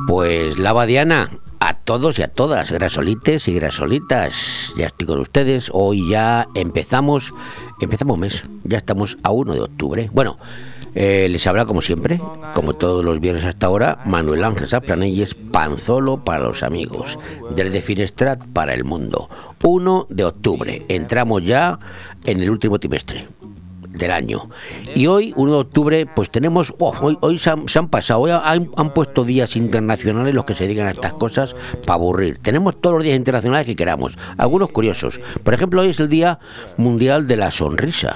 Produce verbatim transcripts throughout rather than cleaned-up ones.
Pues la Badiana, a todos y a todas, grasolites y grasolitas, ya estoy con ustedes. Hoy ya empezamos, empezamos mes, ya estamos a uno de octubre. Bueno, eh, les habla como siempre, como todos los viernes hasta ahora, Manuel Ángel Zaplanelles, Panzolo para los amigos, desde Finestrat para el mundo. uno de octubre, entramos ya en el último trimestre del año. Y hoy, uno de octubre, pues tenemos, oh, hoy, hoy se, han, se han pasado, hoy han, han puesto días internacionales los que se dedican a estas cosas para aburrir. Tenemos todos los días internacionales que queramos, algunos curiosos. Por ejemplo, hoy es el Día Mundial de la Sonrisa.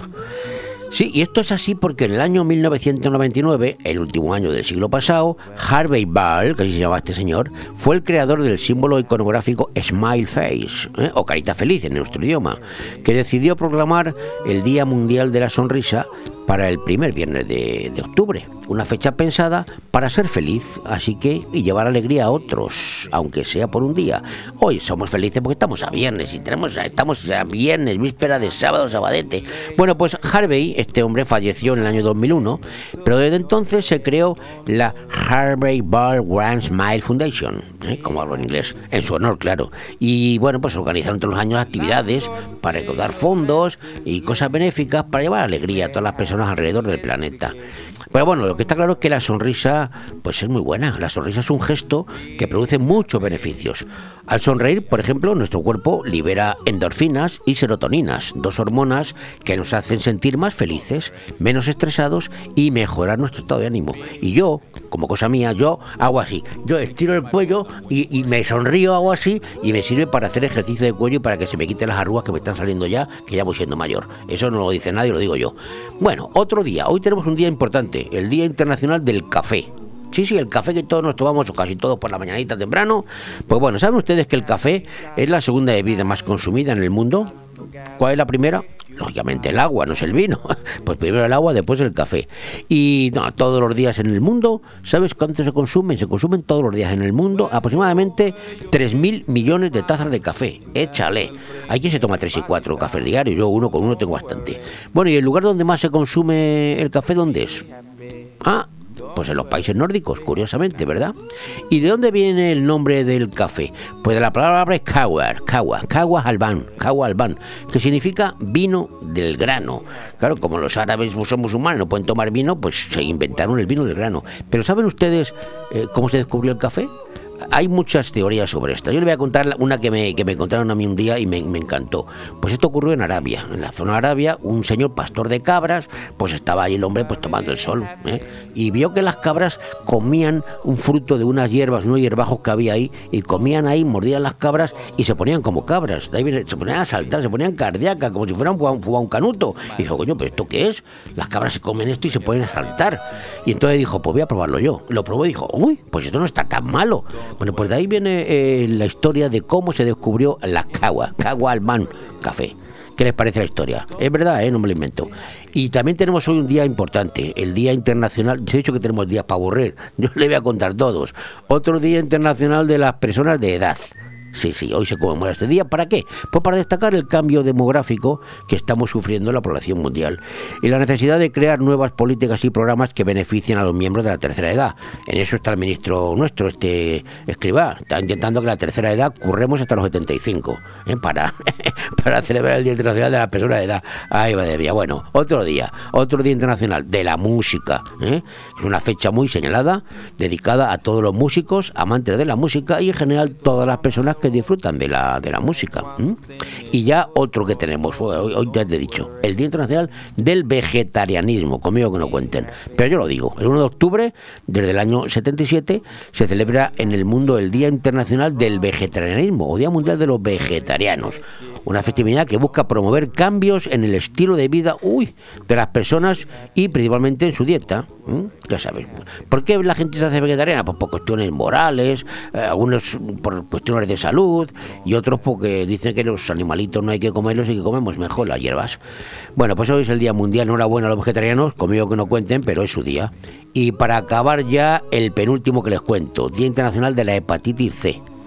Sí, y esto es así porque en el año mil novecientos noventa y nueve, el último año del siglo pasado, Harvey Ball, que así se llama este señor, fue el creador del símbolo iconográfico Smile Face, ¿eh? o carita feliz en nuestro idioma, que decidió proclamar el Día Mundial de la Sonrisa para el primer viernes de, de octubre, una fecha pensada para ser feliz, así que y llevar alegría a otros, aunque sea por un día. Hoy somos felices porque estamos a viernes y tenemos estamos a viernes, víspera de sábado, sabadete. Bueno, pues Harvey, este hombre, falleció en el año dos mil uno, pero desde entonces se creó la Harvey Ball Grand Smile Foundation, ¿eh? como hablo en inglés, en su honor, claro. Y bueno, pues organizaron todos los años actividades para recaudar fondos y cosas benéficas para llevar alegría a todas las personas alrededor del planeta. Pero bueno, lo que está claro es que la sonrisa pues es muy buena. La sonrisa es un gesto que produce muchos beneficios. Al sonreír, por ejemplo, nuestro cuerpo libera endorfinas y serotoninas, dos hormonas que nos hacen sentir más felices, menos estresados y mejorar nuestro estado de ánimo. Y yo, como cosa mía, yo hago así. Yo estiro el cuello y, y me sonrío, hago así, y me sirve para hacer ejercicio de cuello y para que se me quiten las arrugas que me están saliendo ya, que ya voy siendo mayor. Eso no lo dice nadie, lo digo yo. Bueno, otro día. Hoy tenemos un día importante, el Día Internacional del Café. Sí, sí, el café que todos nos tomamos, o casi todos por la mañanita temprano. Pues bueno, ¿saben ustedes que el café es la segunda bebida más consumida en el mundo? ¿Cuál es la primera? Lógicamente el agua, no es el vino. Pues primero el agua, después el café. Y no, todos los días en el mundo, ¿sabes cuánto se consumen? Se consumen todos los días en el mundo aproximadamente tres mil millones de tazas de café. Échale. Hay quien se toma tres y cuatro cafés diarios. Yo uno con uno tengo bastante. Bueno, ¿y el lugar donde más se consume el café dónde es? Ah, pues en los países nórdicos, curiosamente, ¿verdad? ¿Y de dónde viene el nombre del café? Pues de la palabra kawa, kawa, kawa alban, kawa alban, que significa vino del grano. Claro, como los árabes son musulmanes, no pueden tomar vino, pues se inventaron el vino del grano. Pero ¿saben ustedes eh, cómo se descubrió el café? Hay muchas teorías sobre esto. Yo les voy a contar una que me, que me contaron a mí un día y me, me encantó. Pues esto ocurrió en Arabia. En la zona de Arabia, un señor pastor de cabras, pues estaba ahí el hombre pues tomando el sol, ¿eh? y vio que las cabras comían un fruto de unas hierbas, unos hierbajos que había ahí, y comían ahí, mordían las cabras y se ponían como cabras. De ahí viene, se ponían a saltar, se ponían cardíacas, como si fueran un, un canuto. Y dijo, coño, ¿pero esto qué es? Las cabras se comen esto y se ponen a saltar. Y entonces dijo, pues voy a probarlo yo. Lo probó y dijo, uy, pues esto no está tan malo. Bueno, pues de ahí viene eh, la historia de cómo se descubrió la kawa, kawa alban café. ¿Qué les parece la historia? Es verdad, ¿eh? No me lo invento. Y también tenemos hoy un día importante, el Día Internacional, se ha dicho que tenemos días para aburrir, yo les voy a contar todos. Otro Día Internacional de las Personas de Edad. Sí, sí, hoy se conmemora este día. ¿Para qué? Pues para destacar el cambio demográfico que estamos sufriendo en la población mundial y la necesidad de crear nuevas políticas y programas que beneficien a los miembros de la tercera edad. En eso está el ministro nuestro, este Escrivá. Está intentando que la tercera edad curremos hasta los setenta y cinco, ¿eh? para, para celebrar el Día Internacional de la Persona de Edad. Ay, madre mía. Bueno, otro día, otro Día Internacional de la Música, ¿eh? Es una fecha muy señalada, dedicada a todos los músicos, amantes de la música y en general todas las personas que que disfrutan de la de la música. ¿Mm? Y ya otro que tenemos, hoy, hoy ya te he dicho, el Día Internacional del Vegetarianismo, conmigo que no cuenten, pero yo lo digo, el uno de octubre, desde el año setenta y siete, se celebra en el mundo el Día Internacional del Vegetarianismo, o Día Mundial de los Vegetarianos, una festividad que busca promover cambios en el estilo de vida uy, de las personas y principalmente en su dieta. ¿Mm? Ya sabes, ¿por qué la gente se hace vegetariana? Pues por cuestiones morales, eh, algunos por cuestiones de salud y otros porque dicen que los animalitos no hay que comerlos y que comemos mejor las hierbas. Bueno, pues hoy es el Día Mundial, enhorabuena a los vegetarianos, conmigo que no cuenten, pero es su día. Y para acabar ya, el penúltimo que les cuento, Día Internacional de la Hepatitis C.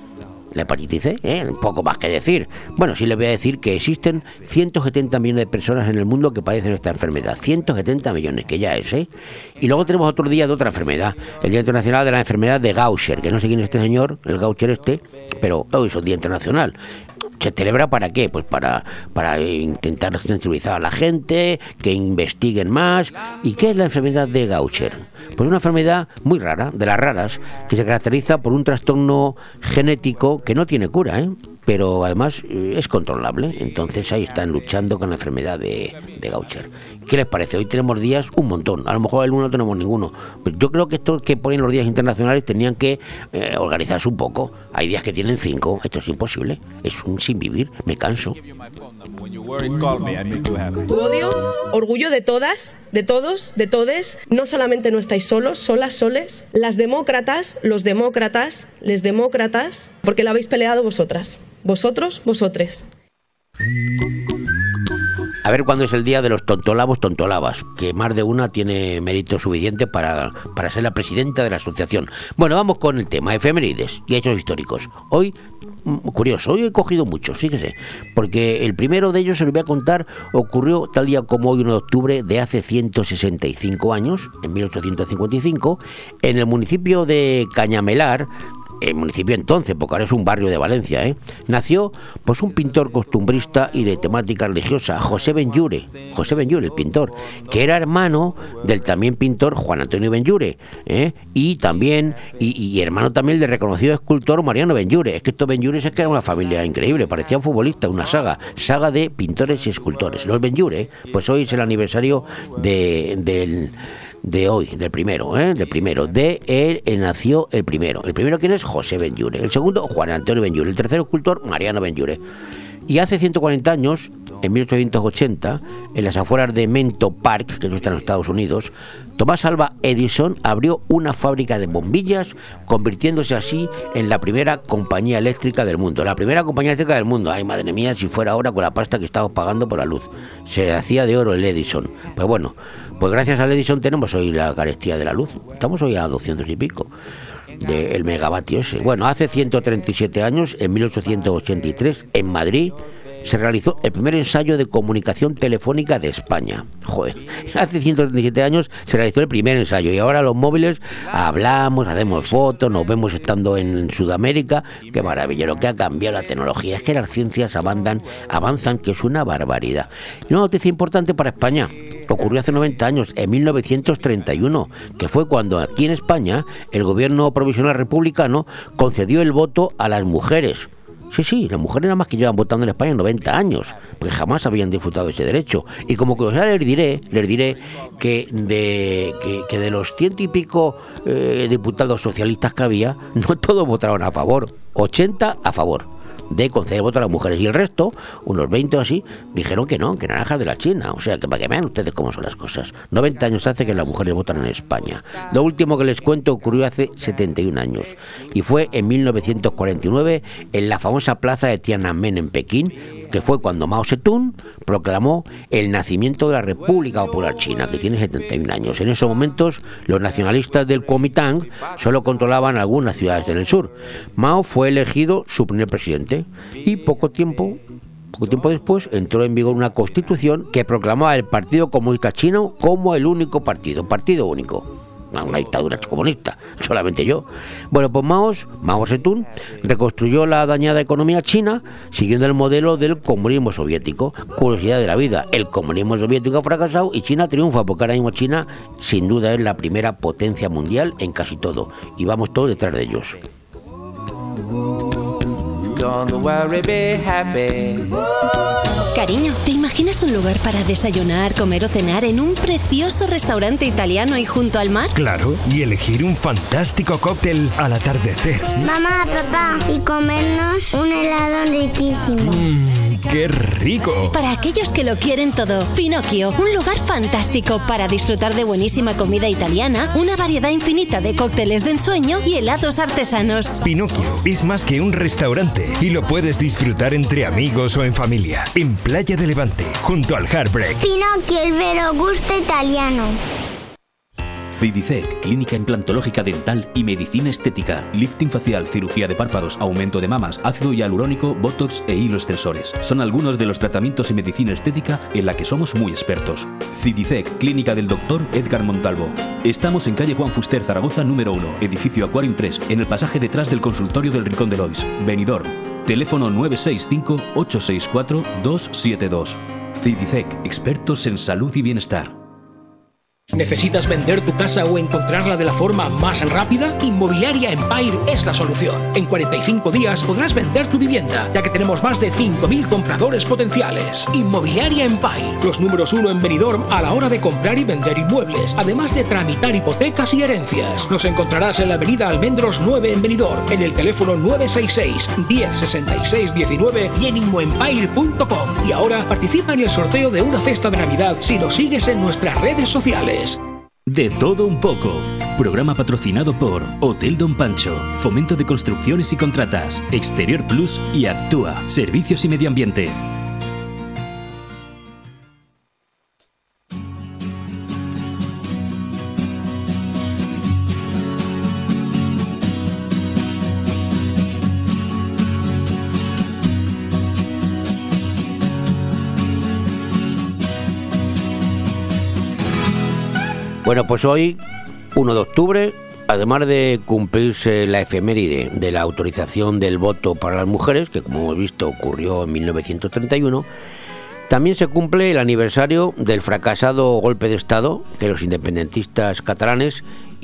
la hepatitis C, ¿eh? Un poco más que decir. Bueno, sí les voy a decir que existen ciento setenta millones de personas en el mundo que padecen esta enfermedad. ciento setenta millones, que ya es, ¿eh? Y luego tenemos otro día de otra enfermedad, el Día Internacional de la Enfermedad de Gaucher, que no sé quién es este señor, el Gaucher este, pero hoy es un Día Internacional. ¿Se celebra para qué? Pues para, para intentar sensibilizar a la gente, que investiguen más. ¿Y qué es la enfermedad de Gaucher? Pues una enfermedad muy rara, de las raras, que se caracteriza por un trastorno genético que no tiene cura, ¿eh? Pero además eh, es controlable. Entonces ahí están luchando con la enfermedad de, de Gaucher. ¿Qué les parece? Hoy tenemos días un montón. A lo mejor el uno no tenemos ninguno. Pero yo creo que estos que ponen los días internacionales tenían que eh, organizarse un poco. Hay días que tienen cinco. Esto es imposible. Es un sin vivir. Me canso. Tu odio, orgullo de todas, de todos, de todes. No solamente no estáis solos, solas, soles. Las demócratas, los demócratas, les demócratas, porque la habéis peleado vosotras. Vosotros, vosotres. A ver cuándo es el día de los tontolabos, tontolabas, que más de una tiene mérito suficiente para, para ser la presidenta de la asociación. Bueno, vamos con el tema, efemérides y hechos históricos. Hoy, curioso, hoy he cogido muchos, fíjese, porque el primero de ellos, se lo voy a contar, ocurrió tal día como hoy, uno de octubre de hace ciento sesenta y cinco años, en mil ochocientos cincuenta y cinco, en el municipio de Cañamelar, el municipio entonces, porque ahora es un barrio de Valencia, ¿eh? Nació pues un pintor costumbrista y de temática religiosa, José Benlliure, José Benlliure, el pintor, que era hermano del también pintor Juan Antonio Benlliure, ¿eh? y también y, y hermano también del reconocido escultor Mariano Benlliure. Es que estos Benlliure es que era una familia increíble, parecían futbolistas, una saga, saga de pintores y escultores. Los Benlliure, pues hoy es el aniversario de, del de hoy, del primero, ¿eh? del primero, de él, él nació el primero. El primero, ¿quién es? José Benlliure. El segundo, Juan Antonio Benlliure. El tercero escultor, Mariano Benlliure. Y hace ciento cuarenta años, en mil ochocientos ochenta, en las afueras de Menlo Park, que no está en Estados Unidos, Thomas Alva Edison abrió una fábrica de bombillas, convirtiéndose así en la primera compañía eléctrica del mundo. La primera compañía eléctrica del mundo. Ay, madre mía, si fuera ahora con la pasta que estamos pagando por la luz. Se hacía de oro el Edison. Pues bueno, pues gracias al Edison tenemos hoy la carestía de la luz. Estamos hoy a doscientos y pico del megavatio ese. Bueno, hace ciento treinta y siete años, en mil ochocientos ochenta y tres, en Madrid, se realizó el primer ensayo de comunicación telefónica de España. Joder, hace ciento treinta y siete años se realizó el primer ensayo y ahora los móviles hablamos, hacemos fotos, nos vemos estando en Sudamérica. Qué maravilla, lo que ha cambiado la tecnología. Es que las ciencias avanzan, avanzan, que es una barbaridad. Y una noticia importante para España ocurrió hace noventa años, en mil novecientos treinta y uno, que fue cuando aquí en España el gobierno provisional republicano concedió el voto a las mujeres. Sí, sí, las mujeres nada más que llevan votando en España noventa años, porque jamás habían disfrutado de ese derecho. Y como curiosidad les diré, les diré que de, que, que de los ciento y pico eh, diputados socialistas que había, no todos votaron a favor, ochenta a favor de conceder voto a las mujeres, y el resto, unos veinte o así, dijeron que no, que naranjas de la China. O sea, que para que vean ustedes cómo son las cosas. noventa años hace que las mujeres votan en España. Lo último que les cuento ocurrió hace setenta y un años, y fue en mil novecientos cuarenta y nueve, en la famosa plaza de Tiananmen en Pekín, que fue cuando Mao Zedong proclamó el nacimiento de la República Popular China, que tiene setenta y un años. En esos momentos, los nacionalistas del Kuomintang solo controlaban algunas ciudades del sur. Mao fue elegido su primer presidente y poco tiempo, poco tiempo después entró en vigor una constitución que proclamaba el Partido Comunista Chino como el único partido, partido único. Una dictadura comunista, solamente yo. Bueno, pues Mao, Mao Zedong reconstruyó la dañada economía china siguiendo el modelo del comunismo soviético. Curiosidad de la vida, el comunismo soviético ha fracasado y China triunfa, porque ahora mismo China sin duda es la primera potencia mundial en casi todo, y vamos todos detrás de ellos. Don't worry, be happy. Cariño, ¿te imaginas un lugar para desayunar, comer o cenar en un precioso restaurante italiano y junto al mar? Claro, y elegir un fantástico cóctel al atardecer. Mamá, papá, y comernos un helado riquísimo. Mmm, ¡qué rico! Para aquellos que lo quieren todo, Pinocchio, un lugar fantástico para disfrutar de buenísima comida italiana, una variedad infinita de cócteles de ensueño y helados artesanos. Pinocchio es más que un restaurante y lo puedes disfrutar entre amigos o en familia. En Playa de Levante, junto al Heartbreak. Pinocchio, el vero gusto italiano. Cidicec, clínica implantológica dental y medicina estética. Lifting facial, cirugía de párpados, aumento de mamas, ácido hialurónico, botox e hilos tensores. Son algunos de los tratamientos y medicina estética en la que somos muy expertos. Cidicec, clínica del doctor Edgar Montalvo. Estamos en calle Juan Fuster, Zaragoza, número uno, edificio Aquarium tres, en el pasaje detrás del consultorio del Rincón de Lois, Benidorm. Teléfono nueve seis cinco, ocho seis cuatro, dos siete dos. Cidicec, expertos en salud y bienestar. ¿Necesitas vender tu casa o encontrarla de la forma más rápida? Inmobiliaria Empire es la solución. En cuarenta y cinco días podrás vender tu vivienda, ya que tenemos más de cinco mil compradores potenciales. Inmobiliaria Empire, los números uno en Benidorm a la hora de comprar y vender inmuebles, además de tramitar hipotecas y herencias. Nos encontrarás en la avenida Almendros nueve en Benidorm, en el teléfono nueve seis seis, diez sesenta y seis diecinueve y en inmoempire punto com. Y ahora participa en el sorteo de una cesta de Navidad si nos sigues en nuestras redes sociales. De todo un poco. Programa patrocinado por Hotel Don Pancho, Fomento de Construcciones y Contratas, Exterior Plus y Actúa, Servicios y Medio Ambiente. Bueno, pues hoy, uno de octubre, además de cumplirse la efeméride de la autorización del voto para las mujeres, que como hemos visto ocurrió en mil novecientos treinta y uno, también se cumple el aniversario del fracasado golpe de Estado que los independentistas catalanes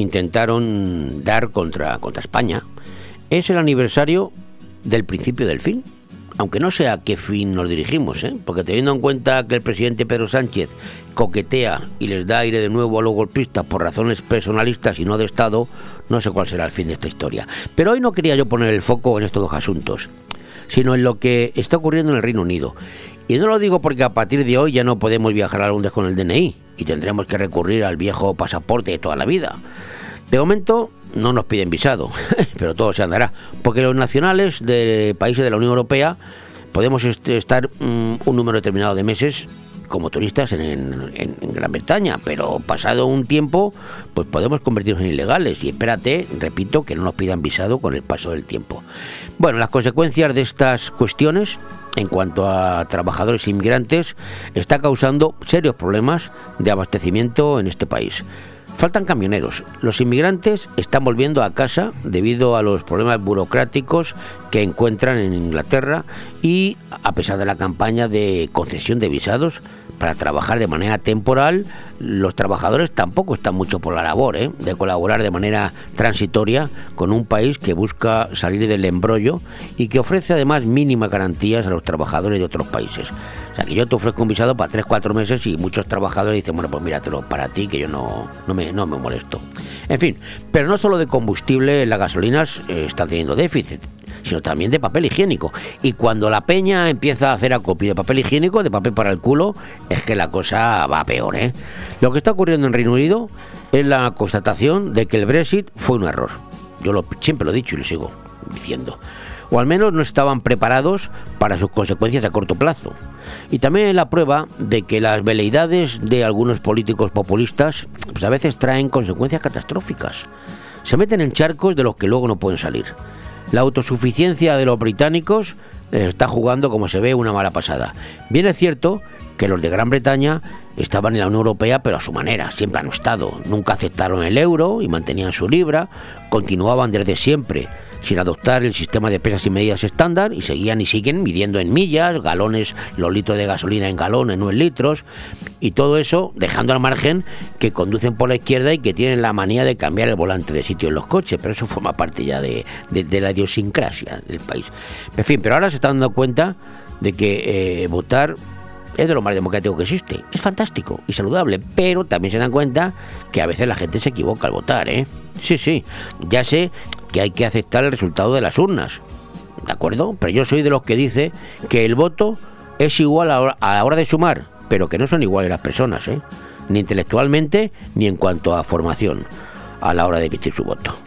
intentaron dar contra, contra España. Es el aniversario del principio del fin. Aunque no sé a qué fin nos dirigimos, ¿eh? Porque teniendo en cuenta que el presidente Pedro Sánchez coquetea y les da aire de nuevo a los golpistas por razones personalistas y no de Estado, no sé cuál será el fin de esta historia. Pero hoy no quería yo poner el foco en estos dos asuntos, sino en lo que está ocurriendo en el Reino Unido. Y no lo digo porque a partir de hoy ya no podemos viajar a Londres con el D N I y tendremos que recurrir al viejo pasaporte de toda la vida. De momento no nos piden visado, pero todo se andará, porque los nacionales de países de la Unión Europea podemos estar um, un número determinado de meses como turistas en, en, en Gran Bretaña, pero pasado un tiempo pues podemos convertirnos en ilegales y espérate, repito, que no nos pidan visado con el paso del tiempo. Bueno, las consecuencias de estas cuestiones en cuanto a trabajadores inmigrantes está causando serios problemas de abastecimiento en este país. Faltan camioneros. Los inmigrantes están volviendo a casa debido a los problemas burocráticos que encuentran en Inglaterra y a pesar de la campaña de concesión de visados para trabajar de manera temporal, los trabajadores tampoco están mucho por la labor ¿eh? de colaborar de manera transitoria con un país que busca salir del embrollo y que ofrece además mínimas garantías a los trabajadores de otros países. O sea, que yo te ofrezco un visado para tres cuatro meses y muchos trabajadores dicen, bueno, pues míratelo para ti, que yo no, no, me, no me molesto. En fin, pero no solo de combustible, las gasolinas eh, están teniendo déficit, sino también de papel higiénico. Y cuando la peña empieza a hacer acopio de papel higiénico, de papel para el culo, es que la cosa va peor, ¿eh? Lo que está ocurriendo en Reino Unido es la constatación de que el Brexit fue un error. Yo lo, siempre lo he dicho y lo sigo diciendo. O al menos no estaban preparados para sus consecuencias a corto plazo. Y también es la prueba de que las veleidades de algunos políticos populistas pues a veces traen consecuencias catastróficas. Se meten en charcos de los que luego no pueden salir. La autosuficiencia de los británicos les está jugando, como se ve, una mala pasada. Bien es cierto que los de Gran Bretaña estaban en la Unión Europea, pero a su manera, siempre han estado. Nunca aceptaron el euro y mantenían su libra, continuaban desde siempre sin adoptar el sistema de pesas y medidas estándar y seguían y siguen midiendo en millas, galones, los litros de gasolina en galones, no en litros, y todo eso dejando al margen que conducen por la izquierda y que tienen la manía de cambiar el volante de sitio en los coches, pero eso forma parte ya de, de, de la idiosincrasia del país. En fin, pero ahora se están dando cuenta de que eh, votar es de lo más democrático que existe. Es fantástico y saludable, pero también se dan cuenta que a veces la gente se equivoca al votar, ¿eh? Sí, sí, ya sé que hay que aceptar el resultado de las urnas, ¿de acuerdo? Pero yo soy de los que dice que el voto es igual a, a la hora de sumar, pero que no son iguales las personas, ¿eh? Ni intelectualmente ni en cuanto a formación a la hora de emitir su voto.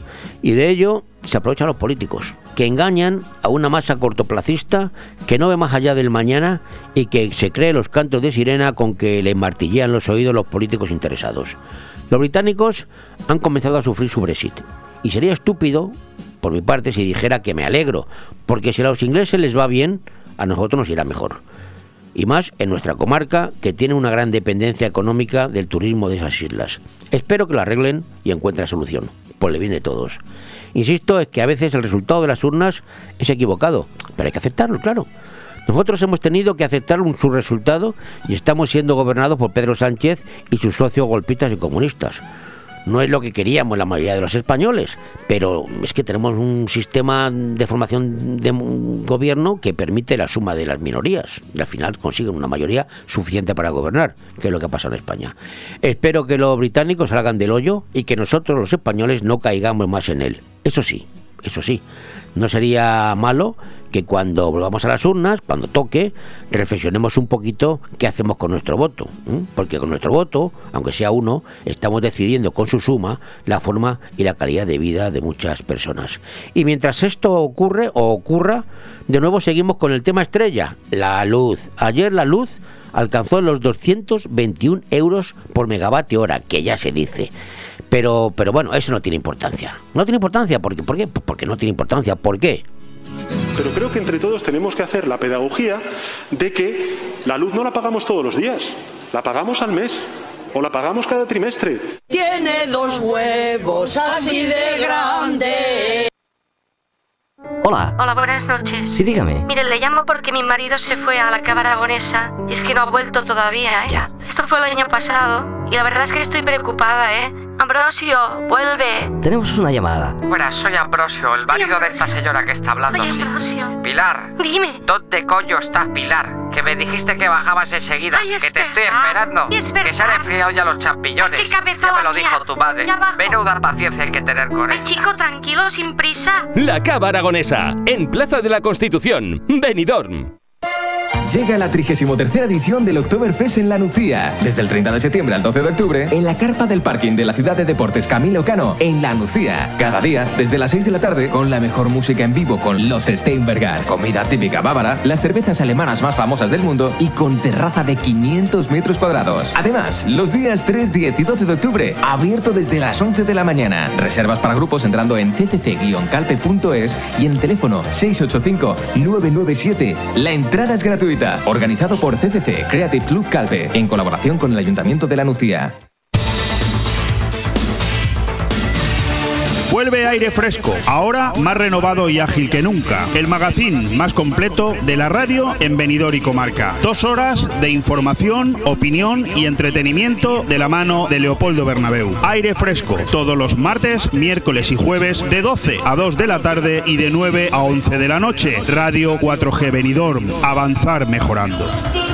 Y de ello se aprovechan los políticos, que engañan a una masa cortoplacista que no ve más allá del mañana y que se cree los cantos de sirena con que le martillean los oídos los políticos interesados. Los británicos han comenzado a sufrir su Brexit, y sería estúpido, por mi parte, si dijera que me alegro, porque si a los ingleses les va bien, a nosotros nos irá mejor. Y más en nuestra comarca, que tiene una gran dependencia económica del turismo de esas islas. Espero que lo arreglen y encuentren solución, por el bien de todos. Insisto, es que a veces el resultado de las urnas es equivocado, pero hay que aceptarlo, claro. Nosotros hemos tenido que aceptar un, su resultado y estamos siendo gobernados por Pedro Sánchez y sus socios golpistas y comunistas. No es lo que queríamos la mayoría de los españoles, pero es que tenemos un sistema de formación de gobierno que permite la suma de las minorías y al final consiguen una mayoría suficiente para gobernar, que es lo que ha pasado en España. Espero que los británicos salgan del hoyo y que nosotros los españoles no caigamos más en él. Eso sí, eso sí, no sería malo que cuando volvamos a las urnas, cuando toque, reflexionemos un poquito qué hacemos con nuestro voto, ¿eh? Porque con nuestro voto, aunque sea uno, estamos decidiendo con su suma la forma y la calidad de vida de muchas personas. Y mientras esto ocurre o ocurra, de nuevo seguimos con el tema estrella, la luz. Ayer la luz alcanzó los doscientos veintiún euros por megavatio hora, que ya se dice. Pero, pero bueno, eso no tiene importancia. No tiene importancia, ¿por qué? ¿Por qué? Porque no tiene importancia. ¿Por qué? Pero creo que entre todos tenemos que hacer la pedagogía de que la luz no la pagamos todos los días, la pagamos al mes o la pagamos cada trimestre. Tiene dos huevos así de grandes. Hola. Hola, buenas noches. Sí, dígame. Mire, le llamo porque mi marido se fue a la Cava Aragonesa y es que no ha vuelto todavía, ¿eh? Ya. Esto fue el año pasado y la verdad es que estoy preocupada, ¿eh? Ambrosio, vuelve. Tenemos una llamada. Buenas, soy Ambrosio, el marido de esta señora que está hablando. Ay, sí. Ambrosio. Pilar. Dime. ¿Dónde coño estás, Pilar? Que me dijiste que bajabas enseguida. Ay, es que te verdad. estoy esperando. Es verdad. Que se han enfriado ya los champiñones. Qué cabeza ya me lo la dijo mía. tu madre. Ya bajo. Menuda paciencia hay que tener con Ay, ella. chico, tranquilo, sin prisa. La Cava Aragonesa, en Plaza de la Constitución, Benidorm. Llega la trigésima tercera edición del Oktoberfest en La Nucía. Desde el treinta de septiembre al doce de octubre, en la carpa del parking de la Ciudad de Deportes Camilo Cano, en La Nucía. Cada día, desde las seis de la tarde, con la mejor música en vivo con los Steinberger, comida típica bávara, las cervezas alemanas más famosas del mundo y con terraza de quinientos metros cuadrados. Además, los días tres, diez y doce de octubre, abierto desde las once de la mañana. Reservas para grupos entrando en c c c guion calpe punto es y en el teléfono seis ocho cinco, nueve nueve siete. La entrada es gratuita. Organizado por C C C Creative Club Calpe, en colaboración con el Ayuntamiento de La Nucía. Vuelve Aire Fresco, ahora más renovado y ágil que nunca. El magazín más completo de la radio en Benidorm y comarca. Dos horas de información, opinión y entretenimiento de la mano de Leopoldo Bernabéu. Aire Fresco, todos los martes, miércoles y jueves de doce a dos de la tarde y de nueve a once de la noche. Radio cuatro G Benidorm, avanzar mejorando.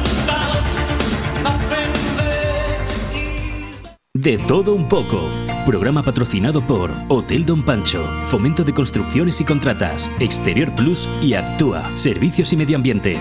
De todo un poco. Programa patrocinado por Hotel Don Pancho, Fomento de Construcciones y Contratas, Exterior Plus y Actúa, Servicios y Medio Ambiente.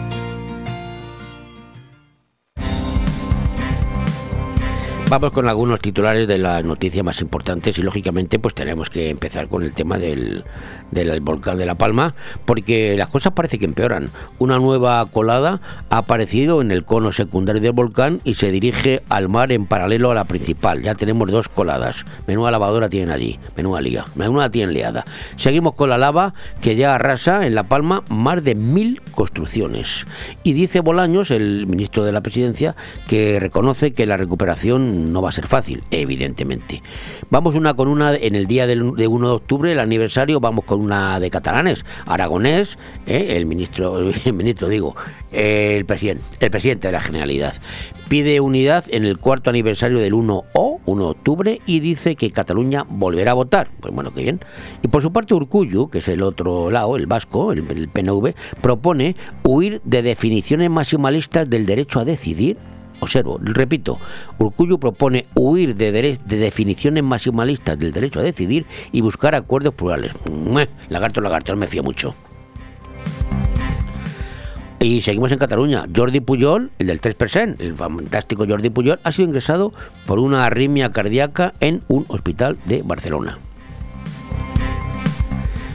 Vamos con algunos titulares de las noticias más importantes y lógicamente pues tenemos que empezar con el tema del, del volcán de La Palma, porque las cosas parece que empeoran. Una nueva colada ha aparecido en el cono secundario del volcán y se dirige al mar en paralelo a la principal. Ya tenemos dos coladas. Menuda lavadora tienen allí, menuda liga, menuda tienen liada. Seguimos con la lava que ya arrasa en La Palma más de mil construcciones. Y dice Bolaños, el ministro de la Presidencia, que reconoce que la recuperación no va a ser fácil, evidentemente. Vamos una con una en el día del, de uno de octubre, el aniversario, vamos con una de catalanes. Aragonés, eh, el ministro, el ministro digo, eh, el presidente, el presidente de la Generalidad, pide unidad en el cuarto aniversario del uno o uno de octubre y dice que Cataluña volverá a votar. Pues bueno, qué bien. Y por su parte Urkullu, que es el otro lado, el vasco, el, el P N V, propone huir de definiciones maximalistas del derecho a decidir. Observo, repito, Urkullu propone huir de, dere- de definiciones maximalistas del derecho a decidir y buscar acuerdos plurales. ¡Mueh! Lagarto, lagarto, no me fío mucho. Y seguimos en Cataluña. Jordi Pujol, el del tres por ciento, el fantástico Jordi Pujol, ha sido ingresado por una arritmia cardíaca en un hospital de Barcelona.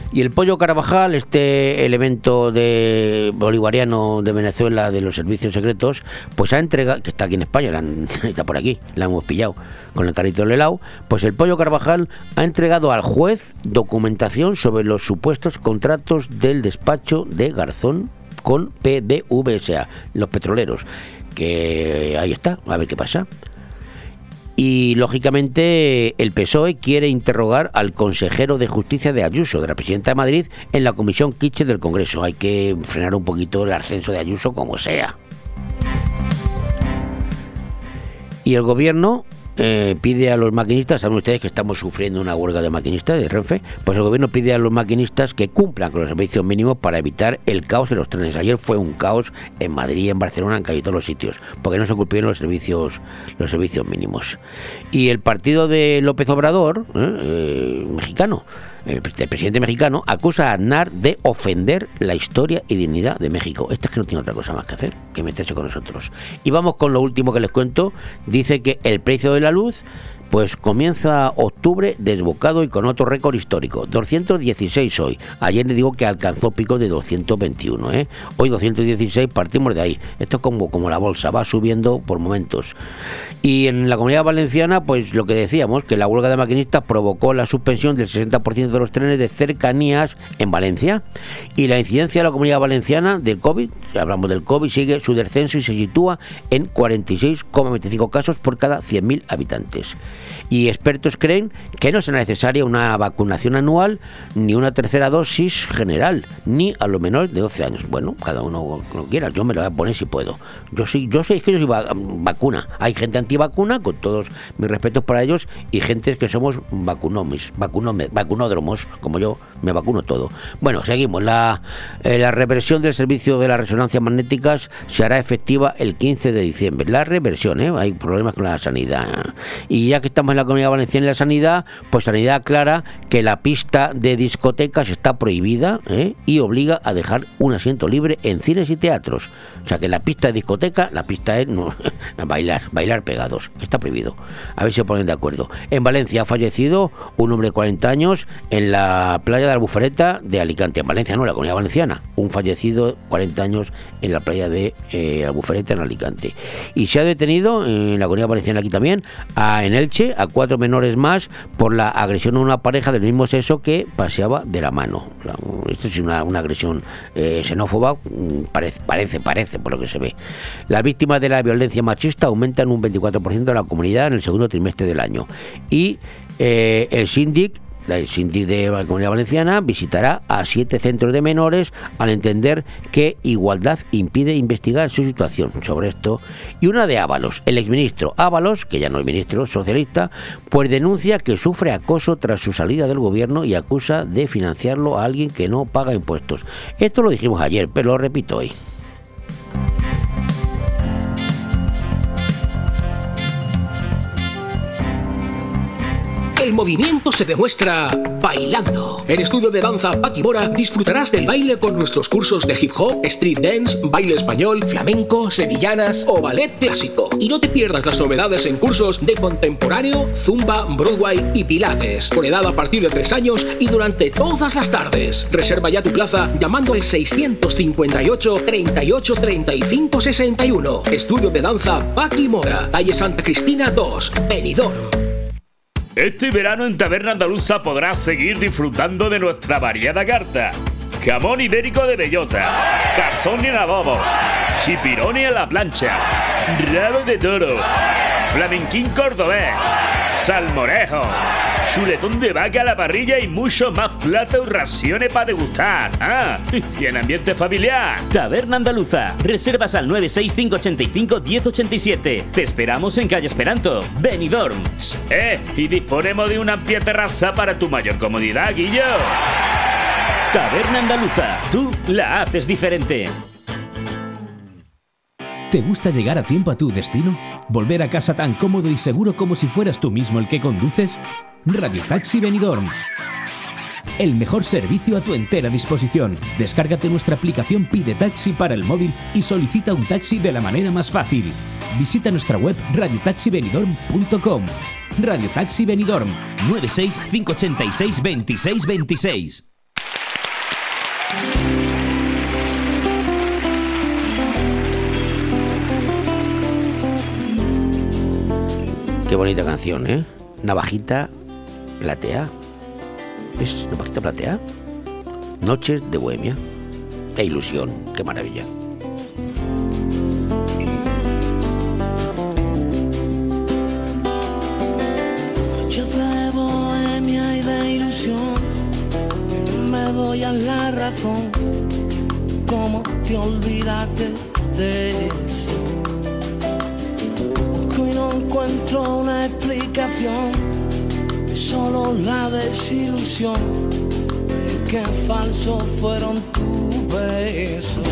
Y el Pollo Carvajal, este elemento de bolivariano de Venezuela de los servicios secretos, pues ha entregado, que está aquí en España, la han, está por aquí, la hemos pillado con el carrito del helado, pues el Pollo Carvajal ha entregado al juez documentación sobre los supuestos contratos del despacho de Garzón con P D V S A, los petroleros, que ahí está, a ver qué pasa. Y, lógicamente, el P S O E quiere interrogar al consejero de Justicia de Ayuso, de la presidenta de Madrid, en la comisión Kitchen del Congreso. Hay que frenar un poquito el ascenso de Ayuso como sea. Y el gobierno eh, pide a los maquinistas, saben ustedes que estamos sufriendo una huelga de maquinistas de Renfe, pues el gobierno pide a los maquinistas que cumplan con los servicios mínimos para evitar el caos en los trenes. Ayer fue un caos en Madrid, en Barcelona, en casi todos los sitios, porque no se cumplieron los servicios los servicios mínimos. Y el partido de López Obrador, eh, eh, mexicano, el, el presidente mexicano, acusa a Aznar de ofender la historia y dignidad de México. Este es que no tiene otra cosa más que hacer que meterse con nosotros. Y vamos con lo último que les cuento. Dice que el precio de la luz, pues comienza octubre desbocado y con otro récord histórico, doscientos dieciséis hoy. Ayer les digo que alcanzó pico de doscientos veintiuno, ¿eh? Hoy doscientos dieciséis, partimos de ahí. Esto es como, como la bolsa, va subiendo por momentos. Y en la Comunidad Valenciana, pues lo que decíamos, que la huelga de maquinistas provocó la suspensión del sesenta por ciento de los trenes de cercanías en Valencia. Y la incidencia de la Comunidad Valenciana del COVID, si hablamos del COVID, sigue su descenso y se sitúa en cuarenta y seis coma veinticinco casos por cada cien mil habitantes. Y expertos creen que no será necesaria una vacunación anual ni una tercera dosis general, ni a los menores de doce años. Bueno, cada uno lo quiera, yo me lo voy a poner si puedo. Yo sí, yo sé que yo soy va- vacuna. Hay gente antivacuna, con todos mis respetos para ellos, y gente que somos vacunomis, vacunome, vacunódromos, como yo, me vacuno todo. Bueno, seguimos. La, eh, la reversión del servicio de las resonancias magnéticas se hará efectiva el quince de diciembre. La reversión, ¿eh? Hay problemas con la sanidad. Y ya que estamos en la Comunidad Valenciana y la sanidad, pues Sanidad aclara que la pista de discotecas está prohibida, ¿eh? Y obliga a dejar un asiento libre en cines y teatros. O sea que la pista de discoteca, la pista es no, bailar, bailar pegados, que está prohibido. A ver si se ponen de acuerdo. En Valencia ha fallecido un hombre de cuarenta años en la playa de Albufereta de Alicante. En Valencia, no, en la Comunidad Valenciana. Un fallecido cuarenta años en la playa de eh, Albufereta en Alicante. Y se ha detenido en la Comunidad Valenciana aquí también, a, en Elche, a cuatro menores más por la agresión a una pareja del mismo sexo que paseaba de la mano. O sea, esto es una, una agresión eh, xenófoba, parece, parece, parece por lo que se ve. Las víctimas de la violencia machista aumentan un veinticuatro por ciento de la comunidad en el segundo trimestre del año. Y eh, el síndic El síndic de la Comunidad Valenciana visitará a siete centros de menores al entender que igualdad impide investigar su situación sobre esto. Y una de Ábalos, el exministro Ábalos, que ya no es ministro socialista, pues denuncia que sufre acoso tras su salida del gobierno y acusa de financiarlo a alguien que no paga impuestos. Esto lo dijimos ayer, pero lo repito hoy. El movimiento se demuestra bailando. En Estudio de Danza Paqui Mora disfrutarás del baile con nuestros cursos de hip hop, street dance, baile español, flamenco, sevillanas o ballet clásico. Y no te pierdas las novedades en cursos de contemporáneo, zumba, Broadway y pilates. Con edad a partir de tres años y durante todas las tardes. Reserva ya tu plaza llamando al seiscientos cincuenta y ocho, treinta y ocho, treinta y cinco, sesenta y uno. Estudio de Danza Paqui Mora, calle Santa Cristina dos, Benidorm. Este verano en Taberna Andaluza podrás seguir disfrutando de nuestra variada carta. Jamón ibérico de bellota, cazón en adobo, chipironi a la plancha, rabo de toro, flamenquín cordobés, salmorejo, chuletón de vaca a la parrilla y mucho más platos y raciones para degustar. Ah, y en ambiente familiar. Taberna Andaluza. Reservas al nueve seis cinco ocho cinco, uno cero ocho siete. Te esperamos en calle Esperanto, Benidorm. Eh, y disponemos de una amplia terraza para tu mayor comodidad, Guillo. Taberna Andaluza. Tú la haces diferente. ¿Te gusta llegar a tiempo a tu destino? ¿Volver a casa tan cómodo y seguro como si fueras tú mismo el que conduces? Radio Taxi Benidorm. El mejor servicio a tu entera disposición. Descárgate nuestra aplicación Pide Taxi para el móvil y solicita un taxi de la manera más fácil. Visita nuestra web radio taxi benidorm punto com. Radio Taxi Benidorm nueve seis cinco ocho seis, dos seis dos seis. Qué bonita canción, ¿eh? Navajita platea. ¿Es Navajita platea? Noches de Bohemia. E ilusión, qué maravilla. Noches de bohemia y de ilusión, me doy a la razón. ¿Cómo te olvidaste de eso? Hoy no encuentro una explicación, solo la desilusión. Qué falsos fueron tus besos.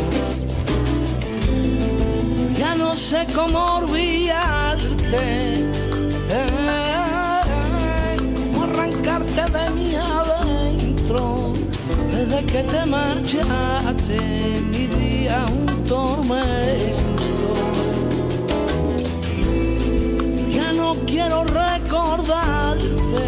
Ya no sé cómo olvidarte, eh, cómo arrancarte de mi adentro. Desde que te marchaste, mi vida un tormento. Ya no quiero recordarte,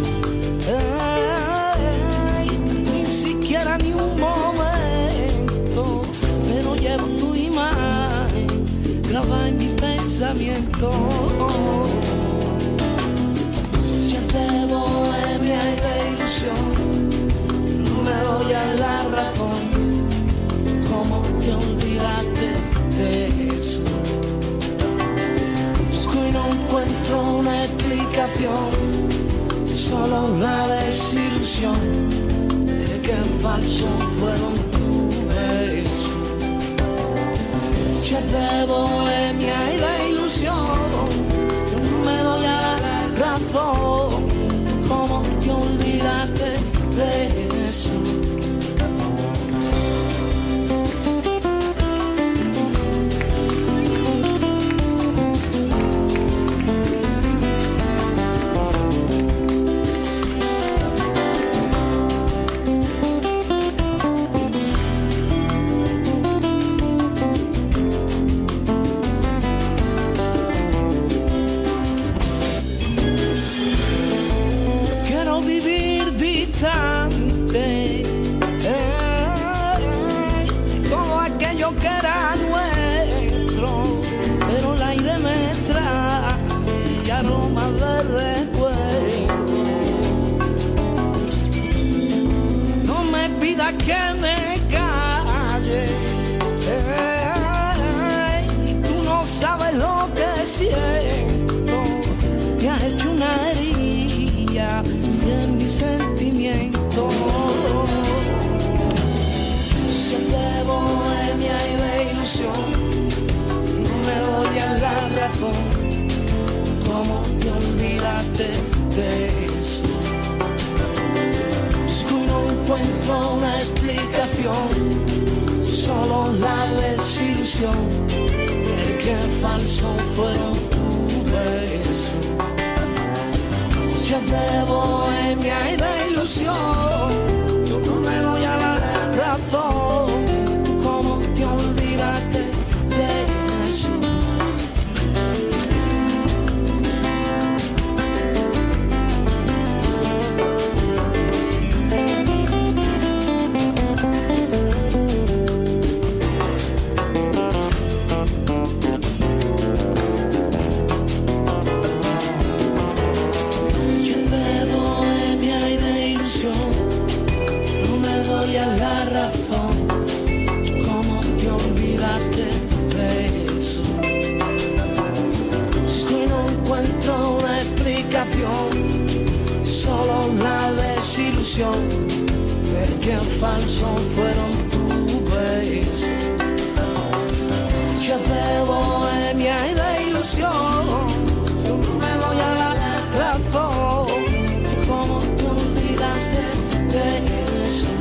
eh, ni siquiera ni un momento, pero llevo tu imagen grabada en mi pensamiento. Siente de bohemia y de ilusión, no me doy a la razón. ¿Cómo te olvidaste de eso? Y no encuentro una explicación, solo la desilusión de que falso fueron tus besos. Noches de bohemia y de ilusión, yo me doy a la razón. ¿Cómo te olvidaste de eso? Vivir distante, eh, todo aquello que era nuestro, pero el aire me trae aromas de recuerdo. No me pidas que me calle, eh, tú no sabes lo que siento. Me has hecho una herida en mi sentimiento. Siempre de bohemia y de ilusión, no me doy a la razón. ¿Cómo te olvidaste de eso? Hoy no encuentro una explicación, solo la desilusión de que falso fueron tus besos. De bohemia y de ilusión, yo no me doy a la razón. ¿Tú cómo te olvidaste de eso? Solo la desilusión de que falso fueron tus besos. Noches de bohemia y de ilusión, yo no me doy a la razón. ¿Cómo te olvidaste de eso?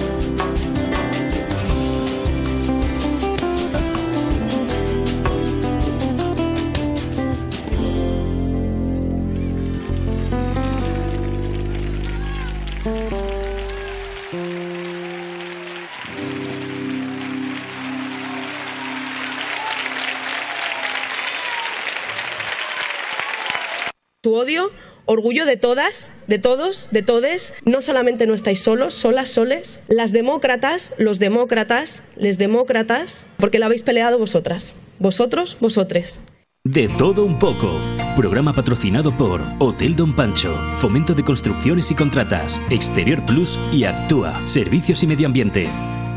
Tu odio Orgullo de todas, de todos, de todes. No solamente no estáis solos, solas, soles. Las demócratas, los demócratas, les demócratas, porque la habéis peleado vosotras. Vosotros, vosotres. De todo un poco. Programa patrocinado por Hotel Don Pancho, Fomento de Construcciones y Contratas, Exterior Plus y Actúa, Servicios y Medio Ambiente.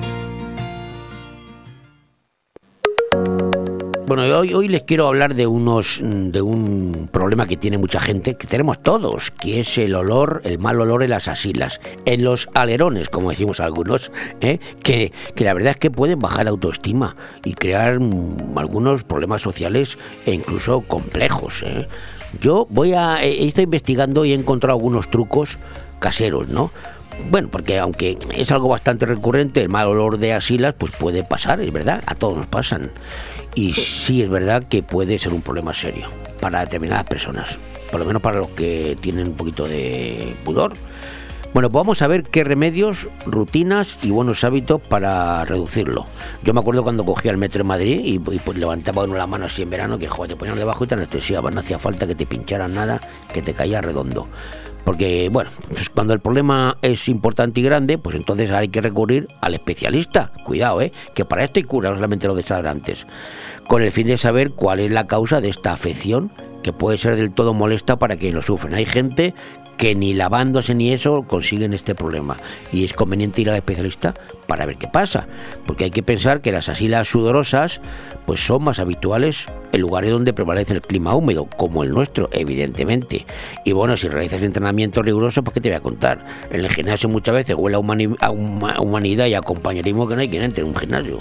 Bueno, hoy, hoy les quiero hablar de unos de un problema que tiene mucha gente, que tenemos todos, que es el olor, el mal olor en las asilas, en los alerones, como decimos algunos, ¿eh? que, que la verdad es que pueden bajar la autoestima y crear mm, algunos problemas sociales e incluso complejos, ¿eh? Yo voy a, he estado investigando y he encontrado algunos trucos caseros, ¿no? Bueno, porque aunque es algo bastante recurrente, el mal olor de asilas, pues puede pasar, es verdad, a todos nos pasan. Y sí es verdad que puede ser un problema serio para determinadas personas, por lo menos para los que tienen un poquito de pudor. Bueno, pues vamos a ver qué remedios, rutinas y buenos hábitos para reducirlo. Yo me acuerdo cuando cogía el metro en Madrid y, y pues levantaba uno la mano así en verano, que joder, te ponían debajo y te anestesiaban, no hacía falta que te pincharan nada, que te caía redondo. Porque, bueno, pues cuando el problema es importante y grande, pues entonces hay que recurrir al especialista. Cuidado, ¿eh? Que para esto hay cura, no solamente los desadorantes. Con el fin de saber cuál es la causa de esta afección, que puede ser del todo molesta para quien lo sufren. Hay gente que ni lavándose ni eso consiguen este problema. Y es conveniente ir al especialista para ver qué pasa. Porque hay que pensar que las asilas sudorosas pues son más habituales en lugares donde prevalece el clima húmedo, como el nuestro, evidentemente. Y bueno, si realizas entrenamiento riguroso, pues qué te voy a contar. En el gimnasio muchas veces huele a, humani- a humanidad y a compañerismo que no hay quien entre en un gimnasio.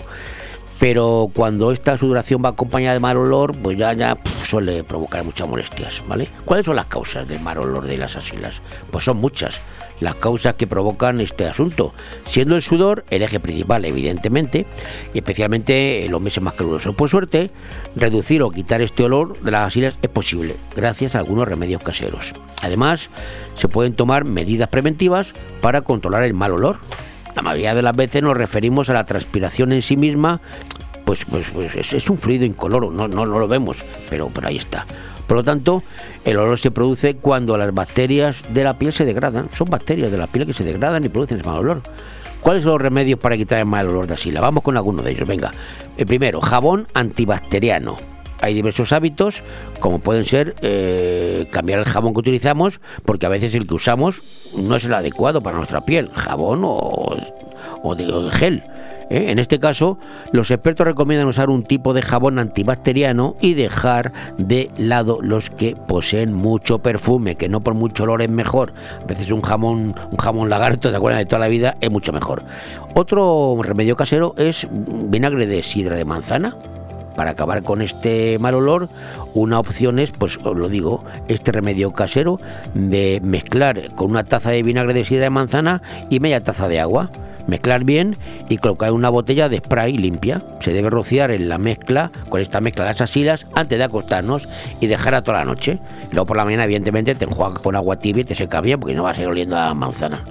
Pero cuando esta sudoración va acompañada de mal olor, pues ya, ya pff, suele provocar muchas molestias, ¿vale? ¿Cuáles son las causas del mal olor de las asilas? Pues son muchas las causas que provocan este asunto, siendo el sudor el eje principal, evidentemente, y especialmente en los meses más calurosos. Por suerte, reducir o quitar este olor de las asilas es posible, gracias a algunos remedios caseros. Además, se pueden tomar medidas preventivas para controlar el mal olor. La mayoría de las veces nos referimos a la transpiración en sí misma, pues, pues, pues es, es un fluido incoloro, no, no, no lo vemos, pero, pero ahí está. Por lo tanto, el olor se produce cuando las bacterias de la piel se degradan. Son bacterias de la piel que se degradan y producen ese mal olor. ¿Cuáles son los remedios para quitar el mal olor de asila? Vamos con algunos de ellos, venga. El primero, jabón antibacteriano. Hay diversos hábitos, como pueden ser eh, cambiar el jabón que utilizamos, porque a veces el que usamos no es el adecuado para nuestra piel, jabón o, o de gel. ¿eh? En este caso, los expertos recomiendan usar un tipo de jabón antibacteriano y dejar de lado los que poseen mucho perfume, que no por mucho olor es mejor. A veces un jamón, un jamón lagarto, ¿te acuerdas de toda la vida? Es mucho mejor. Otro remedio casero es vinagre de sidra de manzana. Para acabar con este mal olor, una opción es, pues os lo digo, este remedio casero de mezclar con una taza de vinagre de sidra de manzana y media taza de agua. Mezclar bien y colocar en una botella de spray limpia. Se debe rociar en la mezcla, con esta mezcla las asilas, antes de acostarnos y dejarla toda la noche. Luego por la mañana, evidentemente, te enjuagas con agua tibia y te seca bien, porque no vas a ir oliendo a manzana.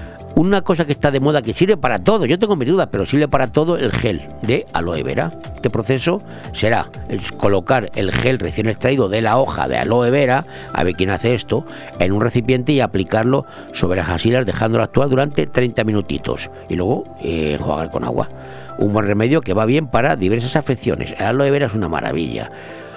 Una cosa que está de moda, que sirve para todo, yo tengo mis dudas, pero sirve para todo, el gel de aloe vera. Este proceso será es colocar el gel recién extraído de la hoja de aloe vera, a ver quién hace esto, en un recipiente y aplicarlo sobre las asilas, dejándolo actuar durante treinta minutitos y luego eh, enjuagar con agua. Un buen remedio que va bien para diversas afecciones. El aloe vera es una maravilla.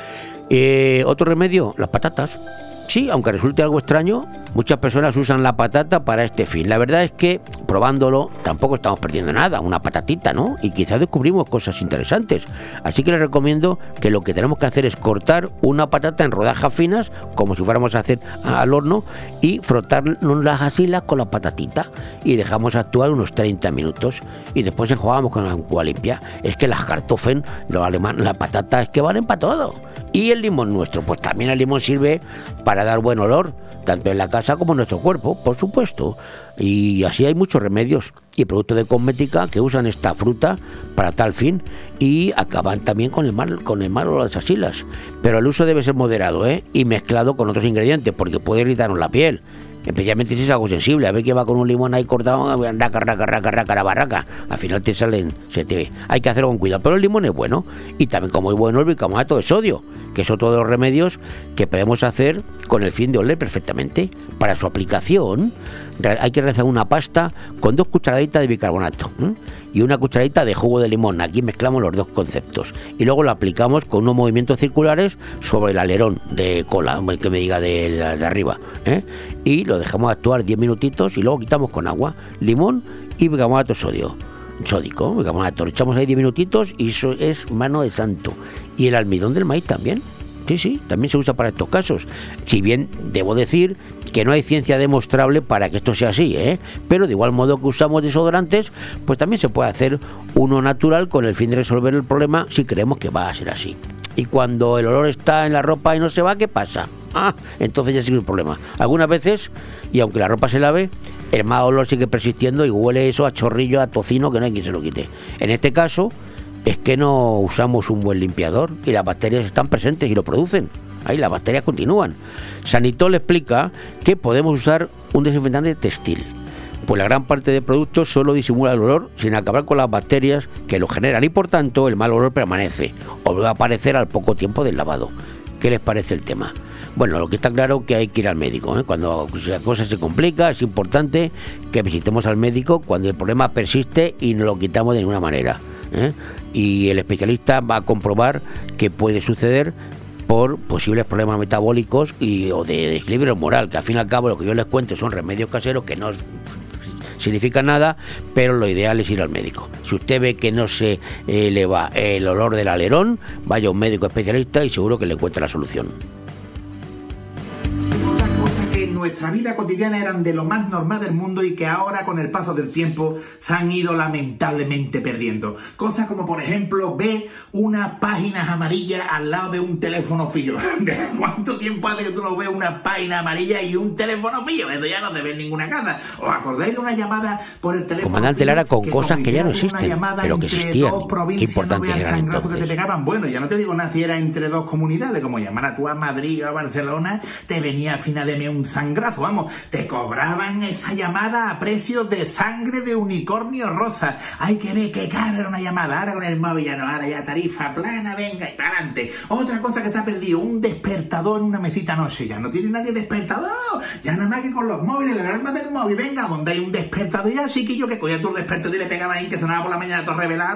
Eh, otro remedio, las patatas. Sí, aunque resulte algo extraño, muchas personas usan la patata para este fin. La verdad es que, probándolo, tampoco estamos perdiendo nada, una patatita, ¿no? Y quizás descubrimos cosas interesantes. Así que les recomiendo que lo que tenemos que hacer es cortar una patata en rodajas finas, como si fuéramos a hacer al horno, y frotarnos las asilas con la patatita. Y dejamos actuar unos treinta minutos. Y después enjuagamos con agua limpia. Es que las Kartoffeln, los alemanes, la patata es que valen para todo. Y el limón nuestro, pues también el limón sirve para dar buen olor, tanto en la casa como en nuestro cuerpo, por supuesto. Y así hay muchos remedios y productos de cosmética que usan esta fruta para tal fin y acaban también con el mal, con el mal olor de las asilas. Pero el uso debe ser moderado, ¿eh? Y mezclado con otros ingredientes, porque puede irritarnos la piel. especialmente si es algo sensible. A ver que va con un limón ahí cortado, raca, raca, raca, raca, barraca. Al final te salen, se te, hay que hacerlo con cuidado. Pero el limón es bueno. Y también, como es bueno, el bicarbonato de sodio, que es otro de los remedios que podemos hacer con el fin de oler perfectamente. Para su aplicación hay que realizar una pasta con dos cucharaditas de bicarbonato ¿eh? y una cucharadita de jugo de limón. Aquí mezclamos los dos conceptos y luego lo aplicamos con unos movimientos circulares sobre el alerón de cola, el que me diga de, de arriba ¿eh? y lo dejamos actuar diez minutitos y luego quitamos con agua, limón y bicarbonato sodio sódico, bicarbonato, lo echamos ahí diez minutitos y eso es mano de santo. Y el almidón del maíz también, sí, sí, también se usa para estos casos, si bien debo decir que no hay ciencia demostrable para que esto sea así, ¿eh? Pero de igual modo que usamos desodorantes, pues también se puede hacer uno natural con el fin de resolver el problema si creemos que va a ser así. Y cuando el olor está en la ropa y no se va, ¿qué pasa? Ah, entonces ya sigue un problema. Algunas veces, y aunque la ropa se lave, el mal olor sigue persistiendo y huele eso a chorrillo, a tocino, que no hay quien se lo quite. En este caso, es que no usamos un buen limpiador y las bacterias están presentes y lo producen. Ahí las bacterias continúan. Sanitol explica que podemos usar un desinfectante textil, pues la gran parte de productos solo disimula el olor sin acabar con las bacterias que lo generan y por tanto el mal olor permanece o va a aparecer al poco tiempo del lavado. ¿Qué les parece el tema? Bueno, lo que está claro es que hay que ir al médico, ¿eh? Cuando la cosa se complica es importante que visitemos al médico cuando el problema persiste y no lo quitamos de ninguna manera, ¿eh? Y el especialista va a comprobar que puede suceder por posibles problemas metabólicos y o de desequilibrio moral, que al fin y al cabo lo que yo les cuento son remedios caseros que no significan nada, pero lo ideal es ir al médico. Si usted ve que no se eleva el olor del alerón, vaya a un médico especialista y seguro que le encuentra la solución. Nuestra vida cotidiana eran de lo más normal del mundo y que ahora con el paso del tiempo se han ido lamentablemente perdiendo. Cosas como por ejemplo ver unas páginas amarillas al lado de un teléfono fijo. ¿Cuánto tiempo hace que tú no ves una página amarilla y un teléfono fijo? Eso ya no se ve en ninguna casa. ¿Os acordáis de una llamada por el teléfono? Comandante Lara, con que cosas que ya no existen, pero que existían. Qué importantes eran entonces. Que te pegaban. Bueno, ya no te digo nada si era entre dos comunidades, como llamar a tú a Madrid o a Barcelona, te venía al final de mí un sangrazo, vamos, te cobraban esa llamada a precios de sangre de unicornio rosa. Hay que ver qué cara era una llamada. Ahora con el móvil ya no, ahora ya tarifa plana, venga y para adelante. Otra cosa que se ha perdido, un despertador en una mesita, no sé, ya no tiene nadie despertador, ya nada más que con los móviles, la alarma del móvil, venga, donde hay un despertador ya, chiquillo, que cogía tu despertador y le pegaba ahí, que sonaba por la mañana todo revelado,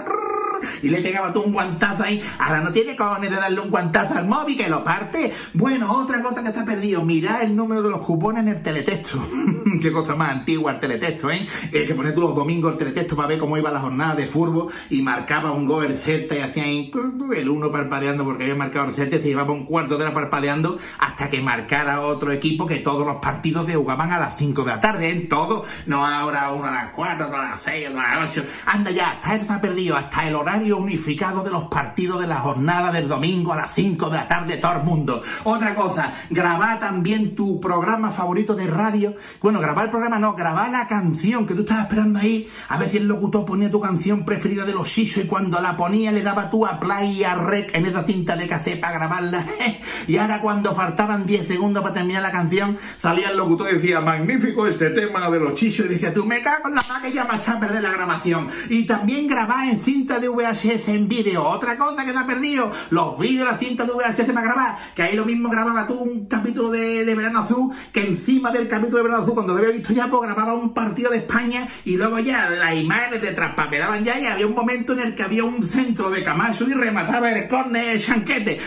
y le pegaba tú un guantazo ahí. Ahora no tiene cojones de darle un guantazo al móvil que lo parte. Bueno, otra cosa que se ha perdido, mirad el número de los cupones en el teletexto. Qué cosa más antigua el teletexto, ¿eh? El que pones tú los domingos el teletexto para ver cómo iba la jornada de fútbol y marcaba un gol el Celta y hacía ahí el uno parpadeando porque había marcado el Celta y se llevaba un cuarto de hora parpadeando hasta que marcara otro equipo, que todos los partidos se jugaban a las cinco de la tarde, ¿eh? Todo, no ahora uno a las cuatro, otro a las seis, otro a las ocho. Anda ya, hasta eso se ha perdido, hasta el horario unificado de los partidos de la jornada del domingo a las cinco de la tarde, todo el mundo. Otra cosa, grabar también tu programa favorito de radio. Bueno, grabar el programa no, grabar la canción que tú estabas esperando ahí, a ver si el locutor ponía tu canción preferida de los Sisos y cuando la ponía le daba tú a play y a rec en esa cinta de cassette para grabarla. Y ahora cuando faltaban diez segundos para terminar la canción, salía el locutor y decía, magnífico este tema de los Sisos, y decía tú, me cago en la mano que ya vas a perder la grabación. Y también grabar en cinta de V H S en vídeo. Otra cosa que se ha perdido, los vídeos, las cintas de V H S para grabar, que ahí lo mismo grababa tú un capítulo de, de Verano Azul, que encima del capítulo de Verano Azul, cuando lo había visto ya, pues grababa un partido de España y luego ya las imágenes te traspapelaban ya y había un momento en el que había un centro de Camacho y remataba el córner Chanquete.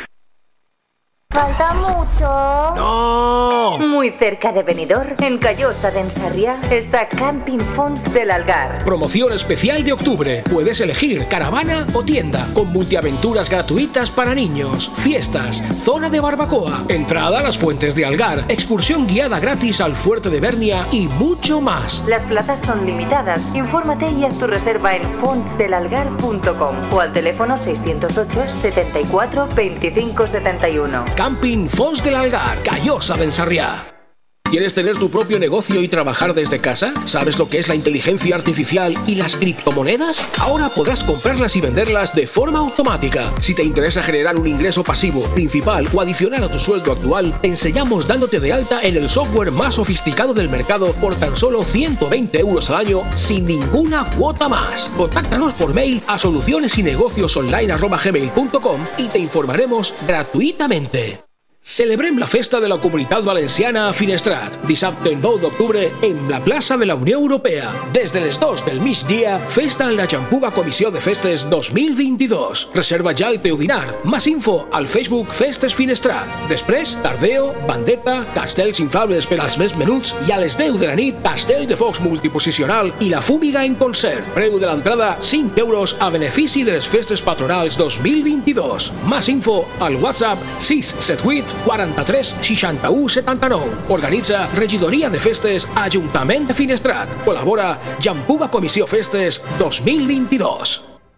Falta mucho. ¡No! Muy cerca de Benidorm, en Callosa de en Sarriá, está Camping Fons del Algar. Promoción especial de octubre. Puedes elegir caravana o tienda, con multiaventuras gratuitas para niños, fiestas, zona de barbacoa, entrada a las fuentes de Algar, excursión guiada gratis al fuerte de Bernia y mucho más. Las plazas son limitadas. Infórmate y haz tu reserva en fons del algar punto com o al teléfono seiscientos ocho, setenta y cuatro, veinticinco setenta y uno. Camping Fons del Algar, Callosa de en Sarriá. ¿Quieres tener tu propio negocio y trabajar desde casa? ¿Sabes lo que es la inteligencia artificial y las criptomonedas? Ahora podrás comprarlas y venderlas de forma automática. Si te interesa generar un ingreso pasivo, principal o adicional a tu sueldo actual, te enseñamos dándote de alta en el software más sofisticado del mercado por tan solo ciento veinte euros al año sin ninguna cuota más. Contáctanos por mail a soluciones y negocios online arroba gmail punto com y te informaremos gratuitamente. Celebrem la festa de la Comunitat Valenciana a Finestrat, dissabte nou d'octubre en la plaça de la Unió Europea. Des de les dos del migdia, festa en la Jampuga Comissió de Festes dos mil vint-i-dos. Reserva ja el teu dinar. Más info al Facebook Festes Finestrat. Després, tardeo, bandeta, castells inflables per als més menuts i a les deu de la nit, castell de focs multiposicional i la fúmiga en concert. Preu de l'entrada cinc euros a benefici de les festes patronals dos mil vint-i-dos. Más info al WhatsApp sis set vuit quaranta-tres seixanta-u setanta-nou. Organitza Regidoria de Festes Ajuntament de Finestrat. Col·labora Jampuga Comissió Festes dos mil vint-i-dos.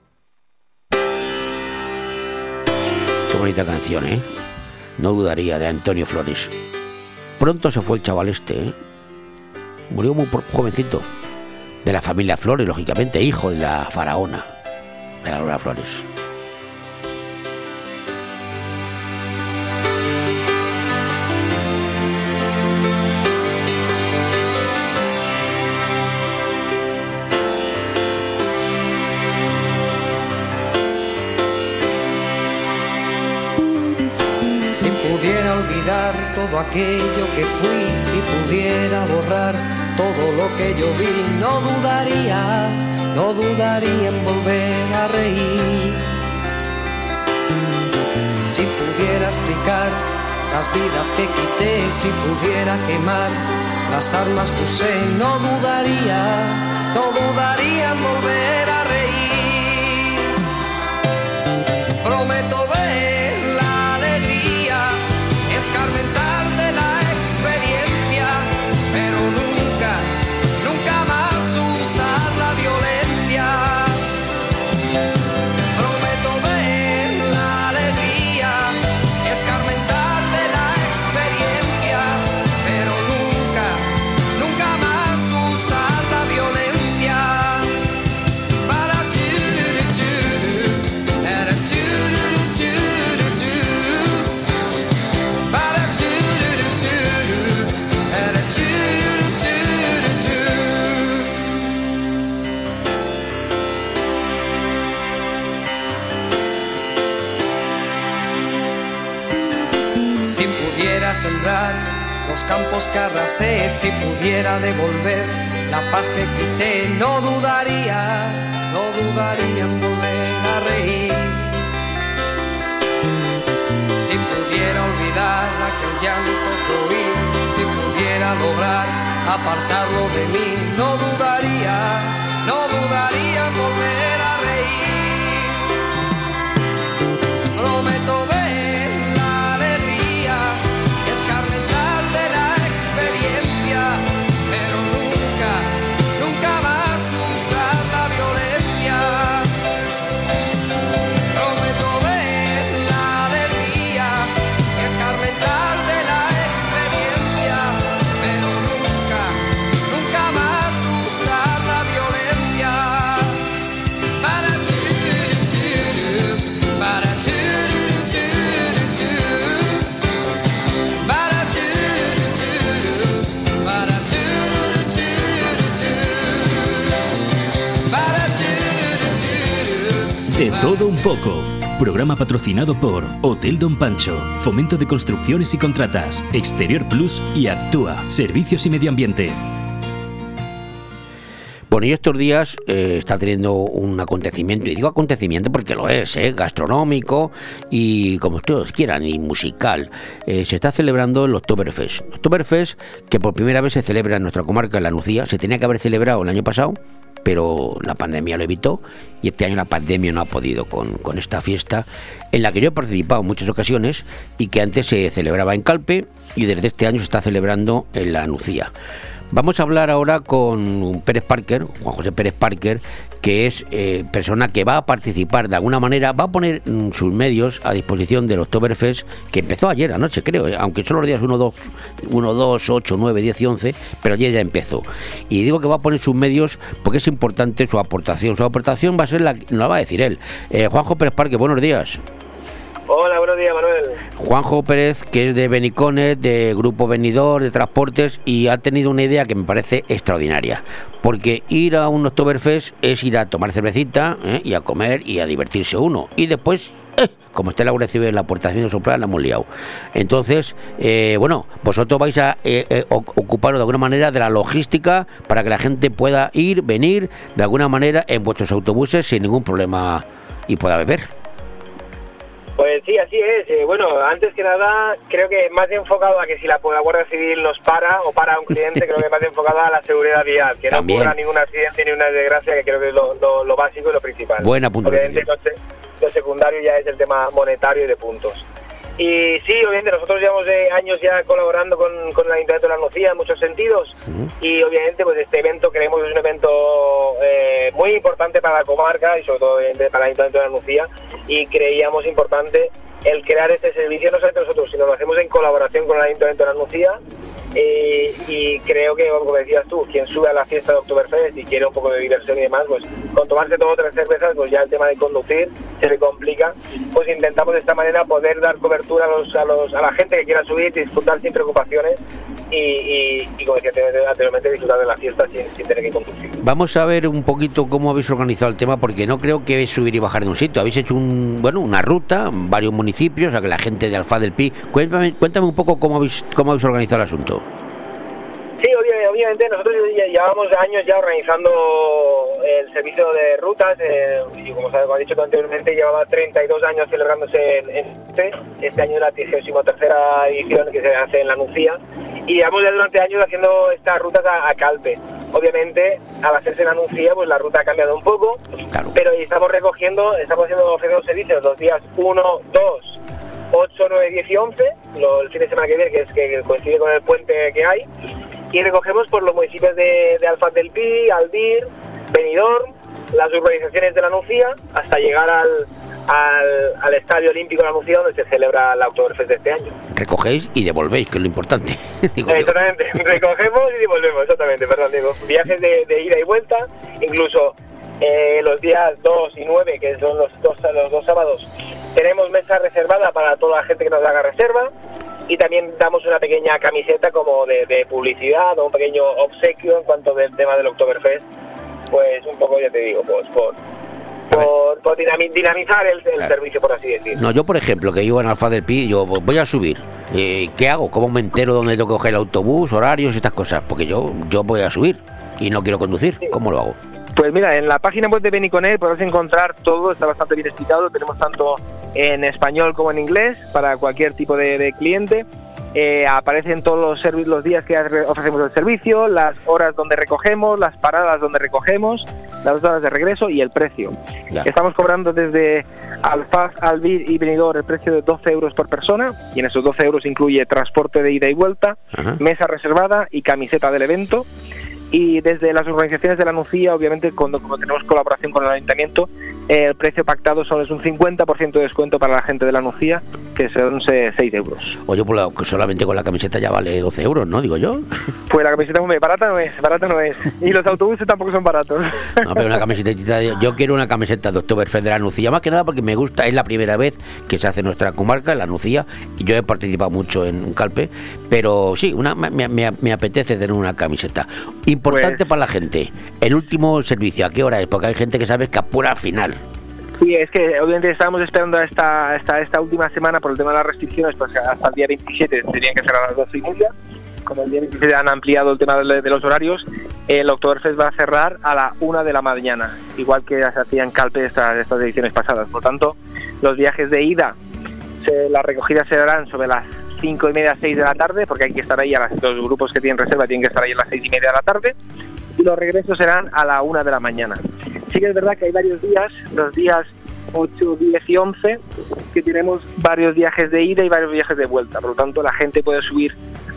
Qué bonita canción, ¿eh? No dudaría, de Antonio Flores. Pronto se fue el chaval este, ¿eh? Murió muy jovencito. De la familia Flores, lógicamente, hijo de la faraona, de la Lola Flores. Si pudiera olvidar todo aquello que fui, si pudiera borrar todo lo que yo vi, no dudaría, no dudaría en volver a reír. Si pudiera explicar las vidas que quité, si pudiera quemar las armas que usé, no dudaría, no dudaría en volver a reír. Prometo ver la alegría, escarmentar de la experiencia, pero nunca, nunca más usar la violencia. Prometo ver la alegría, escarmentar de la experiencia, pero nunca, nunca más usar la violencia. Para tu, para tu, para si pudiera sembrar los campos que arrasé, si pudiera devolver la paz que quité, no dudaría, no dudaría en volver a reír. Si pudiera olvidar aquel llanto que oí, si pudiera lograr apartarlo de mí, no dudaría, no dudaría en volver a reír. Prometo ver la alegría, escarmentar de la experiencia, pero nunca, nunca más usar la violencia. Prometo ver la alegría, escarmentar de la experiencia, pero nunca, nunca más usar la violencia. Para tu, para tu, para tu, De todo un poco. Programa patrocinado por Hotel Don Pancho, Fomento de Construcciones y Contratas, Exterior Plus y Actúa, Servicios y Medio Ambiente. Bueno, y estos días eh, está teniendo un acontecimiento, y digo acontecimiento porque lo es, eh, gastronómico y como ustedes quieran, y musical. Eh, se está celebrando el Oktoberfest. Oktoberfest, que por primera vez se celebra en nuestra comarca, en la Nucía. Se tenía que haber celebrado el año pasado, pero la pandemia lo evitó, y este año la pandemia no ha podido con, con esta fiesta, en la que yo he participado en muchas ocasiones y que antes se celebraba en Calpe y desde este año se está celebrando en la Nucía. Vamos a hablar ahora con Pérez Parker, Juan José Pérez Parker, que es eh, persona que va a participar de alguna manera, va a poner mm, sus medios a disposición del Oktoberfest, que empezó ayer anoche, creo, eh, aunque son los días uno, dos, uno, dos, ocho, nueve, diez y once, pero ayer ya empezó. Y digo que va a poner sus medios porque es importante su aportación. Su aportación va a ser la que nos la va a decir él. Eh, Juanjo Pérez Parker, buenos días. Hola, buenos días, Manuel. Juanjo Pérez, que es de Beniconet, de Grupo Venidor, de Transportes, y ha tenido una idea que me parece extraordinaria. Porque ir a un Oktoberfest es ir a tomar cervecita, ¿eh? y a comer y a divertirse uno. Y después, eh, como está Laura Cibel en la aportación de soplar, la hemos liado. Entonces, eh, bueno, vosotros vais a eh, eh, ocuparos de alguna manera de la logística para que la gente pueda ir, venir, de alguna manera, en vuestros autobuses sin ningún problema y pueda beber. Pues sí, así es. Eh, bueno, antes que nada, creo que más enfocado a que si la, la Guardia Civil nos para o para un cliente, creo que más enfocado a la seguridad vial, que También. no ocurra ningún accidente ni una desgracia, que creo que es lo, lo, lo básico y lo principal. Buena puntuación. Obviamente lo, lo secundario ya es el tema monetario y de puntos. Y sí, obviamente nosotros llevamos eh, años ya colaborando con, con el Ayuntamiento de la Nucía en muchos sentidos, uh-huh. y obviamente pues este evento creemos que es un evento eh, muy importante para la comarca y sobre todo para el Ayuntamiento de la Nucía, y creíamos importante el crear este servicio no solamente nosotros, sino lo hacemos en colaboración con el Ayuntamiento de la Nucía, eh, y creo que, como decías tú, quien sube a la fiesta de Oktoberfest y quiere un poco de diversión y demás, pues con tomarse todo tres cervezas, pues ya el tema de conducir se le complica, pues intentamos de esta manera poder dar cobertura a los a los a la gente que quiera subir, disfrutar sin preocupaciones y, y, y como decía anteriormente, disfrutar de la fiesta sin, sin tener que conducir. Vamos a ver un poquito cómo habéis organizado el tema, porque no creo que subir y bajar de un sitio. Habéis hecho un bueno una ruta, varios municipios, o sea que la gente de Alfaz del Pi. Cuéntame, cuéntame un poco cómo habéis cómo habéis organizado el asunto. Sí, obviamente nosotros ya llevamos años ya organizando el servicio de rutas, eh, y como os he dicho anteriormente, llevaba treinta y dos años celebrándose en, en este, este año es la trigésima tercera edición que se hace en la Nucía, y llevamos ya durante años haciendo estas rutas a, a Calpe. Obviamente, al hacerse en la Nucía, pues la ruta ha cambiado un poco, claro. Pero estamos recogiendo, estamos haciendo ofreciendo servicios los días uno, dos, ocho, nueve, diez y once, lo, el fin de semana que viene, que es que coincide con el puente que hay. Y recogemos por los municipios de, de Alfaz del Pi, Aldir, Benidorm, las urbanizaciones de la Nucía, hasta llegar al, al, al Estadio Olímpico de la Nucía, donde se celebra la Oktoberfest de este año. Recogéis y devolvéis, que es lo importante. Exactamente, recogemos y devolvemos, exactamente, perdón, digo, viajes de, de ida y vuelta, incluso eh, los días dos y nueve, que son los dos, los dos sábados, tenemos mesa reservada para toda la gente que nos haga reserva. Y también damos una pequeña camiseta como de, de publicidad o un pequeño obsequio en cuanto del tema del Oktoberfest, pues un poco, ya te digo, pues por, por, por dinamizar el, el claro. servicio, por así decirlo. No, yo por ejemplo, que vivo en Alfaz del Pi, yo voy a subir, eh, ¿qué hago? ¿Cómo me entero dónde tengo que coger el autobús, horarios y estas cosas? Porque yo, yo voy a subir y no quiero conducir, sí. ¿Cómo lo hago? Pues mira, en la página web de Beniconet podrás encontrar todo, está bastante bien explicado, tenemos tanto en español como en inglés para cualquier tipo de, de cliente. Eh, aparecen todos los, servi- los días que ofrecemos el servicio, las horas donde recogemos, las paradas donde recogemos, las horas de regreso y el precio. Ya. Estamos cobrando desde Alfaz, Aldir y Benidorm el precio de doce euros por persona, y en esos doce euros incluye transporte de ida y vuelta, Ajá. mesa reservada y camiseta del evento. Y desde las organizaciones de la Nucía, obviamente, cuando, cuando tenemos colaboración con el Ayuntamiento, eh, el precio pactado solo es un cincuenta por ciento de descuento para la gente de la Nucía, que son seis euros. Oye, pues la, solamente con la camiseta ya vale doce euros, ¿no? Digo yo. Pues la camiseta muy barata no es, barata no es. Y los autobuses tampoco son baratos. No, pero una camiseta, yo quiero una camiseta de Oktoberfest de la Nucía, más que nada porque me gusta, es la primera vez que se hace en nuestra comarca, en la Nucía, y yo he participado mucho en Calpe, pero sí, una, me, me, me apetece tener una camiseta. Importante pues, para la gente, el último servicio, ¿a qué hora es? Porque hay gente que sabe que apura al final. Sí, es que obviamente estábamos esperando a esta, esta, esta última semana por el tema de las restricciones, pues hasta el día veintisiete tenían que ser a las doce y media. Como el día veintisiete han ampliado el tema de, de los horarios, el Oktoberfest va a cerrar a la una de la mañana, igual que se hacía en Calpe estas, estas ediciones pasadas. Por tanto, los viajes de ida, se, las recogidas se darán sobre las cinco y media, seis de la tarde, porque hay que estar ahí, a las, los grupos que tienen reserva tienen que estar ahí a las seis y media de la tarde, y los regresos serán a la una de la mañana. Sí que es verdad que hay varios días, los días ocho, diez y once, que tenemos varios viajes de ida y varios viajes de vuelta, por lo tanto la gente puede subir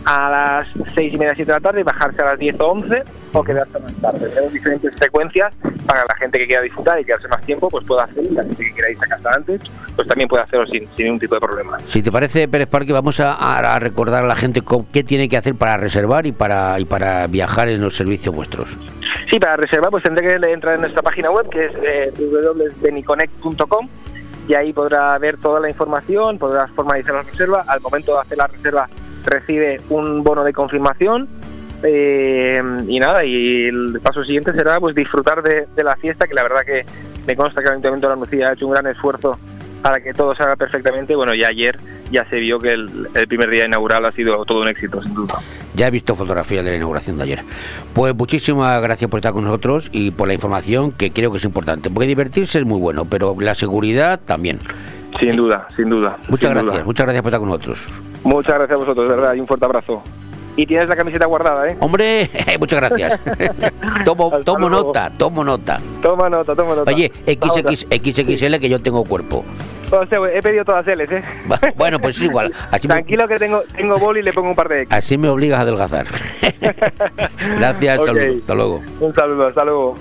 a las seis y media, siete de la tarde, y bajarse a las diez o once, o quedarse más tarde. Tenemos diferentes frecuencias para la gente que quiera disfrutar y quedarse más tiempo, pues puede hacerlo, y la gente que quiera irse a casa antes, pues también puede hacerlo sin, sin ningún tipo de problema. Si te parece, Pérez Parque, vamos a, a recordar a la gente con, qué tiene que hacer para reservar y para, y para viajar en los servicios vuestros. Sí, para reservar pues tendré que entrar en nuestra página web, que es eh, w w w punto beniconnect punto com, y ahí podrá ver toda la información, podrá formalizar la reserva. Al momento de hacer la reserva recibe un bono de confirmación, eh, y nada, y el paso siguiente será pues disfrutar de, de la fiesta, que la verdad que me consta que el Ayuntamiento de La Nucía ha hecho un gran esfuerzo para que todo salga perfectamente. Bueno, y ayer ya se vio que el, el primer día inaugural ha sido todo un éxito, sin duda. Ya he visto fotografías de la inauguración de ayer. Pues muchísimas gracias por estar con nosotros y por la información, que creo que es importante, porque divertirse es muy bueno, pero la seguridad también. Sin ¿Eh? duda, sin duda. Muchas sin gracias, duda. muchas gracias por estar con nosotros. Muchas gracias a vosotros, de verdad, y un fuerte abrazo. Y tienes la camiseta guardada, ¿eh? Hombre, muchas gracias. tomo tomo nota, tomo nota. Toma nota, toma nota. Oye, equis equis, equis equis ele, que yo tengo cuerpo. O sea, he pedido todas L's, ¿eh? Bueno, pues es igual. Así Tranquilo me... que tengo tengo boli y le pongo un par de X. Así me obligas a adelgazar. Gracias, okay. Saludo. Hasta luego. Un saludo, hasta luego.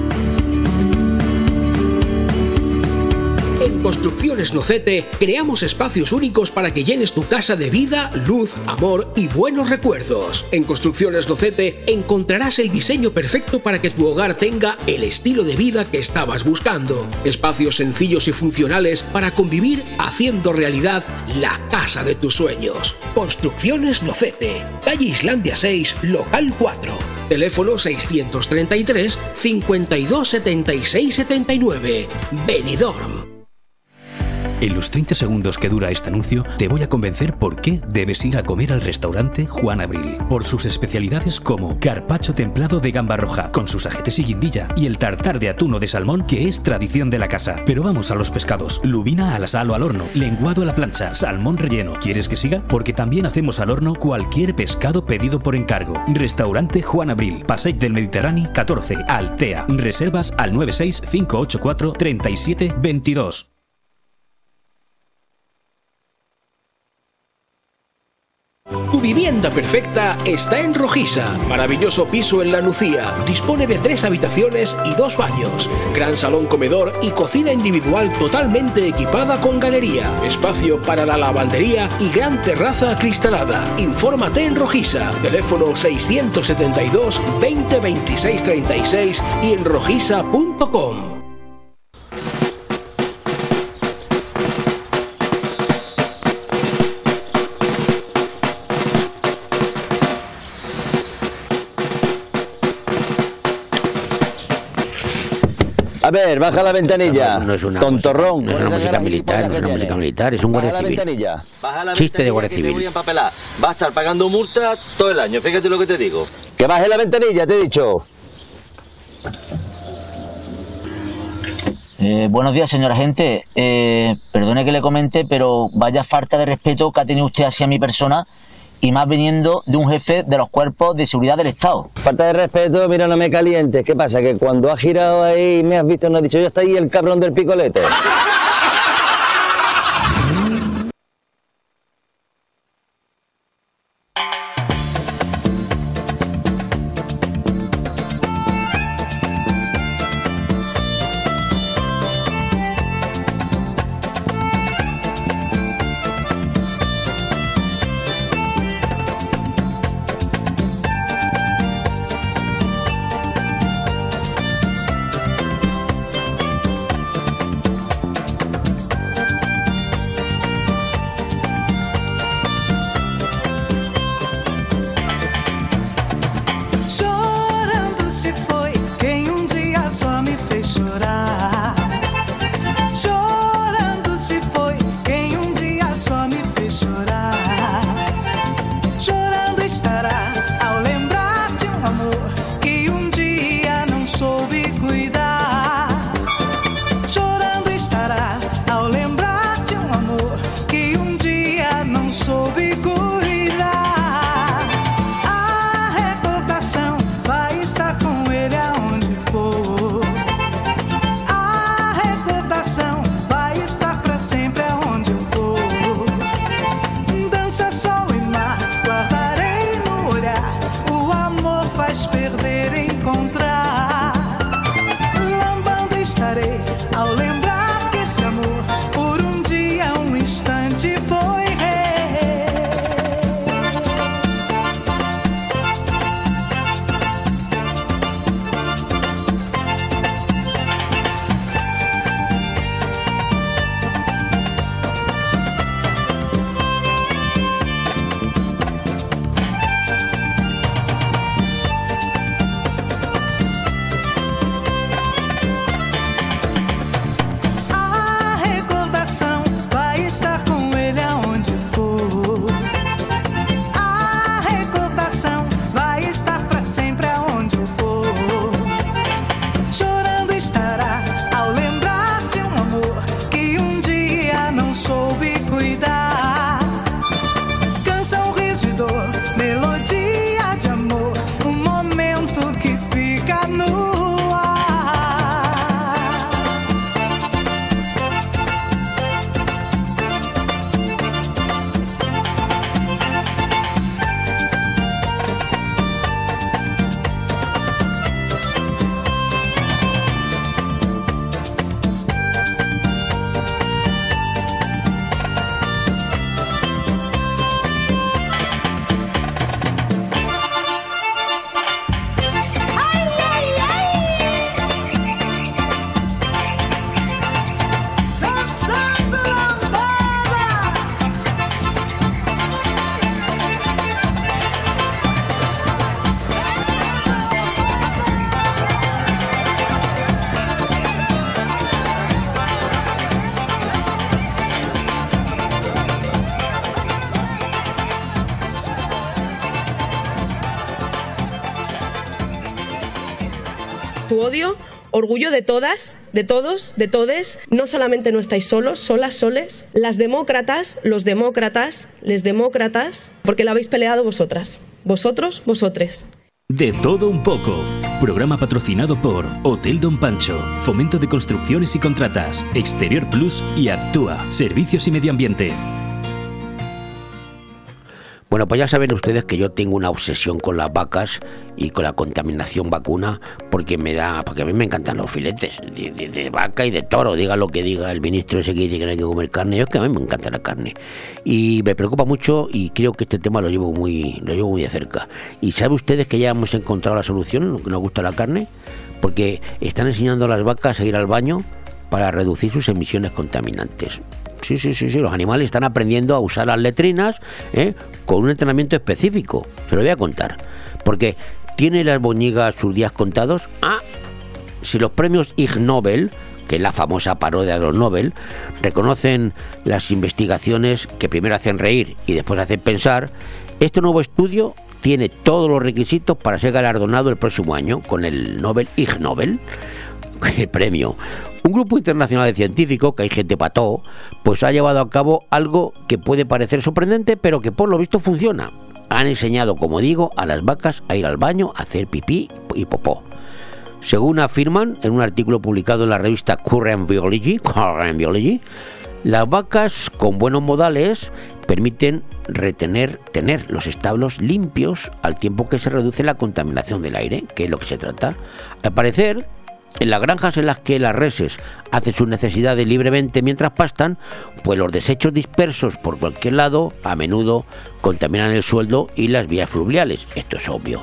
En Construcciones Nocete creamos espacios únicos para que llenes tu casa de vida, luz, amor y buenos recuerdos. En Construcciones Nocete encontrarás el diseño perfecto para que tu hogar tenga el estilo de vida que estabas buscando. Espacios sencillos y funcionales para convivir haciendo realidad la casa de tus sueños. Construcciones Nocete, calle Islandia seis, local cuatro. Teléfono seiscientos treinta y tres, cincuenta y dos, setenta y seis, setenta y nueve. Benidorm. En los treinta segundos que dura este anuncio, te voy a convencer por qué debes ir a comer al restaurante Juan Abril. Por sus especialidades como carpaccio templado de gamba roja, con sus ajetes y guindilla, y el tartar de atún o de salmón, que es tradición de la casa. Pero vamos a los pescados. Lubina a la sal o al horno, lenguado a la plancha, salmón relleno. ¿Quieres que siga? Porque también hacemos al horno cualquier pescado pedido por encargo. Restaurante Juan Abril, Passeig del Mediterráneo catorce, Altea. Reservas al nueve seis cinco ocho cuatro, tres siete dos dos. Tu vivienda perfecta está en Rojisa. Maravilloso piso en La Nucía. Dispone de tres habitaciones y dos baños. Gran salón comedor y cocina individual totalmente equipada con galería. Espacio para la lavandería y gran terraza acristalada. Infórmate en Rojisa. Teléfono seiscientos setenta y dos, veinte, veintiséis, treinta y seis y en rojisa punto com. A ver, baja la ventanilla. No, no es una tontorrón. Música, no es una música militar, no es una música militar, es un guardia civil. Baja la Chiste de guardia que civil. Te voy a empapelar. Va a estar pagando multa todo el año, fíjate lo que te digo. Que baje la ventanilla, te he dicho. Eh, buenos días, señora agente. Eh, perdone que le comente, pero vaya falta de respeto que ha tenido usted hacia mi persona, y más viniendo de un jefe de los cuerpos de seguridad del Estado. Falta de respeto, mira, no me calientes. ¿Qué pasa? Que cuando has girado ahí y me has visto, no has dicho, yo está ahí el cabrón del picolete. estarei ao lembrar que esse amor por um dia, um instante foi rei. Tu odio, orgullo de todas, de todos, de todes. No solamente no estáis solos, solas, soles. Las demócratas, los demócratas, les demócratas, porque la habéis peleado vosotras. Vosotros, vosotres. De todo un poco. Programa patrocinado por Hotel Don Pancho, Fomento de Construcciones y Contratas, Exterior Plus y Actúa, Servicios y Medio Ambiente. Bueno, pues ya saben ustedes que yo tengo una obsesión con las vacas y con la contaminación vacuna, porque me da, porque a mí me encantan los filetes de, de, de vaca y de toro, diga lo que diga el ministro ese que dice que no hay que comer carne. Yo es que a mí me encanta la carne y me preocupa mucho, y creo que este tema lo llevo muy, lo llevo muy de cerca. Y sabe ustedes que ya hemos encontrado la solución, lo que nos gusta la carne, porque están enseñando a las vacas a ir al baño para reducir sus emisiones contaminantes. Sí, sí, sí, sí, los animales están aprendiendo a usar las letrinas, ¿eh? con un entrenamiento específico. Se lo voy a contar. Porque ¿tiene las boñigas sus días contados? Ah, si los premios Ig Nobel, que es la famosa parodia de los Nobel, reconocen las investigaciones que primero hacen reír y después hacen pensar, este nuevo estudio tiene todos los requisitos para ser galardonado el próximo año con el Nobel Ig Nobel, el premio. Un grupo internacional de científicos, que hay gente para todo, pues ha llevado a cabo algo que puede parecer sorprendente, pero que por lo visto funciona. Han enseñado, como digo, a las vacas a ir al baño, a hacer pipí y popó. Según afirman en un artículo publicado en la revista Current Biology, Current Biology, las vacas con buenos modales permiten retener, tener los establos limpios al tiempo que se reduce la contaminación del aire, que es lo que se trata. Al parecer, en las granjas en las que las reses hacen sus necesidades libremente mientras pastan, pues los desechos dispersos por cualquier lado a menudo contaminan el suelo y las vías fluviales. Esto es obvio.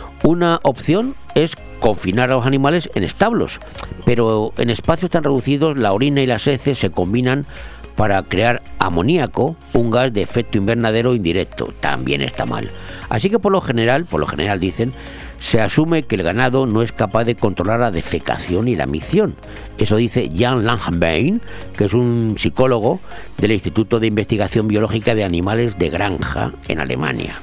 Una opción es confinar a los animales en establos, pero en espacios tan reducidos la orina y las heces se combinan para crear amoníaco, un gas de efecto invernadero indirecto. También está mal. Así que por lo general, por lo general dicen, se asume que el ganado no es capaz de controlar la defecación y la micción. Eso dice Jan Langenbein, que es un psicólogo del Instituto de Investigación Biológica de Animales de Granja en Alemania.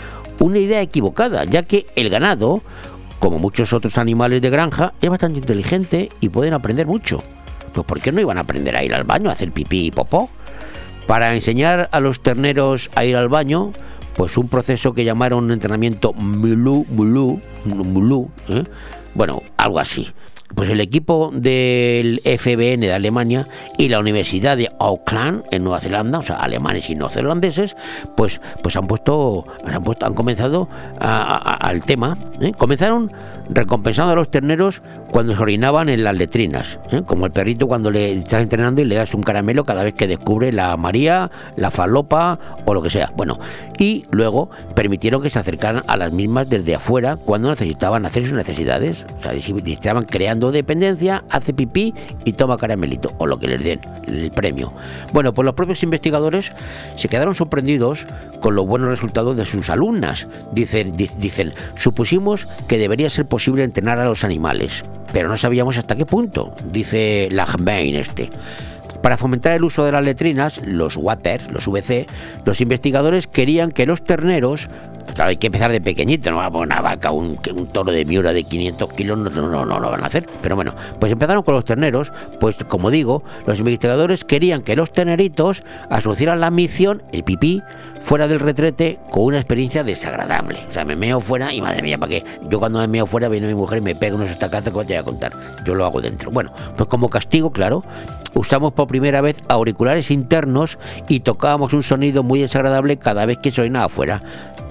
Una idea equivocada, ya que el ganado, como muchos otros animales de granja, es bastante inteligente y pueden aprender mucho. Pues ¿por qué no iban a aprender a ir al baño, a hacer pipí y popó? Para enseñar a los terneros a ir al baño, pues un proceso que llamaron un entrenamiento Mulu, Mulu, Mulu, ¿eh? bueno, algo así. Pues el equipo del F B N de Alemania y la Universidad de Auckland en Nueva Zelanda, o sea, alemanes y neozelandeses, pues, pues han puesto, han puesto, han comenzado a, a, al tema. ¿eh? Comenzaron recompensando a los terneros cuando se orinaban en las letrinas, ¿eh? Como el perrito cuando le estás entrenando y le das un caramelo cada vez que descubre la María, la falopa o lo que sea. Bueno, y luego permitieron que se acercaran a las mismas desde afuera cuando necesitaban hacer sus necesidades. O sea, si estaban creando dependencia, hace pipí y toma caramelito, o lo que les den, el premio. Bueno, pues los propios investigadores se quedaron sorprendidos con los buenos resultados de sus alumnas. Dicen, dicen, supusimos que debería ser posible entrenar a los animales, pero no sabíamos hasta qué punto, dice Lachmein este. Para fomentar el uso de las letrinas, los water, los V C, los investigadores querían que los terneros, claro, hay que empezar de pequeñito, no va a poner una vaca, un, un toro de Miura de quinientos kilos, no, no, no, no lo van a hacer, pero bueno, pues empezaron con los terneros, pues como digo, los investigadores querían que los terneritos asociaran la misión, el pipí, fuera del retrete con una experiencia desagradable. O sea, me meo fuera y madre mía, ¿para qué? Yo cuando me meo fuera viene mi mujer y me pega unos estacazos que os voy a contar. Yo lo hago dentro. Bueno, pues como castigo, claro, usamos por primera vez auriculares internos y tocábamos un sonido muy desagradable cada vez que se orinaba afuera.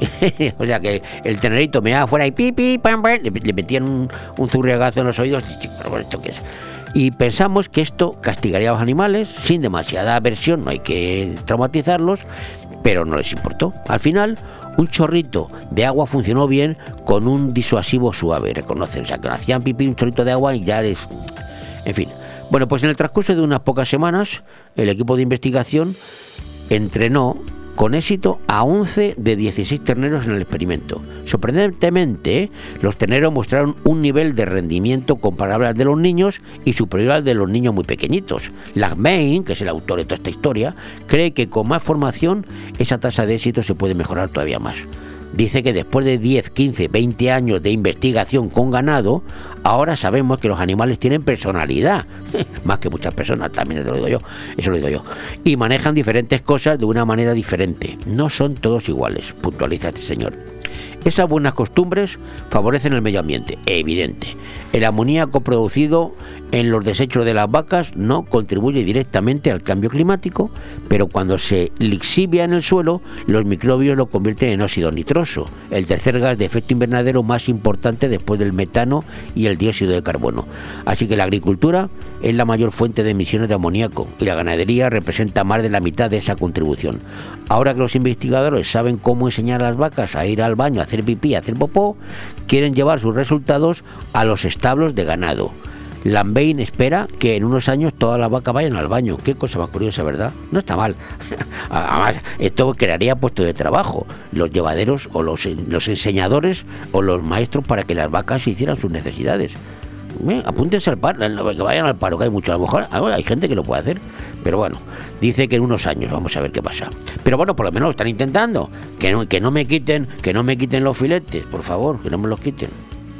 O sea que el tenerito me daba afuera y pipi, pam, pam, le, le metían un, un zurriagazo en los oídos. Pero bueno, ¿esto qué es? Y pensamos que esto castigaría a los animales sin demasiada aversión, no hay que traumatizarlos, pero no les importó. Al final, un chorrito de agua funcionó bien con un disuasivo suave, reconocen. O sea, que hacían pipí un chorrito de agua y ya les... En fin. Bueno, pues en el transcurso de unas pocas semanas, el equipo de investigación entrenó con éxito a once de dieciséis terneros en el experimento. Sorprendentemente, los terneros mostraron un nivel de rendimiento comparable al de los niños y superior al de los niños muy pequeñitos. Lachmein, que es el autor de toda esta historia, cree que con más formación esa tasa de éxito se puede mejorar todavía más. Dice que después de diez, quince, veinte años de investigación con ganado, ahora sabemos que los animales tienen personalidad, más que muchas personas, también lo digo yo, eso lo digo yo, y manejan diferentes cosas de una manera diferente. No son todos iguales, puntualiza este señor. Esas buenas costumbres favorecen el medio ambiente, evidente. El amoníaco producido en los desechos de las vacas no contribuye directamente al cambio climático, pero cuando se lixivia en el suelo, los microbios lo convierten en óxido nitroso, el tercer gas de efecto invernadero más importante después del metano y el dióxido de carbono. Así que la agricultura es la mayor fuente de emisiones de amoníaco y la ganadería representa más de la mitad de esa contribución. Ahora que los investigadores saben cómo enseñar a las vacas a ir al baño, a hacer pipí, a hacer popó, quieren llevar sus resultados a los establos de ganado. Lachmein espera que en unos años todas las vacas vayan al baño. Qué cosa más curiosa, ¿verdad? No está mal. Además, esto crearía puestos de trabajo. Los llevaderos o los, los enseñadores o los maestros para que las vacas hicieran sus necesidades. Eh, apúntense al paro, que vayan al paro, que hay mucho. A lo mejor hay gente que lo puede hacer, pero bueno, dice que en unos años vamos a ver qué pasa. Pero bueno, por lo menos lo están intentando. Que no, que no me quiten, que no me quiten los filetes, por favor, que no me los quiten.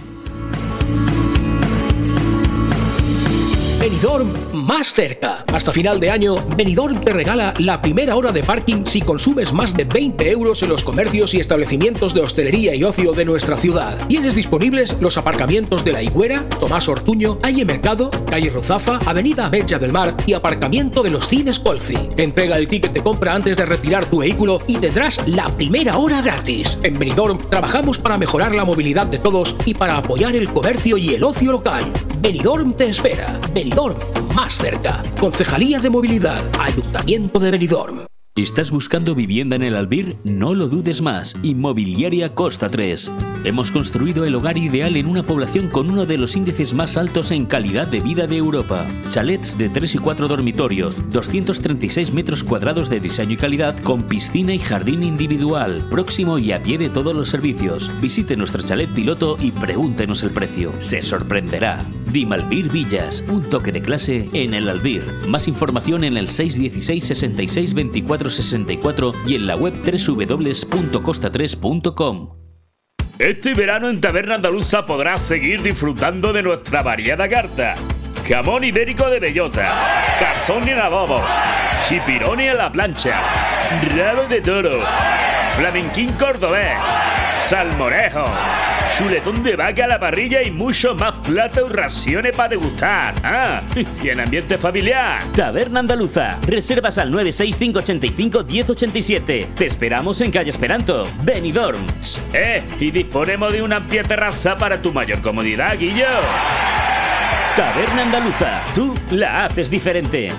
Benidorm más cerca. Hasta final de año, Benidorm te regala la primera hora de parking si consumes más de veinte euros en los comercios y establecimientos de hostelería y ocio de nuestra ciudad. Tienes disponibles los aparcamientos de La Higuera, Tomás Ortuño, Calle Mercado, Calle Ruzafa, Avenida Abella del Mar y aparcamiento de los cines Colci. Entrega el ticket de compra antes de retirar tu vehículo y tendrás la primera hora gratis. En Benidorm trabajamos para mejorar la movilidad de todos y para apoyar el comercio y el ocio local. Benidorm te espera. Benidorm más cerca. Concejalía de Movilidad. Ayuntamiento de Benidorm. ¿Estás buscando vivienda en el Albir? No lo dudes más. Inmobiliaria Costa tres. Hemos construido el hogar ideal en una población con uno de los índices más altos en calidad de vida de Europa. Chalets de tres y cuatro dormitorios, doscientos treinta y seis metros cuadrados de diseño y calidad con piscina y jardín individual, próximo y a pie de todos los servicios. Visite nuestro chalet piloto y pregúntenos el precio. Se sorprenderá. Dimalbir Villas, un toque de clase en el Albir. Más información en el seis uno seis, sesenta y seis, veinticuatro sesenta y cuatro y en la web doble u doble u doble u punto costa tres punto com. Este verano en Taberna Andaluza podrás seguir disfrutando de nuestra variada carta. Jamón ibérico de bellota, cazón en adobo, chipironi a la plancha, rabo de toro, flamenquín cordobés, salmorejo, chuletón de vaca a la parrilla y mucho más platos y raciones para degustar. Ah, y en ambiente familiar. Taberna Andaluza. Reservas al nueve seis cinco ocho cinco, uno cero ocho siete. Te esperamos en calle Esperanto, Benidorm. Eh, y disponemos de una amplia terraza para tu mayor comodidad, Guillo. Taberna Andaluza, tú la haces diferente.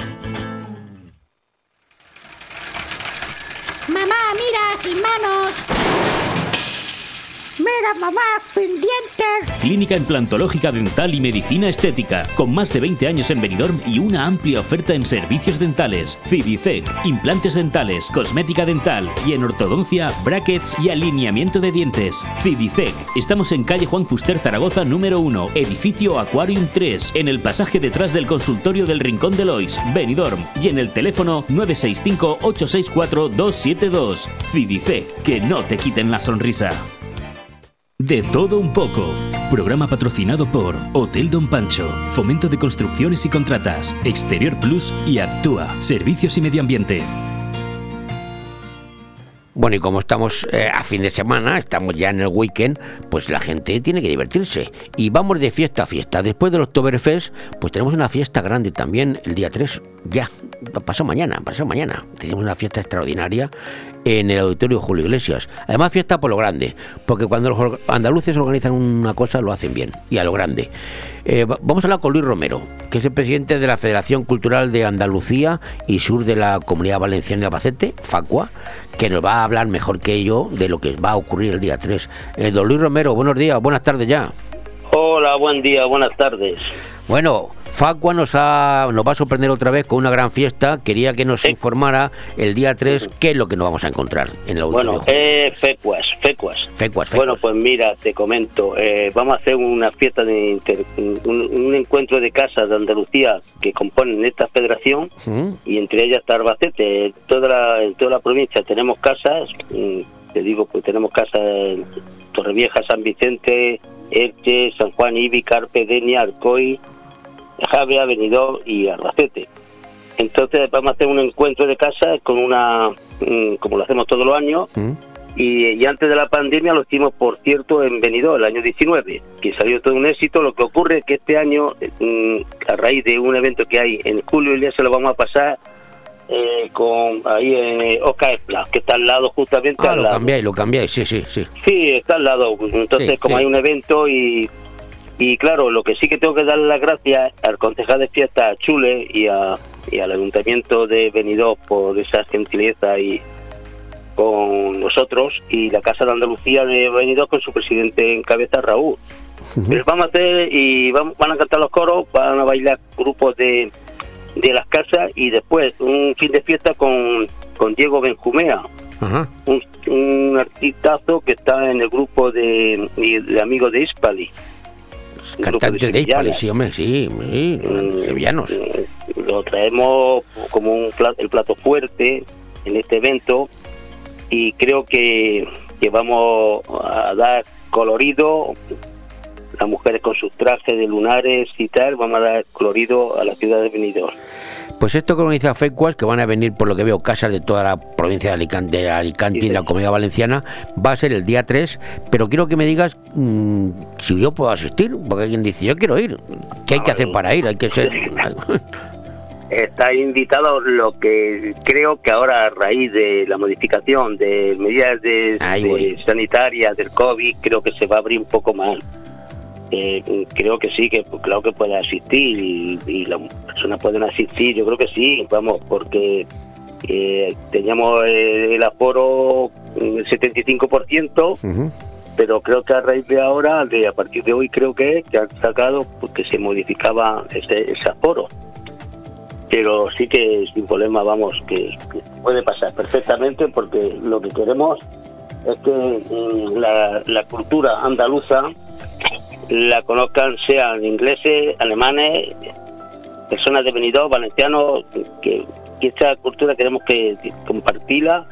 Mamá, mira, sin manos. Mira, mamá, sin dientes. Clínica Implantológica Dental y Medicina Estética, con más de veinte años en Benidorm y una amplia oferta en servicios dentales, Cidicec, implantes dentales, cosmética dental y en ortodoncia, brackets y alineamiento de dientes. Cidicec, estamos en calle Juan Fuster, Zaragoza, número uno, edificio Aquarium tres, en el pasaje detrás del consultorio del Rincón de Lois, Benidorm, y en el teléfono nueve seis cinco, ocho seis cuatro, dos siete dos. Cidicec, que no te quiten la sonrisa. De todo un poco. Programa patrocinado por Hotel Don Pancho, Fomento de Construcciones y Contratas, Exterior Plus y Actúa, Servicios y Medio Ambiente. Bueno, y como estamos eh, a fin de semana, estamos ya en el weekend, pues la gente tiene que divertirse. Y vamos de fiesta a fiesta. Después del Oktoberfest, pues tenemos una fiesta grande también el día tres. Ya, pasó mañana, pasó mañana. Tenemos una fiesta extraordinaria en el Auditorio Julio Iglesias. Además, fiesta por lo grande, porque cuando los andaluces organizan una cosa, lo hacen bien, y a lo grande. Eh, vamos a hablar con Luis Romero, que es el presidente de la Federación Cultural de Andalucía y Sur de la Comunidad Valenciana de Albacete, FACUA, que nos va a hablar mejor que yo de lo que va a ocurrir el día tres. Eh, don Luis Romero, buenos días, buenas tardes ya. Hola, buen día, buenas tardes. Bueno, FACUA nos, ha, nos va a sorprender otra vez con una gran fiesta. Quería que nos informara el día tres qué es lo que nos vamos a encontrar en el auditorio. Bueno, eh, FECUAS, FECUAS. FECUAS, FECUAS. Bueno, pues mira, te comento. Eh, vamos a hacer una fiesta, de inter, un, un encuentro de casas de Andalucía que componen esta federación, ¿Mm? Y entre ellas está Albacete. Toda la, en toda la provincia tenemos casas, te digo, pues tenemos casas en Torrevieja, San Vicente, Elche, San Juan, Ibi, Carpe, Denia, Arcoy, Javea, Benidorm y Albacete. Entonces vamos a hacer un encuentro de casa con una, como lo hacemos todos los años, ¿Mm? y, y antes de la pandemia lo hicimos, por cierto, en Benidorm, el año diecinueve, que salió todo un éxito. Lo que ocurre es que este año, a raíz de un evento que hay en Julio Iglesias, se lo vamos a pasar eh, con ahí en Oscar Esplá, que está al lado justamente. Ah, al lo lado. cambiáis, lo cambiáis, sí, sí, sí. Sí, está al lado. Entonces, sí, como sí. Hay un evento y... Y claro, lo que sí que tengo que darle las gracias al concejal de fiesta, Chule, y, a, y al ayuntamiento de Benidorm por esa gentileza y con nosotros, y la Casa de Andalucía de Benidorm con su presidente en cabeza, Raúl. Uh-huh. Les vamos a hacer, y van, van a cantar los coros, van a bailar grupos de, de las casas, y después un fin de fiesta con, con Diego Benjumea. Uh-huh. un, un artistazo que está en el grupo de, de amigos de Hispali. Cantante de Hispali, sí, hombre, sí, sí, mm, sevillanos. Lo traemos como un plato, el plato fuerte en este evento, y creo que, que vamos a dar colorido, las mujeres con sus trajes de lunares y tal, vamos a dar colorido a la ciudad de Benidorm. Pues esto que organiza FECUAS, que van a venir, por lo que veo, casas de toda la provincia de Alicante, de Alicante sí, y la Comunidad Valenciana, va a ser el día tres, pero quiero que me digas mmm, si yo puedo asistir, porque alguien dice, yo quiero ir. ¿Qué hay que hacer para ir? Hay que ser... Está invitado. Lo que creo que ahora, a raíz de la modificación de medidas de, de sanitarias del COVID, creo que se va a abrir un poco más. Eh, creo que sí, que claro que puede asistir, y, y las personas pueden asistir, yo creo que sí, vamos, porque eh, teníamos eh, el aforo el setenta y cinco por ciento, uh-huh. Pero creo que a raíz de ahora, de a partir de hoy creo que, que han sacado pues, que se modificaba ese, ese aforo. Pero sí que sin problema, vamos, que, que puede pasar perfectamente, porque lo que queremos es que mm, la, la cultura andaluza la conozcan, sean ingleses, alemanes, personas de Benidorm, valencianos, que, que esta cultura queremos que compartirla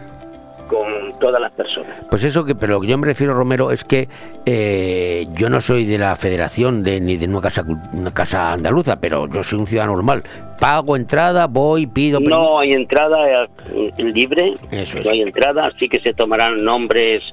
con todas las personas. Pues eso, que pero lo que yo me refiero, Romero, es que eh, yo no soy de la federación de, ni de una casa una casa andaluza, pero yo soy un ciudadano normal. Pago entrada, voy, pido... No pero... hay entrada libre, eso es. No hay entrada, así que se tomarán nombres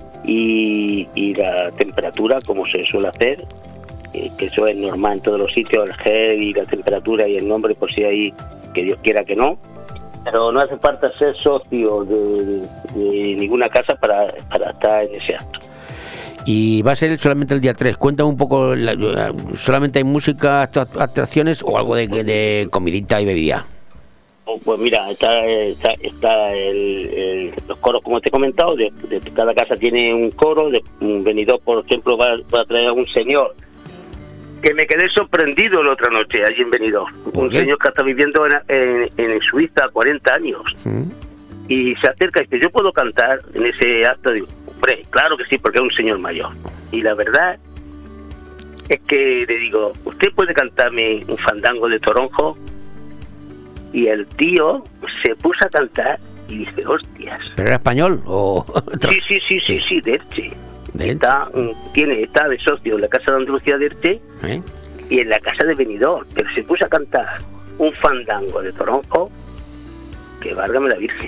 y, y la temperatura, como se suele hacer, eh, que eso es normal en todos los sitios, el gel y la temperatura y el nombre, por si hay, que Dios quiera que no. Pero no hace falta ser socio de, de, de ninguna casa para, para estar en ese acto. Y va a ser solamente el día tres. Cuéntame un poco, la, ¿solamente hay música, atracciones o algo de, de comidita y bebida? Oh, pues mira, está, está, está el, el, los coros, como te he comentado, de, de cada casa tiene un coro. De, un venidor, por ejemplo, va, va a traer a un señor que me quedé sorprendido la otra noche allí en Benidorm. Un qué? señor que está viviendo en, en, en Suiza cuarenta años. ¿Mm? Y se acerca y dice, ¿yo puedo cantar en ese acto? Digo, hombre, claro que sí, porque es un señor mayor. Y la verdad es que le digo, ¿usted puede cantarme un fandango de Toronjo? Y el tío se puso a cantar y dice, hostias. ¿Pero era español o...? Sí, sí, sí, sí, sí, de Elche. Está, tiene, está de socio en la Casa de Andalucía de Elche ¿Eh? y en la Casa de Benidorm, pero se puso a cantar un fandango de Toronjo que válgame la Virgen.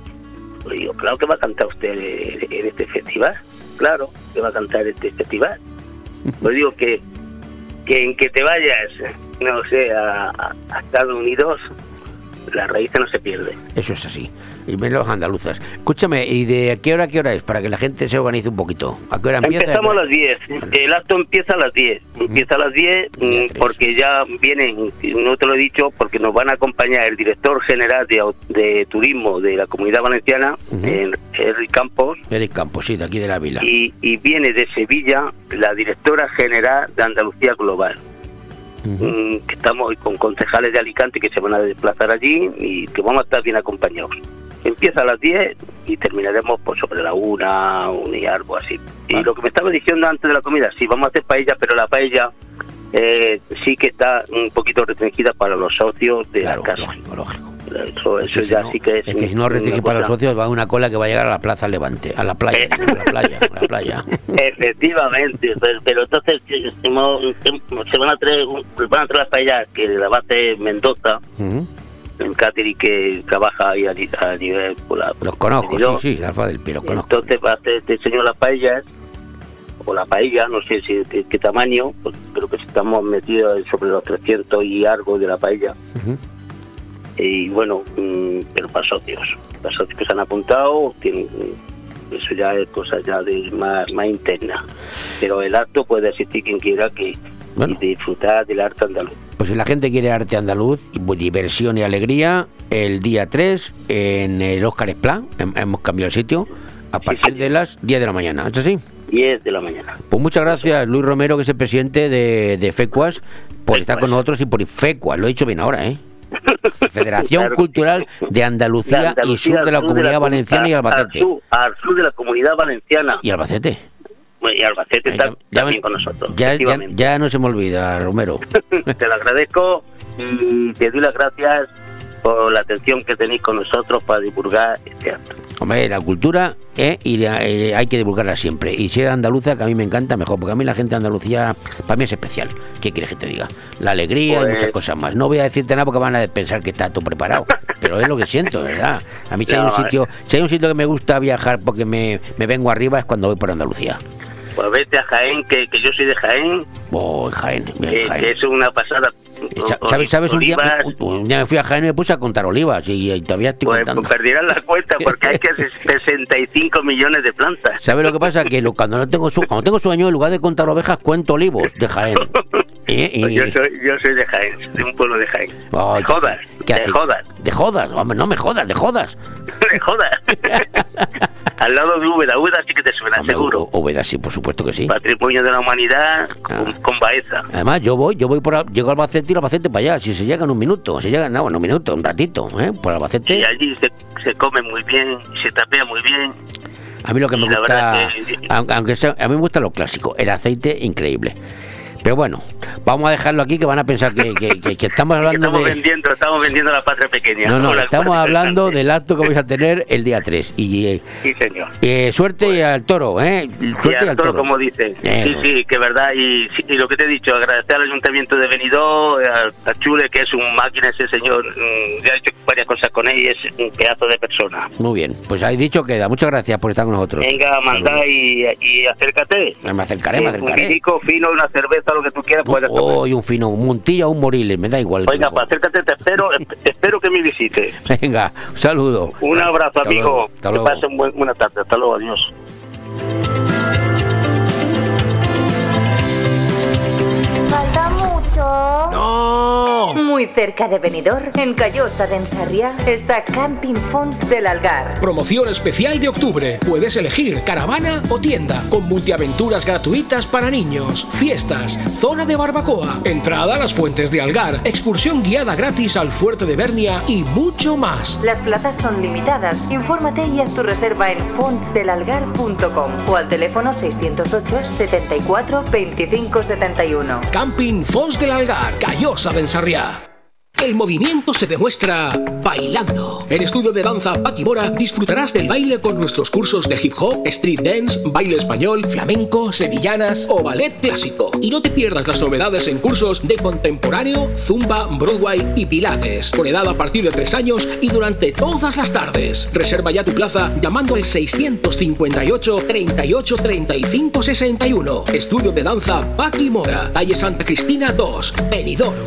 Le digo, claro que va a cantar usted en este festival, claro que va a cantar este festival. Le digo que, que en que te vayas, no sé, a, a Estados Unidos, la raíz no se pierde. Eso es así. Y ven los andaluzas. Escúchame, ¿y de qué hora a qué hora es? Para que la gente se organice un poquito. ¿A qué hora empieza? Empezamos a las diez. El acto empieza a las diez. Empieza a las diez porque ya vienen, no te lo he dicho, porque nos van a acompañar el director general de, de turismo de la Comunidad Valenciana, uh-huh. Eric Campos. Eric Campos, sí, de aquí de la Vila. Y, y viene de Sevilla la directora general de Andalucía Global. Uh-huh. Que estamos con concejales de Alicante que se van a desplazar allí y que vamos a estar bien acompañados. Empieza a las diez y terminaremos por sobre la una, una y algo así. Y vale. Lo que me estaba diciendo antes de la comida, sí, vamos a hacer paella, pero la paella eh, sí que está un poquito restringida para los socios de claro, la casa. Lógico, lógico. Eso, eso es que ya si no, sí que es... Es que si no restringe para los socios va a una cola que va a llegar a la Plaza Levante, a la playa, eh. a la playa, a la playa. Efectivamente, pero, pero entonces se van a traer, van a traer las paellas que la base Mendoza, uh-huh. en catering que trabaja ahí a, a nivel por la, los conozco, sí, sí, la Alfa del Pi, los conozco. Entonces va a hacer, te enseño las paellas o la paella, no sé si qué, qué tamaño, pues creo que estamos metidos sobre los trescientos y algo de la paella. Uh-huh. Y bueno, mmm, pero para socios, para socios que se han apuntado, tienen, eso ya es cosa ya de más, más interna. Pero el acto puede asistir quien quiera que bueno. y disfrutar del arte andaluz. Pues si la gente quiere arte andaluz, diversión y alegría, el día tres en el Óscar Esplá, hemos cambiado el sitio, a partir sí, sí. de las diez de la mañana, ¿es así? diez de la mañana. Pues muchas gracias, Luis Romero, que es el presidente de, de FECUAS, por Fecuas. estar con nosotros y por FECUAS, lo he dicho bien ahora, ¿eh? Federación claro Cultural de Andalucía, de Andalucía y Sur de la Comunidad de la, Valenciana y Albacete. Al sur, al sur de la Comunidad Valenciana. ¿Y Albacete? Bueno, y Albacete está ya, ya, también con nosotros. Ya, ya, ya no se me olvida, Romero. Te lo agradezco y te doy las gracias por la atención que tenéis con nosotros para divulgar este acto. Hombre, la cultura eh, y la, eh, hay que divulgarla siempre. Y si es andaluza, que a mí me encanta, mejor, porque a mí la gente de Andalucía, para mí es especial. ¿Qué quieres que te diga? La alegría pues... y muchas cosas más. No voy a decirte nada porque van a pensar que está todo preparado, pero es lo que siento, ¿verdad? A mí si no, hay un sitio, si hay un sitio que me gusta viajar porque me, me vengo arriba es cuando voy por Andalucía. Pues vete a Jaén, que, que yo soy de Jaén. Oh, Jaén, eh, Jaén. Que es una pasada. ¿Sabes? ¿Sabes? Un día, un, un día me fui a Jaén y me puse a contar olivas y, y todavía estoy pues, contando. Pues perdieran la cuenta porque hay que sesenta y cinco millones de plantas. ¿Sabes lo que pasa? Que lo, cuando no tengo su, cuando tengo sueño, en lugar de contar ovejas, cuento olivos de Jaén. ¿Y, y... Yo, soy, yo soy de Jaén, de un pueblo de Jaén. Oh, de jodas, de hace? jodas. De jodas, hombre, no me jodas, de jodas. De jodas. Al lado de Úbeda, Úbeda sí que te suena, hombre, seguro. Úbeda sí, por supuesto que sí. Patrimonio de la humanidad con, ah. con Baeza. Además, yo voy, yo voy por llego a Albacete y Albacete para allá. Si se llega en un minuto, se llega, no, en un minuto, un ratito, ¿eh? Por Albacete. Y allí se, se come muy bien, se tapea muy bien. A mí lo que me gusta, que... aunque sea, a mí me gusta lo clásico, el aceite increíble. Pero bueno, vamos a dejarlo aquí que van a pensar que, que, que, que estamos hablando que estamos de... vendiendo, estamos vendiendo la patria pequeña. No, no, estamos hablando del acto que vais a tener el día tres. Y, eh, sí, señor. Eh, suerte pues, al toro, ¿eh? Suerte y al, al toro, toro, como dice. Eh, sí, sí, que verdad. Y, y lo que te he dicho, agradecer al Ayuntamiento de Benidorm, a, a Chule, que es un máquina ese señor. Mm, ya he hecho varias cosas con él y es un pedazo de persona. Muy bien, pues ahí dicho queda. Muchas gracias por estar con nosotros. Venga, mandá y, y acércate. Me acercaré, me acercaré. Un vinico fino, una cerveza, lo que tú quieras, puedes tomar. Oh, y un fino, un Montilla o un Moriles, me da igual. Venga, pues acércate, te espero, espero que me visites. Venga, un saludo. Un abrazo, hasta amigo. Luego, hasta que luego. pasen buen, buena tarde. Hasta luego, adiós. mucho. ¡No! Muy cerca de Benidorm, en Callosa de en Sarriá, está Camping Fons del Algar. Promoción especial de octubre. Puedes elegir caravana o tienda, con multiaventuras gratuitas para niños, fiestas, zona de barbacoa, entrada a las fuentes de Algar, excursión guiada gratis al fuerte de Bernia y mucho más. Las plazas son limitadas. Infórmate y haz tu reserva en fons del algar punto com o al teléfono seiscientos ocho, setenta y cuatro, veinticinco setenta y uno. Camping Fons del Algar, Callosa de Ensarriá. El movimiento se demuestra bailando. En Estudio de Danza Paqui Mora disfrutarás del baile con nuestros cursos de hip hop, street dance, baile español, flamenco, sevillanas o ballet clásico. Y no te pierdas las novedades en cursos de contemporáneo, zumba, Broadway y pilates. Con edad a partir de tres años y durante todas las tardes. Reserva ya tu plaza llamando al seiscientos cincuenta y ocho, treinta y ocho, treinta y cinco sesenta y uno. Estudio de Danza Paqui Mora, calle Santa Cristina dos, Benidorm.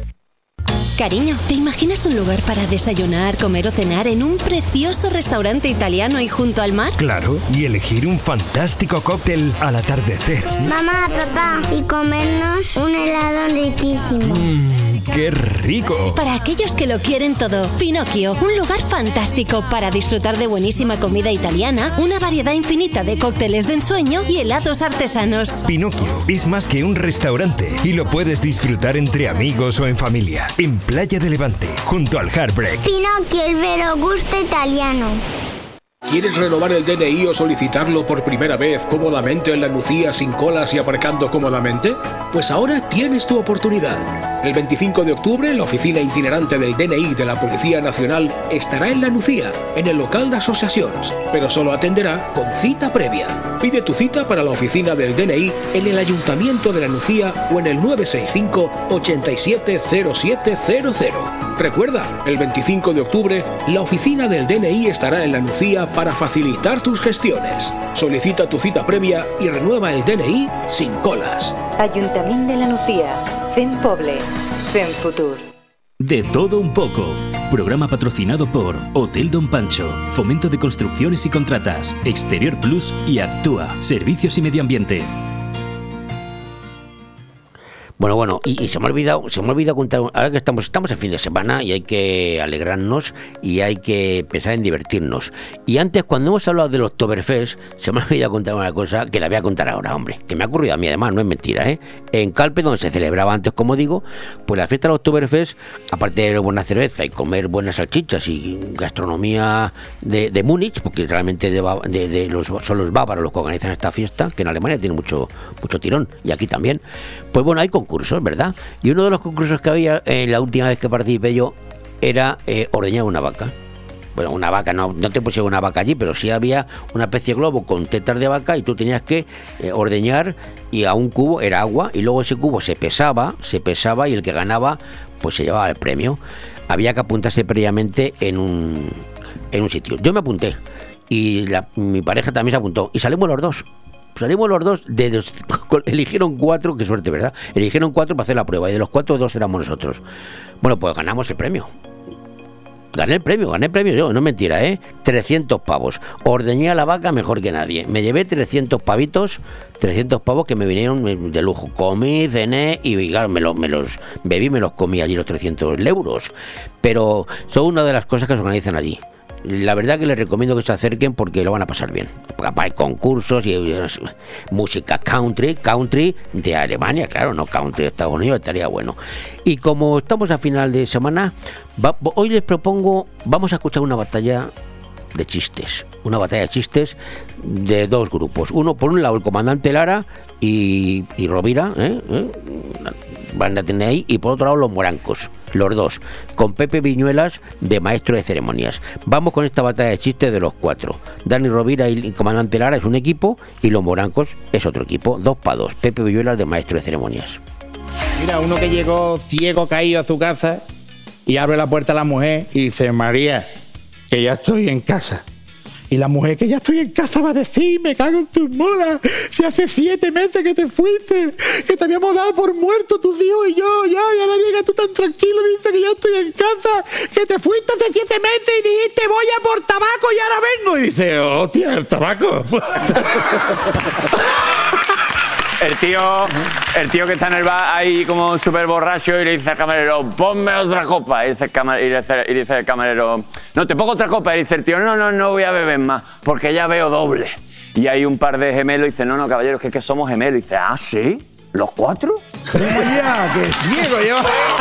Cariño, ¿te imaginas un lugar para desayunar, comer o cenar en un precioso restaurante italiano y junto al mar? Claro, y elegir un fantástico cóctel al atardecer. Mamá, papá, y comernos un helado riquísimo. Mmm, ¡qué rico! Para aquellos que lo quieren todo, Pinocchio, un lugar fantástico para disfrutar de buenísima comida italiana, una variedad infinita de cócteles de ensueño y helados artesanos. Pinocchio es más que un restaurante y lo puedes disfrutar entre amigos o en familia. En Playa de Levante, junto al Heartbreak. Pinocchio, el vero gusto italiano. ¿Quieres renovar el D N I o solicitarlo por primera vez cómodamente en la Nucía sin colas y aparcando cómodamente? Pues ahora tienes tu oportunidad. El veinticinco de octubre, la oficina itinerante del D N I de la Policía Nacional estará en la Nucía, en el local de asociaciones, pero solo atenderá con cita previa. Pide tu cita para la oficina del D N I en el Ayuntamiento de la Nucía o en el nueve seis cinco, ochenta y siete, cero siete cero cero. Recuerda, el veinticinco de octubre, la oficina del D N I estará en la Nucía para facilitar tus gestiones. Solicita tu cita previa y renueva el D N I sin colas. Ayuntamiento de la Nucía, Fem Poble, Fem Futur. De todo un poco. Programa patrocinado por Hotel Don Pancho, Fomento de Construcciones y Contratas, Exterior Plus y Actúa, Servicios y Medio Ambiente. Bueno, bueno, y, y se me ha olvidado, se me ha olvidado contar, ahora que estamos, estamos en fin de semana y hay que alegrarnos y hay que pensar en divertirnos. Y antes, cuando hemos hablado del Oktoberfest, se me ha olvidado contar una cosa que la voy a contar ahora, hombre, que me ha ocurrido a mí además, no es mentira, ¿eh? En Calpe, donde se celebraba antes, como digo, pues la fiesta del Oktoberfest, aparte de beber buena cerveza y comer buenas salchichas y gastronomía de, de Múnich, porque realmente de, de, de los, son los bávaros los que organizan esta fiesta, que en Alemania tiene mucho, mucho tirón, y aquí también, pues bueno, hay concursos. Concursos, ¿verdad? Y uno de los concursos que había eh, la última vez que participé yo era eh, ordeñar una vaca. Bueno, una vaca, no, no te pusieron una vaca allí, pero sí había una especie de globo con tetas de vaca y tú tenías que eh, ordeñar, y a un cubo era agua y luego ese cubo se pesaba, se pesaba y el que ganaba pues se llevaba el premio. Había que apuntarse previamente en un, en un sitio. Yo me apunté y la, mi pareja también se apuntó y salimos los dos. Salimos los dos, de los, eligieron cuatro, qué suerte, ¿verdad? Eligieron cuatro para hacer la prueba y de los cuatro, dos éramos nosotros. Bueno, pues ganamos el premio. Gané el premio, gané el premio yo, no es mentira, ¿eh? trescientos pavos. Ordeñé a la vaca mejor que nadie. Me llevé trescientos pavitos, trescientos pavos que me vinieron de lujo. Comí, cené y claro, me, lo, me los bebí, me los comí allí los trescientos euros. Pero son una de las cosas que se organizan allí. La verdad que les recomiendo que se acerquen porque lo van a pasar bien. Hay concursos y, y música country, country de Alemania, claro, no country de Estados Unidos, estaría bueno. Y como estamos a final de semana, va, hoy les propongo, vamos a escuchar una batalla de chistes, una batalla de chistes de dos grupos. Uno, por un lado, el comandante Lara y, y Rovira, ¿eh? ¿Eh? van a tener ahí, y por otro lado los morancos, los dos, con Pepe Viñuelas de maestro de ceremonias. Vamos con esta batalla de chistes de los cuatro. Dani Rovira y el comandante Lara es un equipo y los morancos es otro equipo, dos para dos. Pepe Viñuelas de maestro de ceremonias. Mira, uno que llegó ciego, caído a su casa y abre la puerta a la mujer y dice: María, que ya estoy en casa. Y la mujer: que ya estoy en casa, va a decir: me cago en tus molas, si hace siete meses que te fuiste, que te habíamos dado por muerto tus hijos y yo, ya, y ahora llega tú tan tranquilo y dices que ya estoy en casa, que te fuiste hace siete meses y dijiste: voy a por tabaco y ahora vengo. Y dice: hostia, el tabaco. el tío, el tío que está en el bar ahí como súper borracho y le dice al camarero, ponme otra copa. Y dice, el camarero, y, le dice, y dice el camarero, no, te pongo otra copa. Y dice el tío, no, no, no voy a beber más, porque ya veo doble. Y hay un par de gemelos y dice, no, no, caballero, es que, que somos gemelos. Y dice, ah, ¿sí? ¿Los cuatro? ¡Ya, qué ciego yo!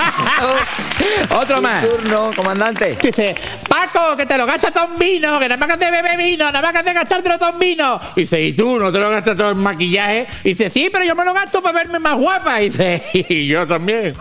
Otro más. Turno, comandante. Dice, Paco, que te lo gastas todo en vino, que nada más que te bebe vino, nada más que te gastártelo todo en vino. Dice, ¿y tú no te lo gastas todo en maquillaje? Dice, sí, pero yo me lo gasto para verme más guapa. Dice, y yo también.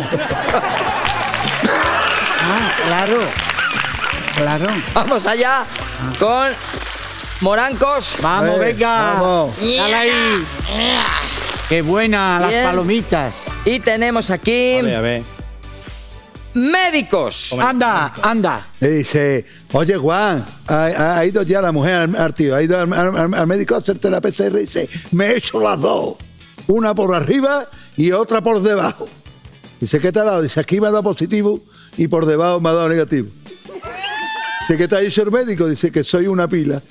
Ah, claro. Claro. Vamos allá con Morancos. Vamos, venga. Vamos. Dale ahí. Qué buena las Bien. palomitas. Y tenemos aquí... A ver, a ver. Médicos. Anda, anda. Le dice, oye Juan, ha, ha ido ya la mujer al, al tío, ha ido al, al- al médico a hacerte la P C R y dice, me he hecho las dos, una por arriba y otra por debajo. Dice, ¿qué te ha dado? Dice, aquí me ha dado positivo y por debajo me ha dado negativo. Dice, ¿qué te ha dicho el médico? Dice, que soy una pila.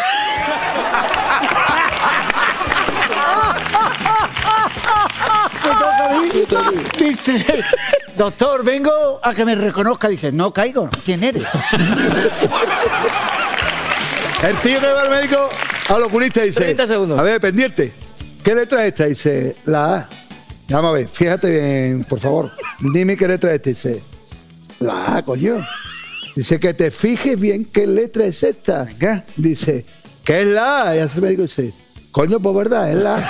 Dice, doctor, vengo a que me reconozca. Dice, no caigo. ¿Quién eres? El tío que va al médico, al oculista, dice, treinta segundos. A ver, pendiente, ¿qué letra es esta? Dice, la A. Vamos a ver, fíjate bien, por favor. Dime qué letra es esta. Dice, la A, coño. Dice, que te fijes bien qué letra es esta. Venga. Dice, ¿qué es la A? Y hace el médico dice, coño, pues verdad, es la A.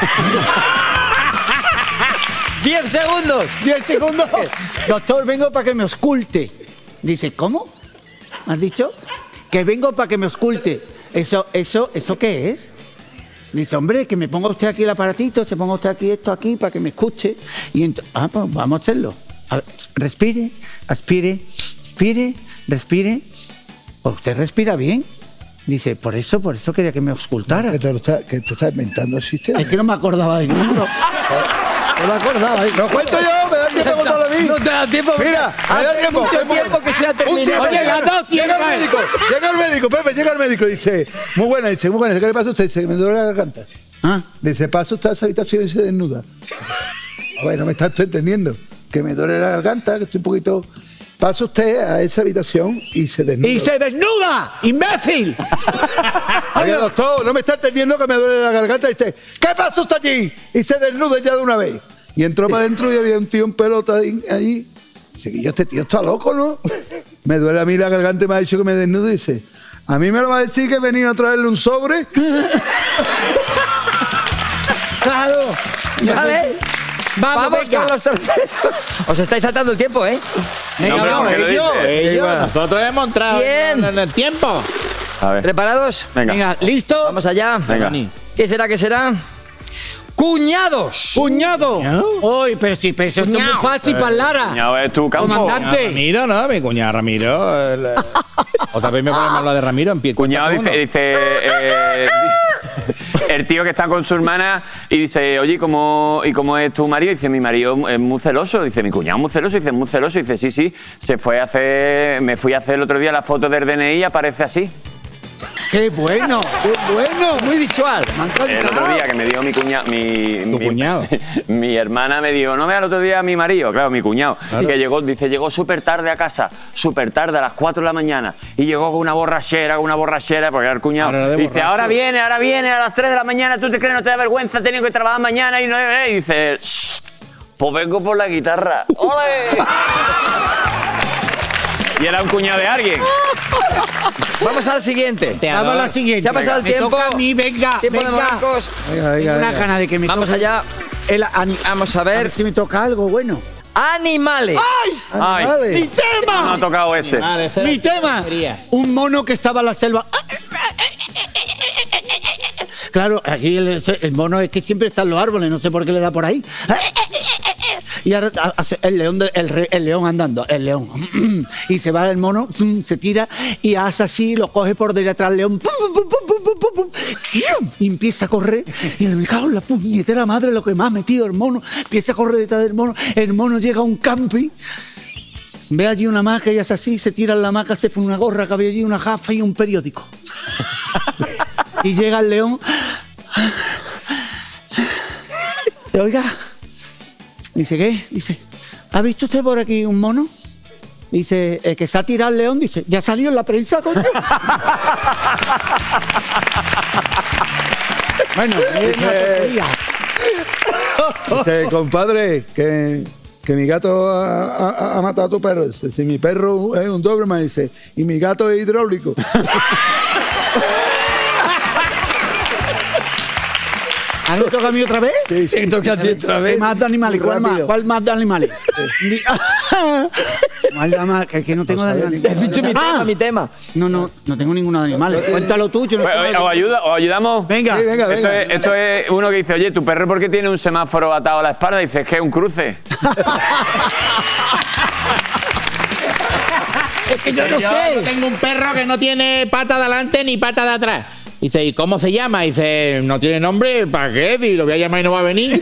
¡Diez segundos! ¡Diez segundos! Doctor, vengo para que me ausculte. Dice, ¿cómo? ¿Has dicho? Que vengo para que me ausculte. ¿Eso, eso, eso qué es? Dice, hombre, que me ponga usted aquí el aparatito, se ponga usted aquí esto aquí para que me escuche. Y ento- ah, pues vamos a hacerlo. A ver, respire, aspire, aspire, respire. Pues usted respira bien. Dice, por eso, por eso quería que me auscultara. Que te, lo está, que te estás inventando el sistema. Es que no me acordaba de ninguno. No me acordaba. Lo cuento yo, me da tiempo con todo a mí. No te da tiempo. Mira, me da hace tiempo. mucho Pepe. tiempo que se ha Un tiempo, terminado. llega, dos llega el tiempos. médico, llega el médico, Pepe, llega el médico y dice, muy buena, dice, muy buena, ¿qué le pasa a usted? Dice, me duele la garganta. ¿Ah? Dice, pasa usted a esa habitación y se desnuda. A ver, no me está usted entendiendo. Que me duele la garganta, que estoy un poquito... Pasa usted a esa habitación y se desnuda. ¡Y se desnuda! ¡Imbécil! Oye, doctor, no me está entendiendo que me duele la garganta. Dice, ¿qué pasa usted allí? Y se desnuda ya de una vez. Y entró para adentro y había un tío en pelota ahí. ahí. Dice, que yo, este tío está loco, ¿no? Me duele a mí la garganta y me ha dicho que me desnude. Dice, ¿a mí me lo va a decir que he venido a traerle un sobre? ¡Claro! Vale. Vamos, Vamos venga. con los terceros. Os estáis saltando el tiempo, ¿eh? Venga, No, pero vamos, ¿por qué lo ellos, dices? ellos. Ey, Nosotros hemos entrado Bien. en el tiempo. A ver. ¿Preparados? Venga. Venga, ¿listo? Vamos allá. Venga. ¿Qué será, qué será? ¡Cuñados! ¡Cuñado! Uy, pero sí, pero eso es muy Cuñado. fácil para Lara. Cuñado, es tu campo. Comandante. Ramiro, ¿no? Mi cuñado Ramiro. el- Otra vez me ponemos a hablar de Ramiro en pie. Cuñado dice, dice eh, el tío que está con su hermana y dice, oye, ¿cómo, ¿y cómo es tu marido? Dice, mi marido es muy celoso. Dice, mi cuñado es muy celoso. Dice, muy celoso. Dice, sí, sí, se fue a hacer, me fui a hacer el otro día la foto del D N I y aparece así. ¡Qué bueno! ¡Qué bueno! Muy visual. Me ha encantado. El otro día que me dio mi cuñado, mi, mi, cuñado? mi hermana me dijo, no vea el otro día a mi marido, claro, mi cuñado, y que llegó, dice, llegó súper tarde a casa, súper tarde, a las cuatro de la mañana, y llegó con una borrachera, con una borrachera, porque era el cuñado. Ahora de Dice, borracho. ahora viene, ahora viene, a las tres de la mañana, ¿tú te crees, no te da vergüenza, he tenido que trabajar mañana y no y dice, "Shh, pues vengo por la guitarra. ¡Ole!". Y era un cuñado de alguien. Vamos al siguiente. Vamos a la siguiente. Se ha pasado el Me tiempo. toca a mí, venga, Tiempo de venga. Morancos. Venga, venga, Tengo una venga. gana de que me Vamos toque allá. el ani- Vamos a A ver ver. si me toca algo bueno. Animales. Ay, Animales. ¡Mi tema! no ha tocado ese. ¡Mi tema! Un mono que estaba en la selva. Claro, aquí el, el mono es que siempre está en los árboles, no sé por qué le da por ahí. Y ahora hace el león, de- el, re- el león andando, el león. Y se va el mono, se tira y hace así, lo coge por detrás al león. Y empieza a correr. Y me cago en la puñetera madre lo que me ha metido el mono. Empieza a correr detrás del mono. El mono llega a un camping. Ve allí una hamaca y hace así, se tira en la hamaca, se pone una gorra que había allí, una gafa y un periódico. Y llega el león. Oiga, dice, ¿qué? Dice, ¿ha visto usted por aquí un mono? Dice, el que se ha tirado el león, dice, ya salió en la prensa, coño. Bueno, es una tontería. Dice, compadre, que, que mi gato ha, ha- ha matado a tu perro. Dice, si mi perro es un Doberman, dice, y mi gato es hidráulico. ¿Ah, no toca a mí otra vez? Sí, sí. toca a ti otra vez? ¿Qué más de animales? ¿Cuál más? ¿Cuál más de animales? Di- ¿Cuál da más? Que, que no tengo de animales. Has dicho mi tema, mi tema. No, no, no tengo ninguno de animales. Cuéntalo tú. Yo no Pues, tengo oye, de- ¿os, ayuda, ¿Os ayudamos? Venga. Sí, venga, Esto, venga. es, esto es uno que dice, oye, ¿tu perro por qué tiene un semáforo atado a la espalda? Dice, es que es un cruce. Es que yo no sé. Tengo un perro que no tiene pata de adelante ni pata de atrás. Dice, ¿y cómo se llama? Dice, no tiene nombre, ¿para qué? Y lo voy a llamar y no va a venir.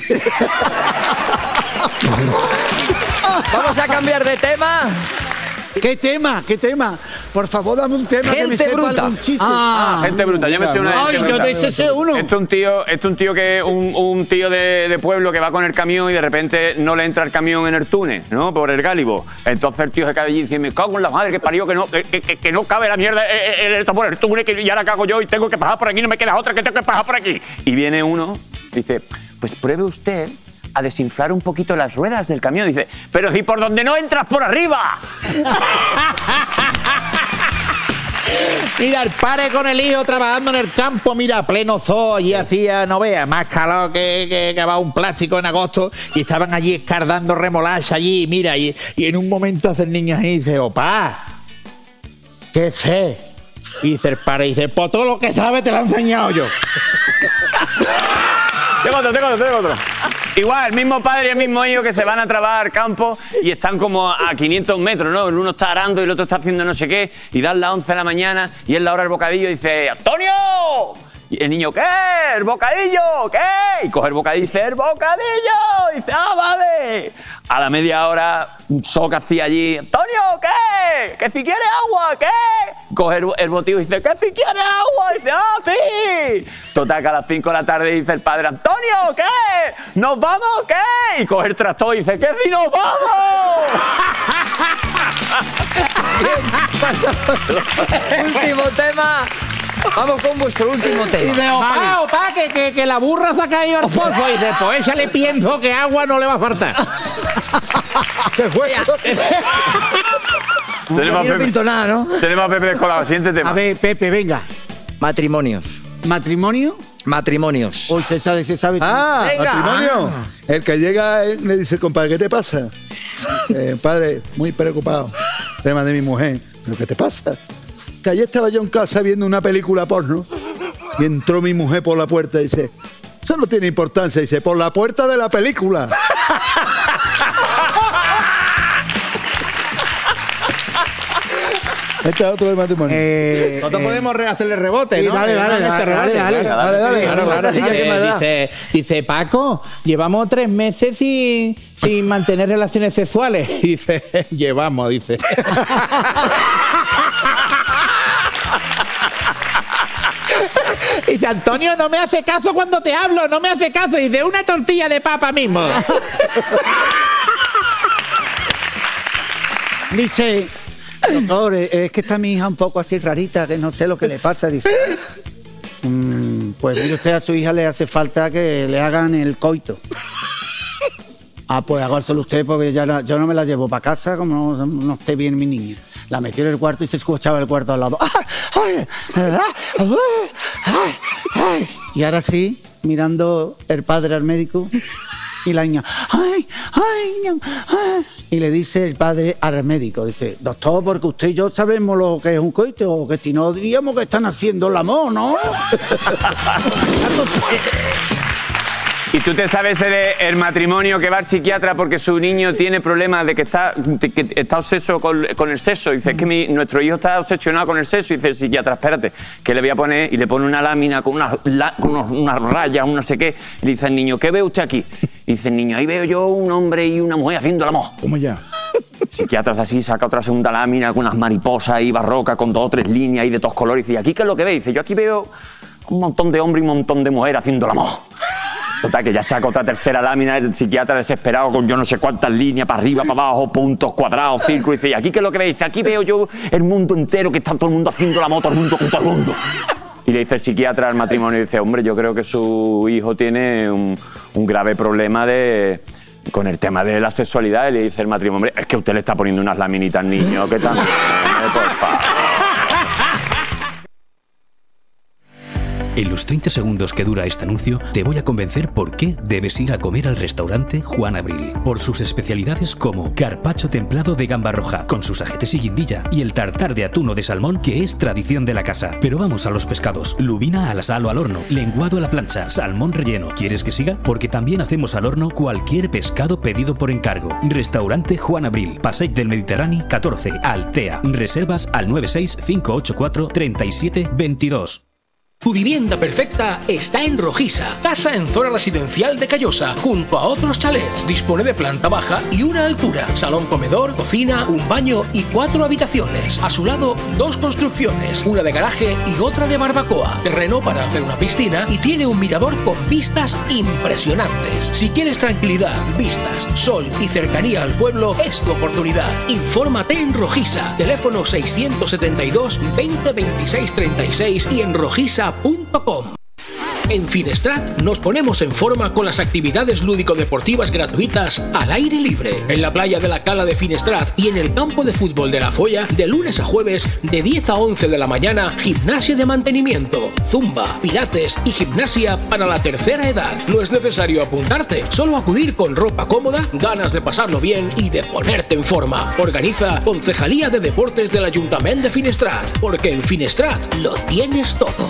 Vamos a cambiar de tema. ¿Qué tema? ¿Qué tema? Por favor, dame un tema que me Gente sepa bruta. algún chiste. Ah, gente bruta, yo me sé una de Ay, gente yo bruta. de ese sé uno. Esto es un tío, esto es un tío que un, un tío de, de pueblo que va con el camión y de repente no le entra el camión en el túnel, ¿no? Por el gálibo. Entonces el tío se cae allí y dice, me cago en la madre que parió, que no, que, que- que no cabe la mierda eh, eh, eh, por el túnel, que ya la cago yo y tengo que pasar por aquí, no me queda otra que tengo que pasar por aquí. Y viene uno, dice, pues pruebe usted a desinflar un poquito las ruedas del camión. Dice, pero si por donde no entras por arriba. Mira, el padre con el hijo trabajando en el campo, mira, pleno zoo, y hacía, no veas, más calor que, que, que va un plástico en agosto, y estaban allí escardando remolacha allí, mira, y, y en un momento hace el niño ahí y dice, opa, ¿qué sé? Y dice el padre, dice, pues todo lo que sabe te lo he enseñado yo. Tengo otro, tengo otro, tengo otro. Igual, el mismo padre y el mismo hijo que se van a trabajar al campo y están como a quinientos metros, ¿no? El uno está arando y el otro está haciendo no sé qué, y dan las once de la mañana y es la hora del bocadillo y dice, ¡Antonio! Y el niño, ¿qué? ¿El bocadillo? ¿Qué? Y coge el bocadillo y dice, ¡el bocadillo! Y dice, ¡ah, vale! A la media hora, un soca así allí, ¡Antonio, qué! ¿Que si quiere agua? ¿Qué? Coge el, el botillo y dice, ¿que si quiere agua? Y dice, ¡ah, sí! Total, que a las cinco de la tarde dice el padre, ¡Antonio, qué! ¿Nos vamos? ¿Qué? Y coge el tractor y dice, ¿que si nos vamos? Último tema. Vamos con vuestro último Y tema. dice, opa, opa, que, que, que la burra se ha caído al pozo. Y dice, pues échale pienso que agua no le va a faltar. Se fue. Tenemos a Aquí no Pepe, pinto nada, ¿no? tenemos a Pepe Descolado. Siguiente tema. A ver, Pepe, venga. Matrimonios. ¿Matrimonio? Matrimonios. Hoy se sabe, se sabe. Ah, Venga. matrimonio. El que llega eh, le dice, compadre, ¿qué te pasa? Eh, padre, muy preocupado. Tema de mi mujer. ¿Pero qué te pasa? Que ayer estaba yo en casa viendo una película porno y entró mi mujer por la puerta y dice, eso no tiene importancia. Dice, por la puerta de la película. Este es otro de matrimonio. Eh, Nosotros eh, podemos rehacerle rebote, sí, ¿no? dale, Que dale, hagan ese dale, rebote, dale, claro. dale, dale, Claro, dale, claro. dale, Dice, ¿qué más da? dice, dice, Paco, llevamos tres meses sin, sin mantener relaciones sexuales. Dice, llevamos, dice. Dice, Antonio, no me hace caso cuando te hablo, no me hace caso. Dice, una tortilla de papa mismo. Dice, doctor, eh, es que está mi hija un poco así rarita, que no sé lo que le pasa. Dice, "Mm, pues mire usted, a su hija le hace falta que le hagan el coito. Ah, pues hágaselo usted porque ya la- yo no me la llevo para casa como no, no esté bien mi niña. La metió en el cuarto y se escuchaba el cuarto al lado. ¡Ay, ay, ay, ay, ay, ay! Y ahora sí, mirando el padre al médico y la niña, ¡ay, ay, ay! Y le dice el padre al médico, dice, doctor, porque usted y yo sabemos lo que es un coito, o que si no diríamos que están haciendo el amor, ¿no? ¿Y tú te sabes ese de el matrimonio que va al psiquiatra porque su niño tiene problemas de que está, de que está obseso con, con el sexo? Dice, es que mi- nuestro hijo está obsesionado con el sexo. Y dice el psiquiatra, espérate, que le voy a poner, y le pone una lámina con unas la- con unos- unas rayas, un no sé qué. Y le dice al niño, ¿qué ve usted aquí? Y dice el niño, ahí veo yo un hombre y una mujer haciendo el amor. ¿Cómo ya? El psiquiatra hace así, saca otra segunda lámina con unas mariposas ahí barrocas, con dos o tres líneas y de todos colores. Y dice, ¿y aquí qué es lo que ve? Dice, yo aquí veo un montón de hombres y un montón de mujeres haciendo el amor. Total, que ya saca otra tercera lámina, el psiquiatra desesperado con yo no sé cuántas líneas, para arriba, para abajo, puntos, cuadrados, círculos, y dice, ¿y aquí qué es lo que veis? Dice, aquí veo yo el mundo entero, que está todo el mundo haciendo la moto, todo el mundo con todo el mundo. Y le dice el psiquiatra al matrimonio, y dice, hombre, yo creo que su hijo tiene un, un grave problema de... con el tema de la sexualidad. Y le dice el matrimonio, hombre, es que usted le está poniendo unas laminitas al niño, que también, por favor. En los treinta segundos que dura este anuncio, te voy a convencer por qué debes ir a comer al restaurante Juan Abril. Por sus especialidades como carpaccio templado de gamba roja, con sus ajetes y guindilla, y el tartar de atún o de salmón, que es tradición de la casa. Pero vamos a los pescados. Lubina a la sal o al horno, lenguado a la plancha, salmón relleno. ¿Quieres que siga? Porque también hacemos al horno cualquier pescado pedido por encargo. Restaurante Juan Abril, Passeig del Mediterrani catorce, Altea. Reservas al nueve seis cinco ocho cuatro tres siete dos dos. Tu vivienda perfecta está en Rojisa, casa en zona residencial de Callosa, junto a otros chalets. Dispone de planta baja y una altura, salón comedor, cocina, un baño y cuatro habitaciones. A su lado, dos construcciones, una de garaje y otra de barbacoa. Terreno para hacer una piscina y tiene un mirador con vistas impresionantes. Si quieres tranquilidad, vistas, sol y cercanía al pueblo, es tu oportunidad. Infórmate en Rojisa, teléfono seiscientos setenta y dos veinte veintiséis treinta y seis y en rojisa punto com. En Finestrat nos ponemos en forma con las actividades lúdico-deportivas gratuitas al aire libre. En la playa de la Cala de Finestrat y en el campo de fútbol de La Folla, de lunes a jueves, de diez a once de la mañana, gimnasia de mantenimiento, zumba, pilates y gimnasia para la tercera edad. No es necesario apuntarte, solo acudir con ropa cómoda, ganas de pasarlo bien y de ponerte en forma. Organiza Concejalía de Deportes del Ayuntamiento de Finestrat, porque en Finestrat lo tienes todo.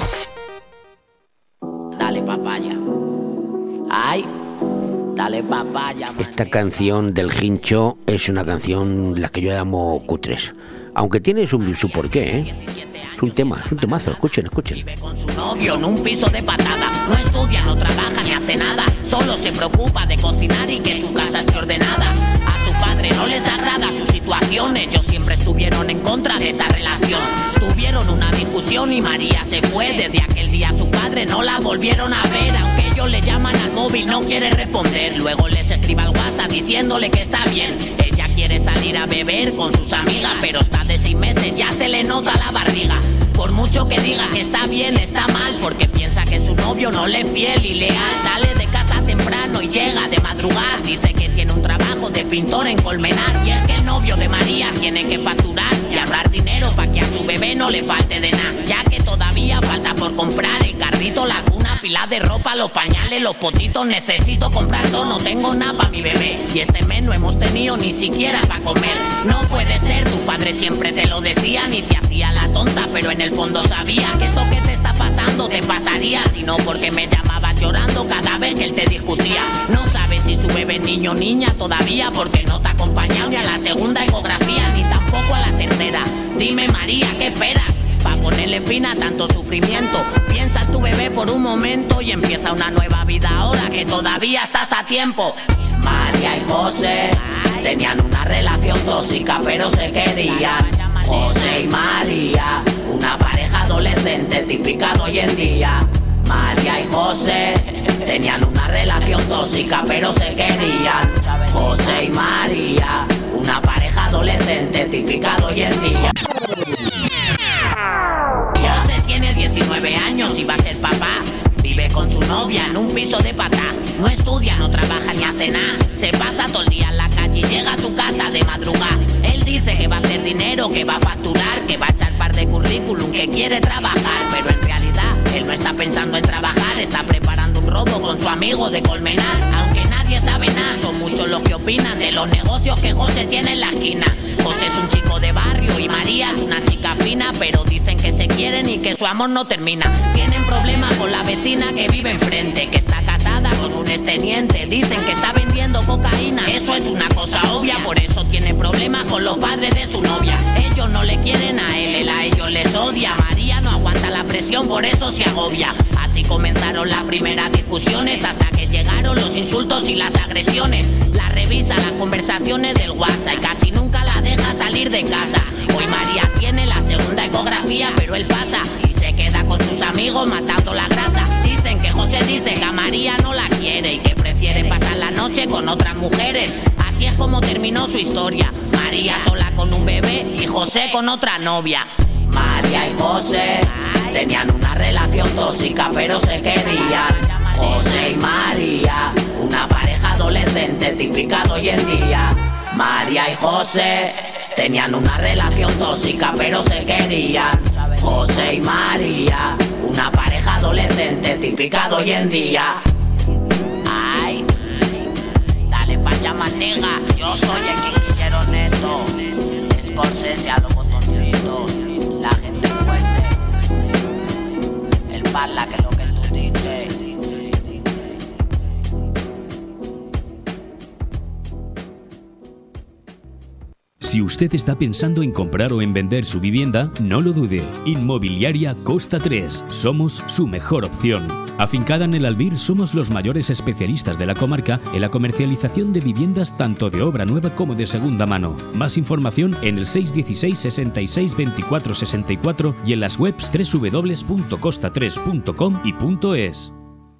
Dale papaya. Ay, dale papaya. Esta canción del Hincho es una canción la que yo llamo cutres. Aunque tiene su, su porqué, ¿eh? Es un tema, es un temazo. Escuchen, escuchen. Vive con su novio en un piso de patada. No estudia, no trabaja ni hace nada. Solo se preocupa de cocinar y que su casa esté ordenada. A su padre no les agrada su situación. Ellos siempre estuvieron en contra de esa relación. Tuvieron una discusión y María se fue. Desde aquel día su padre no la volvieron a ver. Aunque ellos le llaman al móvil no quiere responder. Luego les escribe al WhatsApp diciéndole que está bien. Ella quiere salir a beber con sus amigas, pero está de seis meses, ya se le nota la barriga. Por mucho que diga que está bien, está mal, porque piensa que su novio no le es fiel y leal. Sale de casa temprano y llega de madrugada. Dice que tiene un trabajo de pintor en Colmenar. Y es que el novio de María tiene que facturar y ahorrar dinero para que a su bebé no le falte de nada. Ya que todavía falta por comprar el carrito, la cuna, pilas de ropa, los pañales, los potitos. Necesito comprar todo, no tengo nada para mi bebé. Y este mes no hemos tenido ni siquiera para comer. No puede ser, tu padre siempre te lo decía, ni te hacía la tonta, pero en el fondo sabía que esto que te está pasando te pasaría. Sino porque me llamaba llorando cada vez que él te discutía. No sabes si su bebé es niño o niña todavía, porque no te ha acompañado ni a la segunda ecografía, ni tampoco a la tercera. Dime María, ¿qué esperas? Pa' ponerle fin a tanto sufrimiento. Piensa en tu bebé por un momento y empieza una nueva vida ahora que todavía estás a tiempo. María y José tenían una relación tóxica pero se querían. José y María, una pareja adolescente típica de hoy en día. María y José tenían una relación tóxica pero se querían. José y María, una pareja adolescente típica de hoy en día. José tiene diecinueve años y va a ser papá. Vive con su novia en un piso de patá. No estudia, no trabaja ni hace nada. Se pasa todo el día en la calle y llega a su casa de madrugada. Él dice que va a hacer dinero, que va a facturar, que va a echar par de currículum, que quiere trabajar. Pero en realidad él no está pensando en trabajar. Está preparando un robo con su amigo de Colmenar. Aunque nadie sabe nada, son muchos los que opinan de los negocios que José tiene en la esquina. José es un chico de barrio y María es una chica fina, pero dicen que se quieren y que su amor no termina. Tienen problemas con la vecina que vive enfrente, que está casada con un exteniente. Dicen que está vendiendo cocaína, eso es una cosa obvia. Por eso tiene problemas con los padres de su novia. Ellos no le quieren a él, él a ellos les odia. María no aguanta la presión, por eso se agobia. Así comenzaron las primeras discusiones, hasta que llegaron los insultos y las agresiones. La revisa las conversaciones del WhatsApp y casi nunca la deja salir de casa. Hoy María tiene la segunda ecografía, pero él pasa y se queda con sus amigos matando la grasa. Dice dicen que José dice que a María no la quiere y que prefiere pasar la noche con otras mujeres. Así es como terminó su historia. María sola con un bebé y José con otra novia. María y José tenían una relación tóxica pero se querían. José y María, una pareja adolescente típica de hoy en día. María y José tenían una relación tóxica pero se querían. José y María, una pareja adolescente típica de hoy en día. Ay, dale pa' allá, manega. Yo soy el quinquillero neto. Scorsese a los botoncitos. La gente fuerte. El parla que es lo que tú dices. Si usted está pensando en comprar o en vender su vivienda, no lo dude. Inmobiliaria Costa tres. Somos su mejor opción. Afincada en el Albir, somos los mayores especialistas de la comarca en la comercialización de viviendas tanto de obra nueva como de segunda mano. Más información en el seis uno seis, sesenta y seis, veinticuatro sesenta y cuatro y en las webs doble u doble u doble u punto costa tres punto com y .es.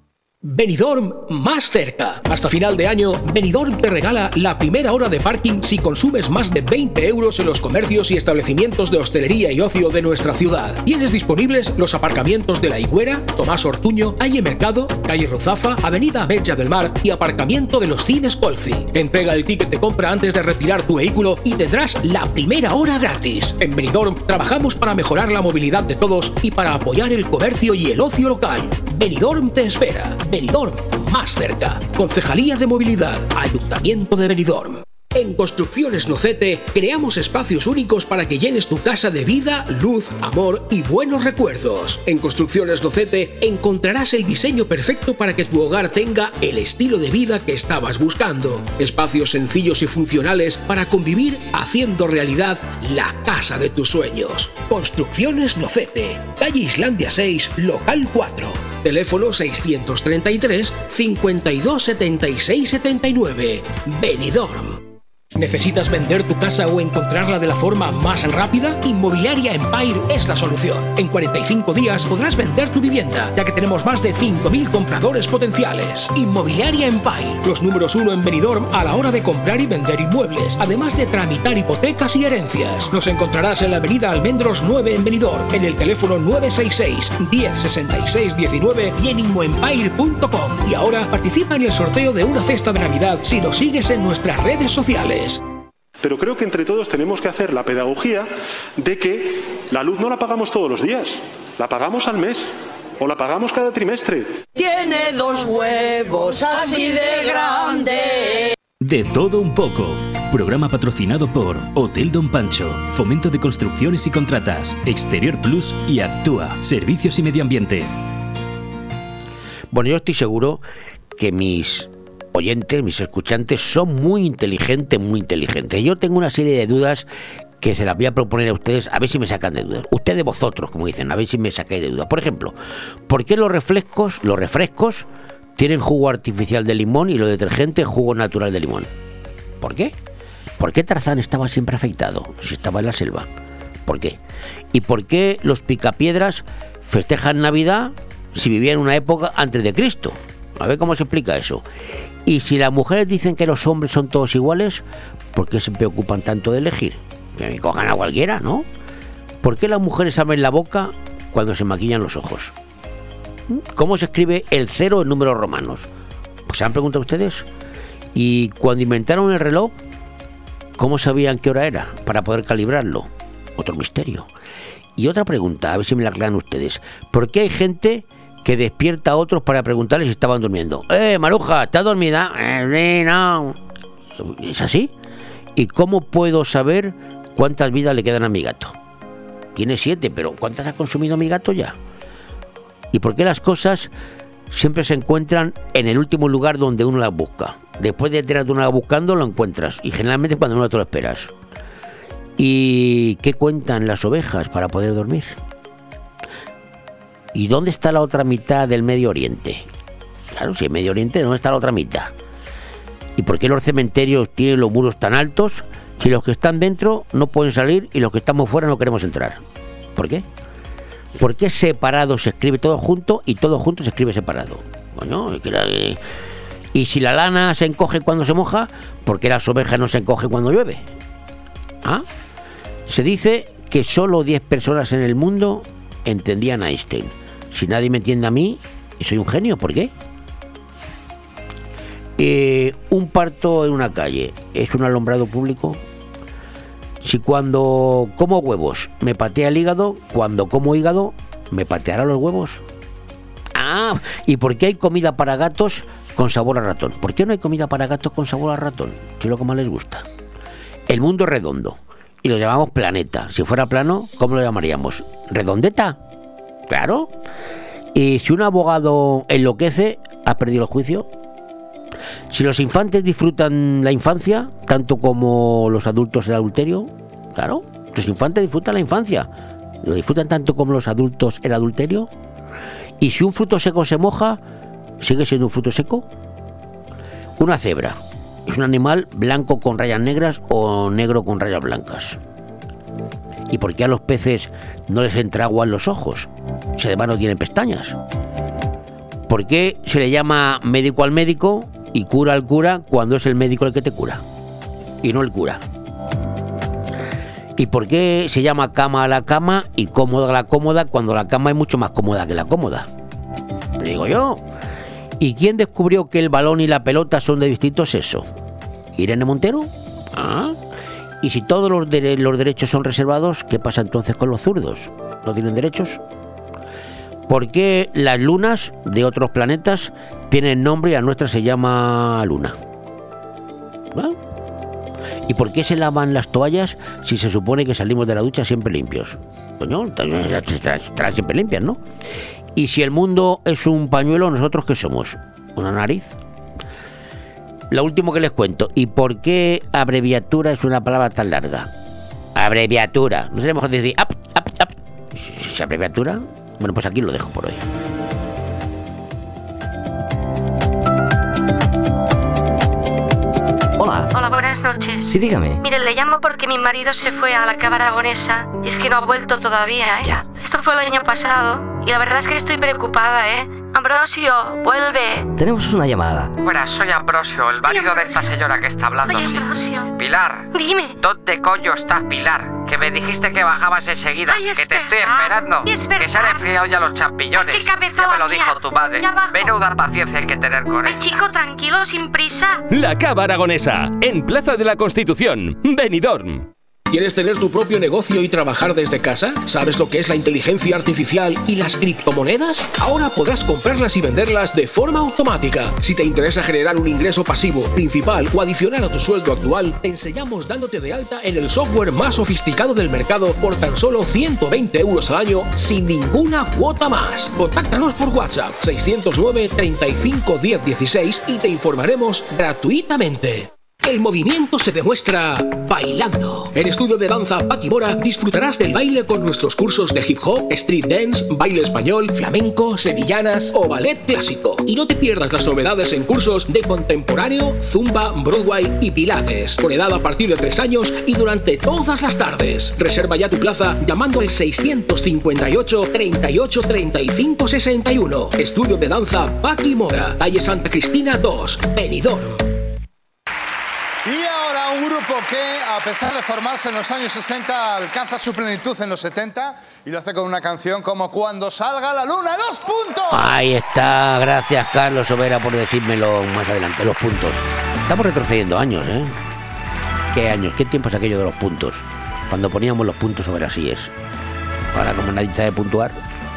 Benidorm más cerca. Hasta final de año, Benidorm te regala la primera hora de parking si consumes más de veinte euros en los comercios y establecimientos de hostelería y ocio de nuestra ciudad. Tienes disponibles los aparcamientos de La Higuera, Tomás Ortuño, Calle Mercado, Calle Ruzafa, Avenida Abella del Mar y aparcamiento de los Cines Colci. Entrega el ticket de compra antes de retirar tu vehículo y tendrás la primera hora gratis. En Benidorm trabajamos para mejorar la movilidad de todos y para apoyar el comercio y el ocio local. Benidorm te espera. Benidorm, más cerca. Concejalía de Movilidad, Ayuntamiento de Benidorm. En Construcciones Nocete creamos espacios únicos para que llenes tu casa de vida, luz, amor y buenos recuerdos. En Construcciones Nocete encontrarás el diseño perfecto para que tu hogar tenga el estilo de vida que estabas buscando. Espacios sencillos y funcionales para convivir haciendo realidad la casa de tus sueños. Construcciones Nocete, calle Islandia seis, local cuatro. Teléfono seiscientos treinta y tres, cincuenta y dos, setenta y seis, setenta y nueve. Benidorm. ¿Necesitas vender tu casa o encontrarla de la forma más rápida? Inmobiliaria Empire es la solución. En cuarenta y cinco días podrás vender tu vivienda, ya que tenemos más de cinco mil compradores potenciales. Inmobiliaria Empire, los números uno en Benidorm a la hora de comprar y vender inmuebles, además de tramitar hipotecas y herencias. Nos encontrarás en la avenida Almendros nueve en Benidorm, en el teléfono nueve seis seis, diez, sesenta y seis, diecinueve y en inmoempire punto com. Y ahora participa en el sorteo de una cesta de Navidad si nos sigues en nuestras redes sociales. Pero creo que entre todos tenemos que hacer la pedagogía de que la luz no la pagamos todos los días, la pagamos al mes o la pagamos cada trimestre. Tiene dos huevos así de grande. De todo un poco. Programa patrocinado por Hotel Don Pancho, Fomento de Construcciones y Contratas, Exterior Plus y Actúa, Servicios y Medio Ambiente. Bueno, yo estoy seguro que mis oyentes, mis escuchantes son muy inteligentes, muy inteligentes. Yo tengo una serie de dudas que se las voy a proponer a ustedes, a ver si me sacan de dudas. Ustedes vosotros, como dicen, a ver si me sacáis de dudas. Por ejemplo, ¿por qué los refrescos, los refrescos tienen jugo artificial de limón y los detergentes jugo natural de limón? ¿Por qué? ¿Por qué Tarzán estaba siempre afeitado si estaba en la selva? ¿Por qué? ¿Y por qué los picapiedras festejan Navidad si vivían en una época antes de Cristo? A ver cómo se explica eso. Y si las mujeres dicen que los hombres son todos iguales, ¿por qué se preocupan tanto de elegir? Que me cojan a cualquiera, ¿no? ¿Por qué las mujeres abren la boca cuando se maquillan los ojos? ¿Cómo se escribe el cero en números romanos? Pues se han preguntado ustedes. Y cuando inventaron el reloj, ¿cómo sabían qué hora era para poder calibrarlo? Otro misterio. Y otra pregunta, a ver si me la aclaran ustedes. ¿Por qué hay gente que despierta a otros para preguntarles si estaban durmiendo? ¡Eh, Maruja, ¿estás dormida? Eh, no. ¿Es así? ¿Y cómo puedo saber cuántas vidas le quedan a mi gato? Tiene siete, pero ¿cuántas ha consumido mi gato ya? ¿Y por qué las cosas siempre se encuentran en el último lugar donde uno las busca? Después de tener una buscando, lo encuentras. Y generalmente cuando no te lo esperas. ¿Y qué cuentan las ovejas para poder dormir? ¿Y dónde está la otra mitad del Medio Oriente? Claro, si en Medio Oriente, ¿dónde está la otra mitad? ¿Y por qué los cementerios tienen los muros tan altos si los que están dentro no pueden salir y los que estamos fuera no queremos entrar? ¿Por qué? ¿Por qué separado se escribe todo junto y todo junto se escribe separado? Coño, y si la lana se encoge cuando se moja, ¿por qué las ovejas no se encogen cuando llueve? ¿Ah? Se dice que solo diez personas en el mundo entendían a Einstein. Si nadie me entiende a mí, soy un genio, ¿por qué? Eh, un parto en una calle, ¿es un alumbrado público? Si cuando como huevos me patea el hígado, cuando como hígado, ¿me pateará los huevos? Ah, ¿y por qué hay comida para gatos con sabor a ratón? ¿Por qué no hay comida para gatos con sabor a ratón? ¿Qué es lo que más les gusta? El mundo es redondo y lo llamamos planeta. Si fuera plano, ¿cómo lo llamaríamos? ¿Redondeta? Claro. Y si un abogado enloquece, ¿has perdido el juicio? Si los infantes disfrutan la infancia tanto como los adultos el adulterio, claro, los infantes disfrutan la infancia, lo disfrutan tanto como los adultos el adulterio. Y si un fruto seco se moja, ¿sigue siendo un fruto seco? Una cebra es un animal blanco con rayas negras o negro con rayas blancas. ¿Y por qué a los peces no les entra agua en los ojos si además no tienen pestañas? ¿Por qué se le llama médico al médico y cura al cura cuando es el médico el que te cura y no el cura? ¿Y por qué se llama cama a la cama y cómoda a la cómoda cuando la cama es mucho más cómoda que la cómoda? Te digo yo. ¿Y quién descubrió que el balón y la pelota son de distinto sexo? ¿Irene Montero? ¿Ah? ¿Y si todos los, de- los derechos son reservados, qué pasa entonces con los zurdos? ¿No tienen derechos? ¿Por qué las lunas de otros planetas tienen nombre y la nuestra se llama Luna? ¿Ah? ¿Y por qué se lavan las toallas si se supone que salimos de la ducha siempre limpios? Coño, estarán siempre limpias, ¿no? ¿Y si el mundo es un pañuelo, nosotros qué somos? ¿Una nariz? Lo último que les cuento. ¿Y por qué abreviatura es una palabra tan larga? Abreviatura. ¿No sería mejor decir up, up, up? ¿Es abreviatura? Bueno, pues aquí lo dejo por hoy. Hola. Hola, buenas noches. Sí, dígame. Mire, le llamo porque mi marido se fue a la Cava Aragonesa y es que no ha vuelto todavía, ¿eh? Ya. Esto fue el año pasado y la verdad es que estoy preocupada, ¿eh? Ambrosio, vuelve. Tenemos una llamada. Buenas, soy Ambrosio, el marido de esta señora que está hablando. Ay, sí. Ambrosio. Pilar. Dime. ¿Dónde coño estás, Pilar? Que me dijiste que bajabas enseguida. Ay, es que te estoy verdad, esperando. es Que se han verdad. enfriado ya los champiñones. Qué cabeza ya me lo la dijo mía. tu madre. Ya bajo. Menuda paciencia hay que tener con Ay, él. chico, tranquilo, sin prisa. La Cava Aragonesa, en Plaza de la Constitución, Benidorm. ¿Quieres tener tu propio negocio y trabajar desde casa? ¿Sabes lo que es la inteligencia artificial y las criptomonedas? Ahora podrás comprarlas y venderlas de forma automática. Si te interesa generar un ingreso pasivo, principal o adicional a tu sueldo actual, te enseñamos dándote de alta en el software más sofisticado del mercado por tan solo ciento veinte euros al año sin ninguna cuota más. Contáctanos por WhatsApp seiscientos nueve, treinta y cinco, diez, dieciséis y te informaremos gratuitamente. El movimiento se demuestra bailando. En Estudio de Danza Paqui Mora disfrutarás del baile con nuestros cursos de hip hop, street dance, baile español, flamenco, sevillanas o ballet clásico. Y no te pierdas las novedades en cursos de contemporáneo, zumba, Broadway y pilates. Con edad a partir de tres años y durante todas las tardes. Reserva ya tu plaza llamando al seiscientos cincuenta y ocho, treinta y ocho, treinta y cinco, sesenta y uno. Estudio de Danza Paqui Mora, calle Santa Cristina dos, Benidorm. Y ahora un grupo que, a pesar de formarse en los años sesenta, alcanza su plenitud en los setenta y lo hace con una canción como Cuando salga la luna. ¡Los puntos! Ahí está, gracias Carlos Sobera por decírmelo más adelante, los puntos. Estamos retrocediendo años, ¿eh? ¿Qué años? ¿Qué tiempo es aquello de los puntos? Cuando poníamos los puntos sobre las íes. Ahora como nadie sabe puntuar.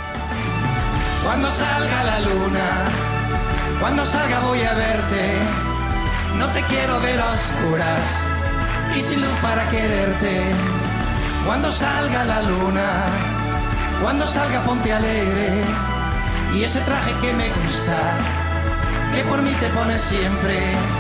Cuando salga la luna, cuando salga voy a verte. No te quiero ver a oscuras y sin luz para quererte. Cuando salga la luna, cuando salga ponte alegre. Y ese traje que me gusta, que por mí te pones siempre.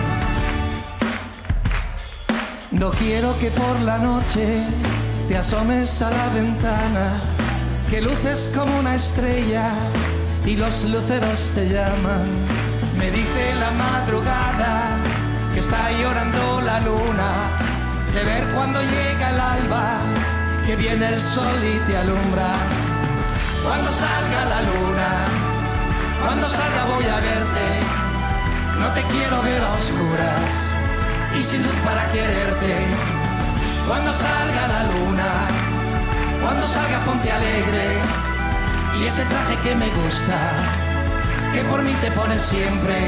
No quiero que por la noche te asomes a la ventana, que luces como una estrella y los luceros te llaman. Me dice la madrugada que está llorando la luna, de ver cuando llega el alba, que viene el sol y te alumbra. Cuando salga la luna, cuando salga voy a verte. No te quiero ver a oscuras y sin luz para quererte. Cuando salga la luna, cuando salga ponte alegre. Y ese traje que me gusta, que por mí te pones siempre.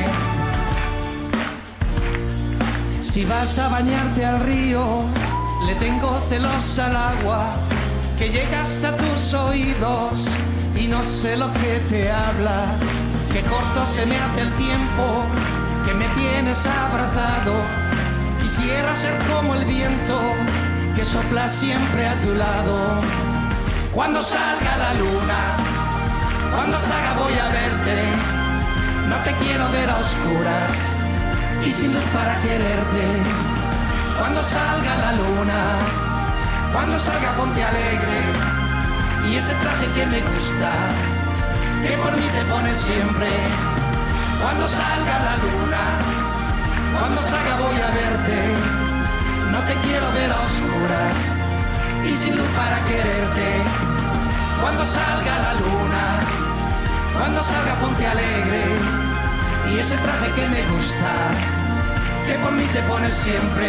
Si vas a bañarte al río, le tengo celos al agua, que llega hasta tus oídos y no sé lo que te habla. Que corto se me hace el tiempo, que me tienes abrazado. Quisiera ser como el viento, que sopla siempre a tu lado. Cuando salga la luna, cuando salga voy a verte. No te quiero ver a oscuras y sin luz para quererte. Cuando salga la luna, cuando salga ponte alegre. Y ese traje que me gusta, que por mí te pones siempre. Cuando salga la luna, cuando salga voy a verte. No te quiero ver a oscuras y sin luz para quererte. Cuando salga la luna, cuando salga ponte alegre. Y ese traje que me gusta, que por mí te pones siempre.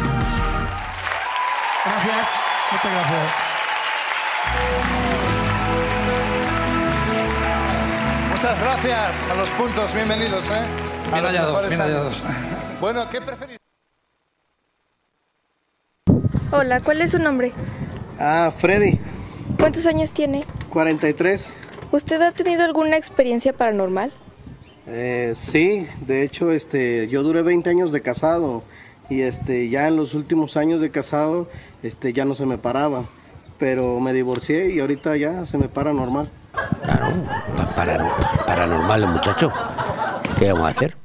Gracias, muchas gracias. Muchas gracias a los puntos, bienvenidos, ¿eh? A Bien los hallados, mejores bien años. hallados. Bueno, ¿qué preferís? Hola, ¿cuál es su nombre? Ah, Freddy, ¿Cuántos años tiene? cuarenta y tres. ¿Usted ha tenido alguna experiencia paranormal? Eh, sí, de hecho, este, yo duré veinte años de casado y este, ya en los últimos años de casado, este, ya no se me paraba, pero me divorcié y ahorita ya se me para normal. Claro, pa- para, paranormal el muchacho. ¿Qué vamos a hacer?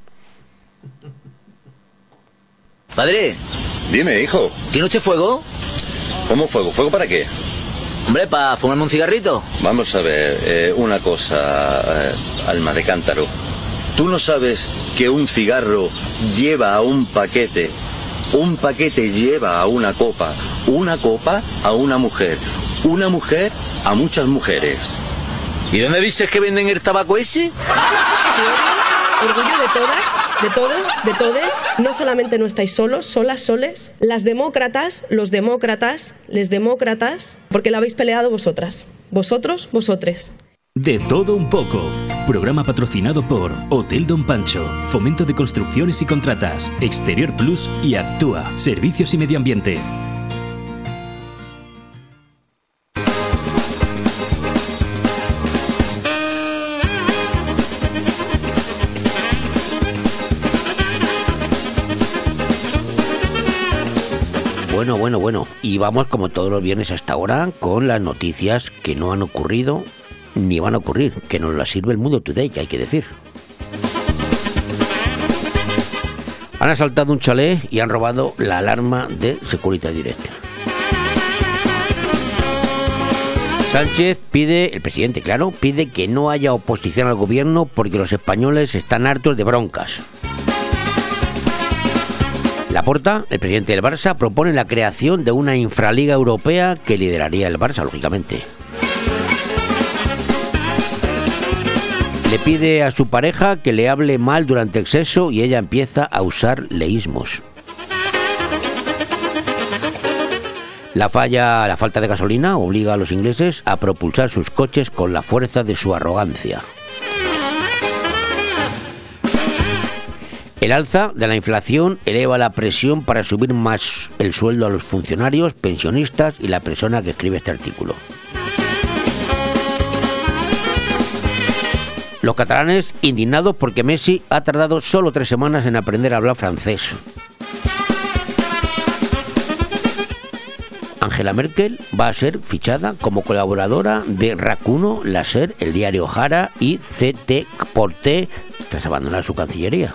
Padre. Dime, hijo. ¿Tiene usted fuego? ¿Cómo fuego? ¿Fuego para qué? Hombre, ¿para fumarme un cigarrito? Vamos a ver, eh, una cosa, eh, alma de cántaro. ¿Tú no sabes que un cigarro lleva a un paquete, un paquete lleva a una copa, una copa a una mujer, una mujer a muchas mujeres? ¿Y dónde dices que venden el tabaco ese? Orgullo de todas, de todos, de todes. No solamente no estáis solos, solas, soles. Las demócratas, los demócratas, les demócratas, porque la habéis peleado vosotras. Vosotros, vosotres. De todo un poco. Programa patrocinado por Hotel Don Pancho, Fomento de Construcciones y Contratas, Exterior Plus y Actúa, Servicios y Medio Ambiente. Bueno, bueno, bueno. Y vamos como todos los viernes hasta ahora con las noticias que no han ocurrido ni van a ocurrir, que nos las sirve el Mundo Today, que hay que decir. Han asaltado un chalet y han robado la alarma de Securitas Direct. Sánchez pide, el presidente, claro, pide que no haya oposición al gobierno porque los españoles están hartos de broncas. Laporta, el presidente del Barça, propone la creación de una infraliga europea que lideraría el Barça, lógicamente. Le pide a su pareja que le hable mal durante el sexo y ella empieza a usar leísmos. La falla, la falta de gasolina obliga a los ingleses a propulsar sus coches con la fuerza de su arrogancia. El alza de la inflación eleva la presión para subir más el sueldo a los funcionarios, pensionistas y la persona que escribe este artículo. Los catalanes indignados porque Messi ha tardado solo tres semanas en aprender a hablar francés. Angela Merkel va a ser fichada como colaboradora de Racuno, La Ser, el diario Jara y C T por T tras abandonar su cancillería.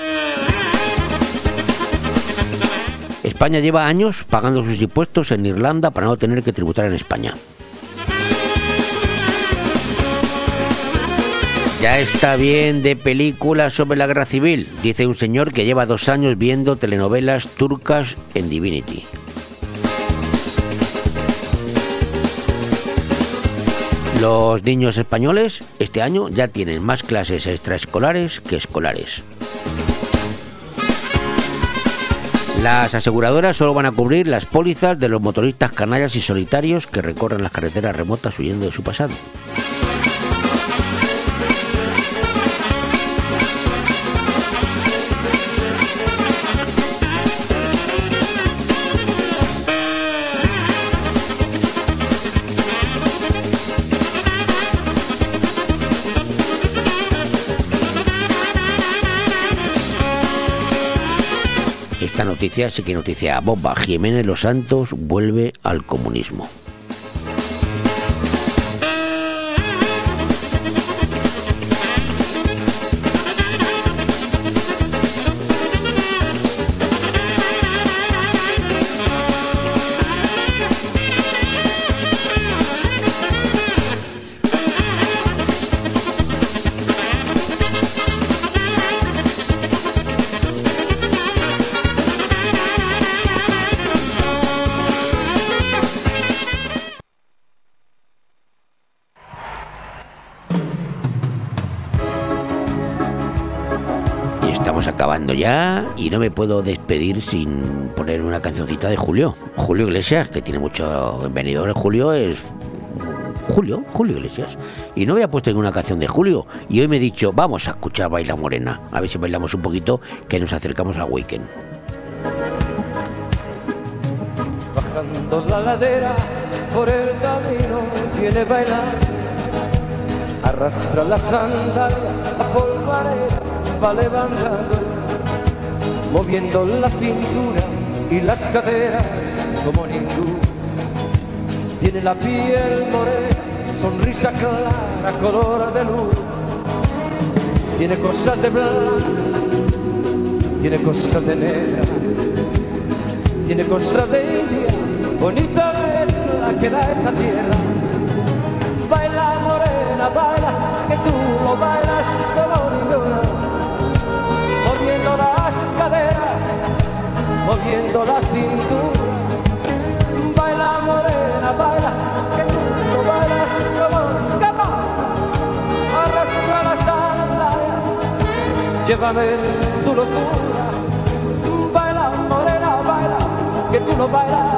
España lleva años pagando sus impuestos en Irlanda para no tener que tributar en España. Ya está bien de películas sobre la guerra civil, dice un señor que lleva dos años viendo telenovelas turcas en Divinity. Los niños españoles este año ya tienen más clases extraescolares que escolares. Las aseguradoras solo van a cubrir las pólizas de los motoristas canallas y solitarios que recorren las carreteras remotas huyendo de su pasado. Esta noticia sí que noticia bomba. Jiménez Los Santos vuelve al comunismo. Acabando ya y no me puedo despedir sin poner una cancioncita de Julio Julio Iglesias, que tiene mucho venidor. En Julio es Julio, Julio Iglesias, y no había puesto ninguna canción de Julio, y hoy me he dicho, vamos a escuchar Baila Morena, a ver si bailamos un poquito, que nos acercamos al weekend. Bajando la ladera por el camino viene bailar, arrastra la sandalia, la polvareda va levantando, moviendo la cintura y las caderas como ningún. Tiene la piel morena, sonrisa clara, color de luz. Tiene cosas de blanca, tiene cosas de negra, tiene cosas de india, bonita la que da esta tierra. Baila morena, baila, que tú lo bailas como ninguna, moviendo las caderas, moviendo la cintura. Baila morena, baila, que tú lo bailas como ninguna, arrastra la sandalia, llévame tu locura. Baila morena, baila, que tú lo bailas.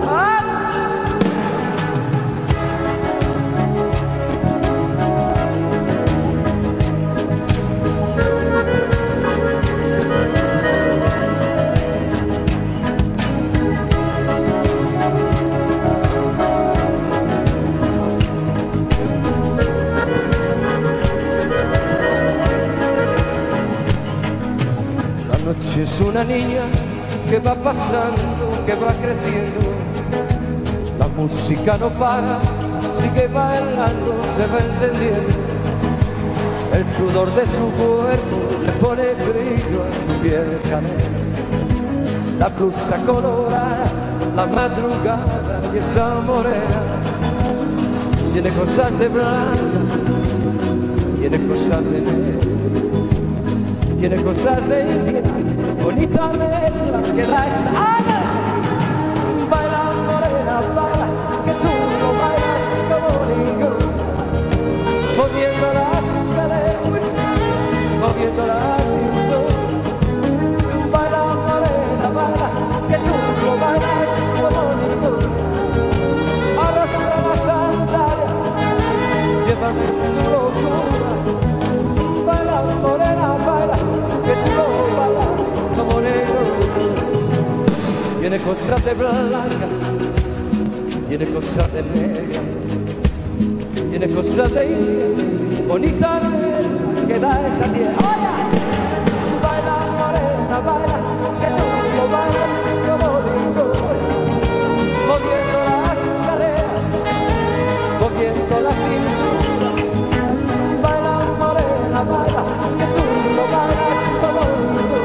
Es una niña que va pasando, que va creciendo. La música no para, sigue bailando, se va encendiendo. El sudor de su cuerpo le pone brillo a su piel canela. La blusa colorada, la madrugada y esa morena. Tiene cosas de blanca, tiene cosas de negro, tiene cosas de india, bonita verla que la está. Baila morena, baila, que tú no bailas como ninguna, moviendo las caderas, moviendo la cintura. Baila morena, baila, que tú no bailas como ninguna, arrastra la sandalia, llévame tu locura. Baila morena, baila, que tú no bailas como negro. Tiene cosas de blanca, tiene cosas de negra, tiene cosas de india, bonita que da esta tierra. ¡Oye! Baila morena, baila, que tú lo bailas como ninguna, moviendo las caderas, moviendo la cintura. Baila morena, baila, que tú lo bailas como ninguna.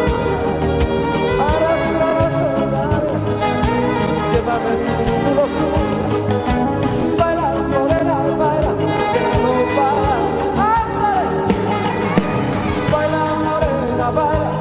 Llévame tu locura. Baila, morena, baila, que no paras. ¡Ándale! Baila, morena, baila.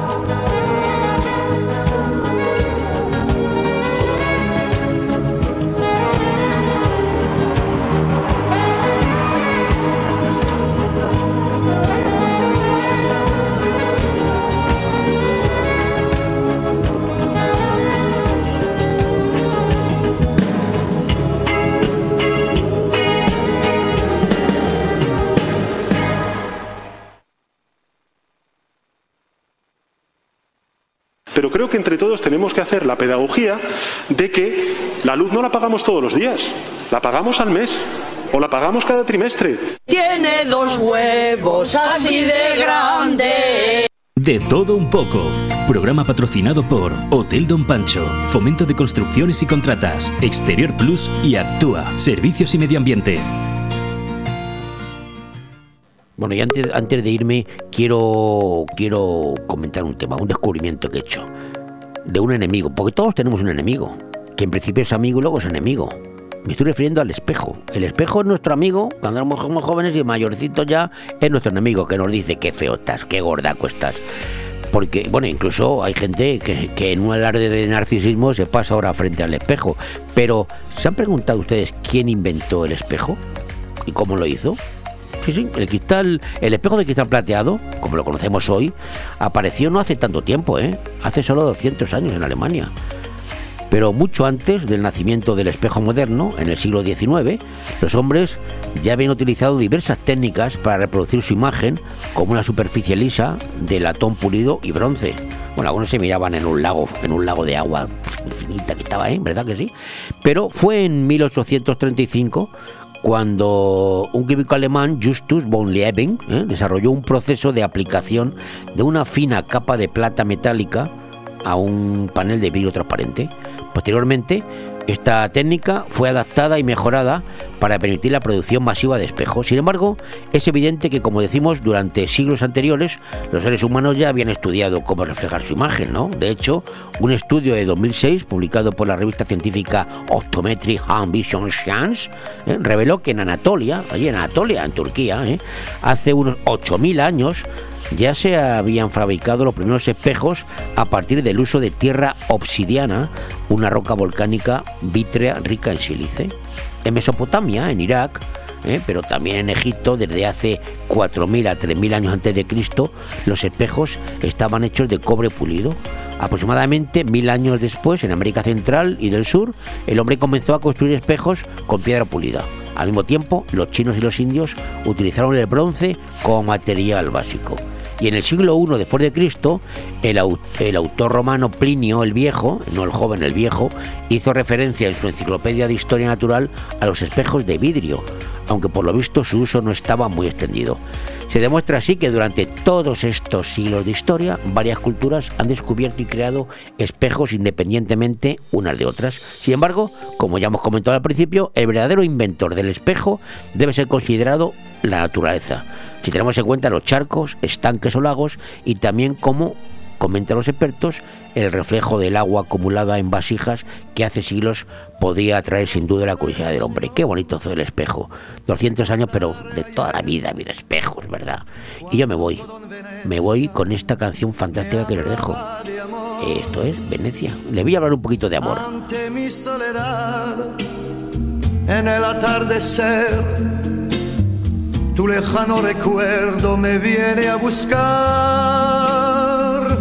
yo creo que entre todos tenemos que hacer la pedagogía de que la luz no la pagamos todos los días, la pagamos al mes o la pagamos cada trimestre. Tiene dos huevos así de grandes. De todo un poco. Programa patrocinado por Hotel Don Pancho, Fomento de Construcciones y Contratas, Exterior Plus y Actúa, Servicios y Medio Ambiente. Bueno, y antes, antes de irme, quiero, quiero comentar un tema, un descubrimiento que he hecho de un enemigo, porque todos tenemos un enemigo, que en principio es amigo y luego es enemigo. Me estoy refiriendo al espejo. El espejo es nuestro amigo cuando éramos jóvenes y mayorcitos ya es nuestro enemigo, que nos dice qué feo estás, qué gordaco estás. Porque, bueno, incluso hay gente que, que en un alarde de narcisismo se pasa ahora frente al espejo. Pero, ¿se han preguntado ustedes quién inventó el espejo? ¿Y cómo lo hizo? Sí, sí, el cristal, el espejo de cristal plateado, como lo conocemos hoy, apareció no hace tanto tiempo, ¿eh? Hace solo doscientos años en Alemania. Pero mucho antes del nacimiento del espejo moderno, en el siglo diecinueve, los hombres ya habían utilizado diversas técnicas para reproducir su imagen, como una superficie lisa de latón pulido y bronce. Bueno, algunos se miraban en un lago, en un lago de agua infinita que estaba ahí, ¿verdad que sí? Pero fue en mil ochocientos treinta y cinco cuando un químico alemán, Justus von Liebig, ¿eh? desarrolló un proceso de aplicación de una fina capa de plata metálica a un panel de vidrio transparente. Posteriormente, esta técnica fue adaptada y mejorada para permitir la producción masiva de espejos. Sin embargo, es evidente que, como decimos, durante siglos anteriores, los seres humanos ya habían estudiado cómo reflejar su imagen, ¿no? De hecho, un estudio de dos mil seis, publicado por la revista científica Optometry and Vision Science, ¿eh? reveló que en Anatolia, allí en Anatolia, en Turquía, ¿eh? hace unos ocho mil años, ya se habían fabricado los primeros espejos a partir del uso de tierra obsidiana, una roca volcánica vítrea rica en sílice. En Mesopotamia, en Irak, ¿eh? pero también en Egipto, desde hace cuatro mil a tres mil años antes de Cristo, los espejos estaban hechos de cobre pulido. Aproximadamente mil años después, en América Central y del Sur, el hombre comenzó a construir espejos con piedra pulida. Al mismo tiempo, los chinos y los indios utilizaron el bronce como material básico. Y en el siglo primero después de Cristo, el, aut- el autor romano Plinio el Viejo, no el joven, el viejo, hizo referencia en su enciclopedia de historia natural a los espejos de vidrio, aunque por lo visto su uso no estaba muy extendido. Se demuestra así que durante todos estos siglos de historia, varias culturas han descubierto y creado espejos independientemente unas de otras. Sin embargo, como ya hemos comentado al principio, el verdadero inventor del espejo debe ser considerado la naturaleza, si tenemos en cuenta los charcos, estanques o lagos, y también, como comentan los expertos, el reflejo del agua acumulada en vasijas que hace siglos podía atraer sin duda la curiosidad del hombre. Qué bonito fue el espejo. doscientos años, pero de toda la vida ha habido espejos, ¿verdad? Y yo me voy, me voy con esta canción fantástica que les dejo. Esto es Venecia. Les voy a hablar un poquito de amor. Ante mi soledad, en el atardecer, tu lejano recuerdo me viene a buscar.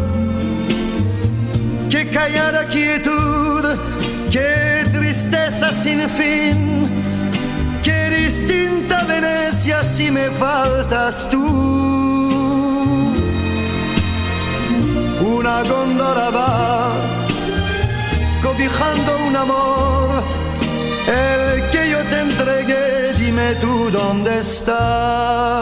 Qué callada quietud, qué tristeza sin fin, qué distinta Venecia si me faltas tú. Una góndola va cobijando un amor, el que yo te entregué, dime tú dónde está.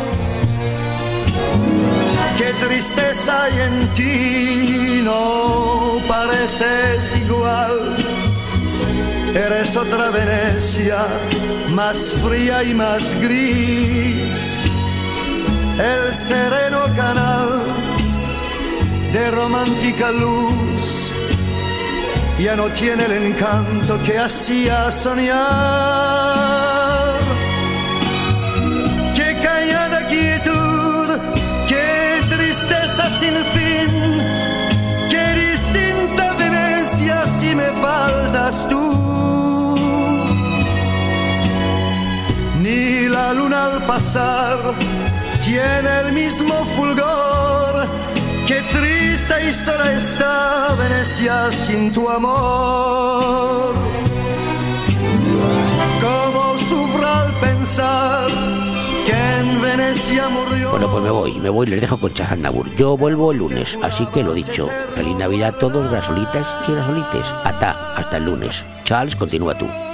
Qué tristeza hay en ti, no pareces igual. Eres otra Venecia, más fría y más gris. El sereno canal de romántica luz ya no tiene el encanto que hacía soñar. Qué callada quietud, qué tristeza sin fin, qué distinta Venecia si me faltas tú. Ni la luna al pasar tiene el mismo fulgor. Qué triste y sola está Venecia sin tu amor. Cómo sufro al pensar que en Venecia Rusia murió. Bueno, pues me voy, me voy, les dejo con Chahal Nabur. Yo vuelvo el lunes, así que lo dicho. Feliz Navidad a todos, grasolitas y grasolites. Ata, hasta el lunes. Charles, continúa tú.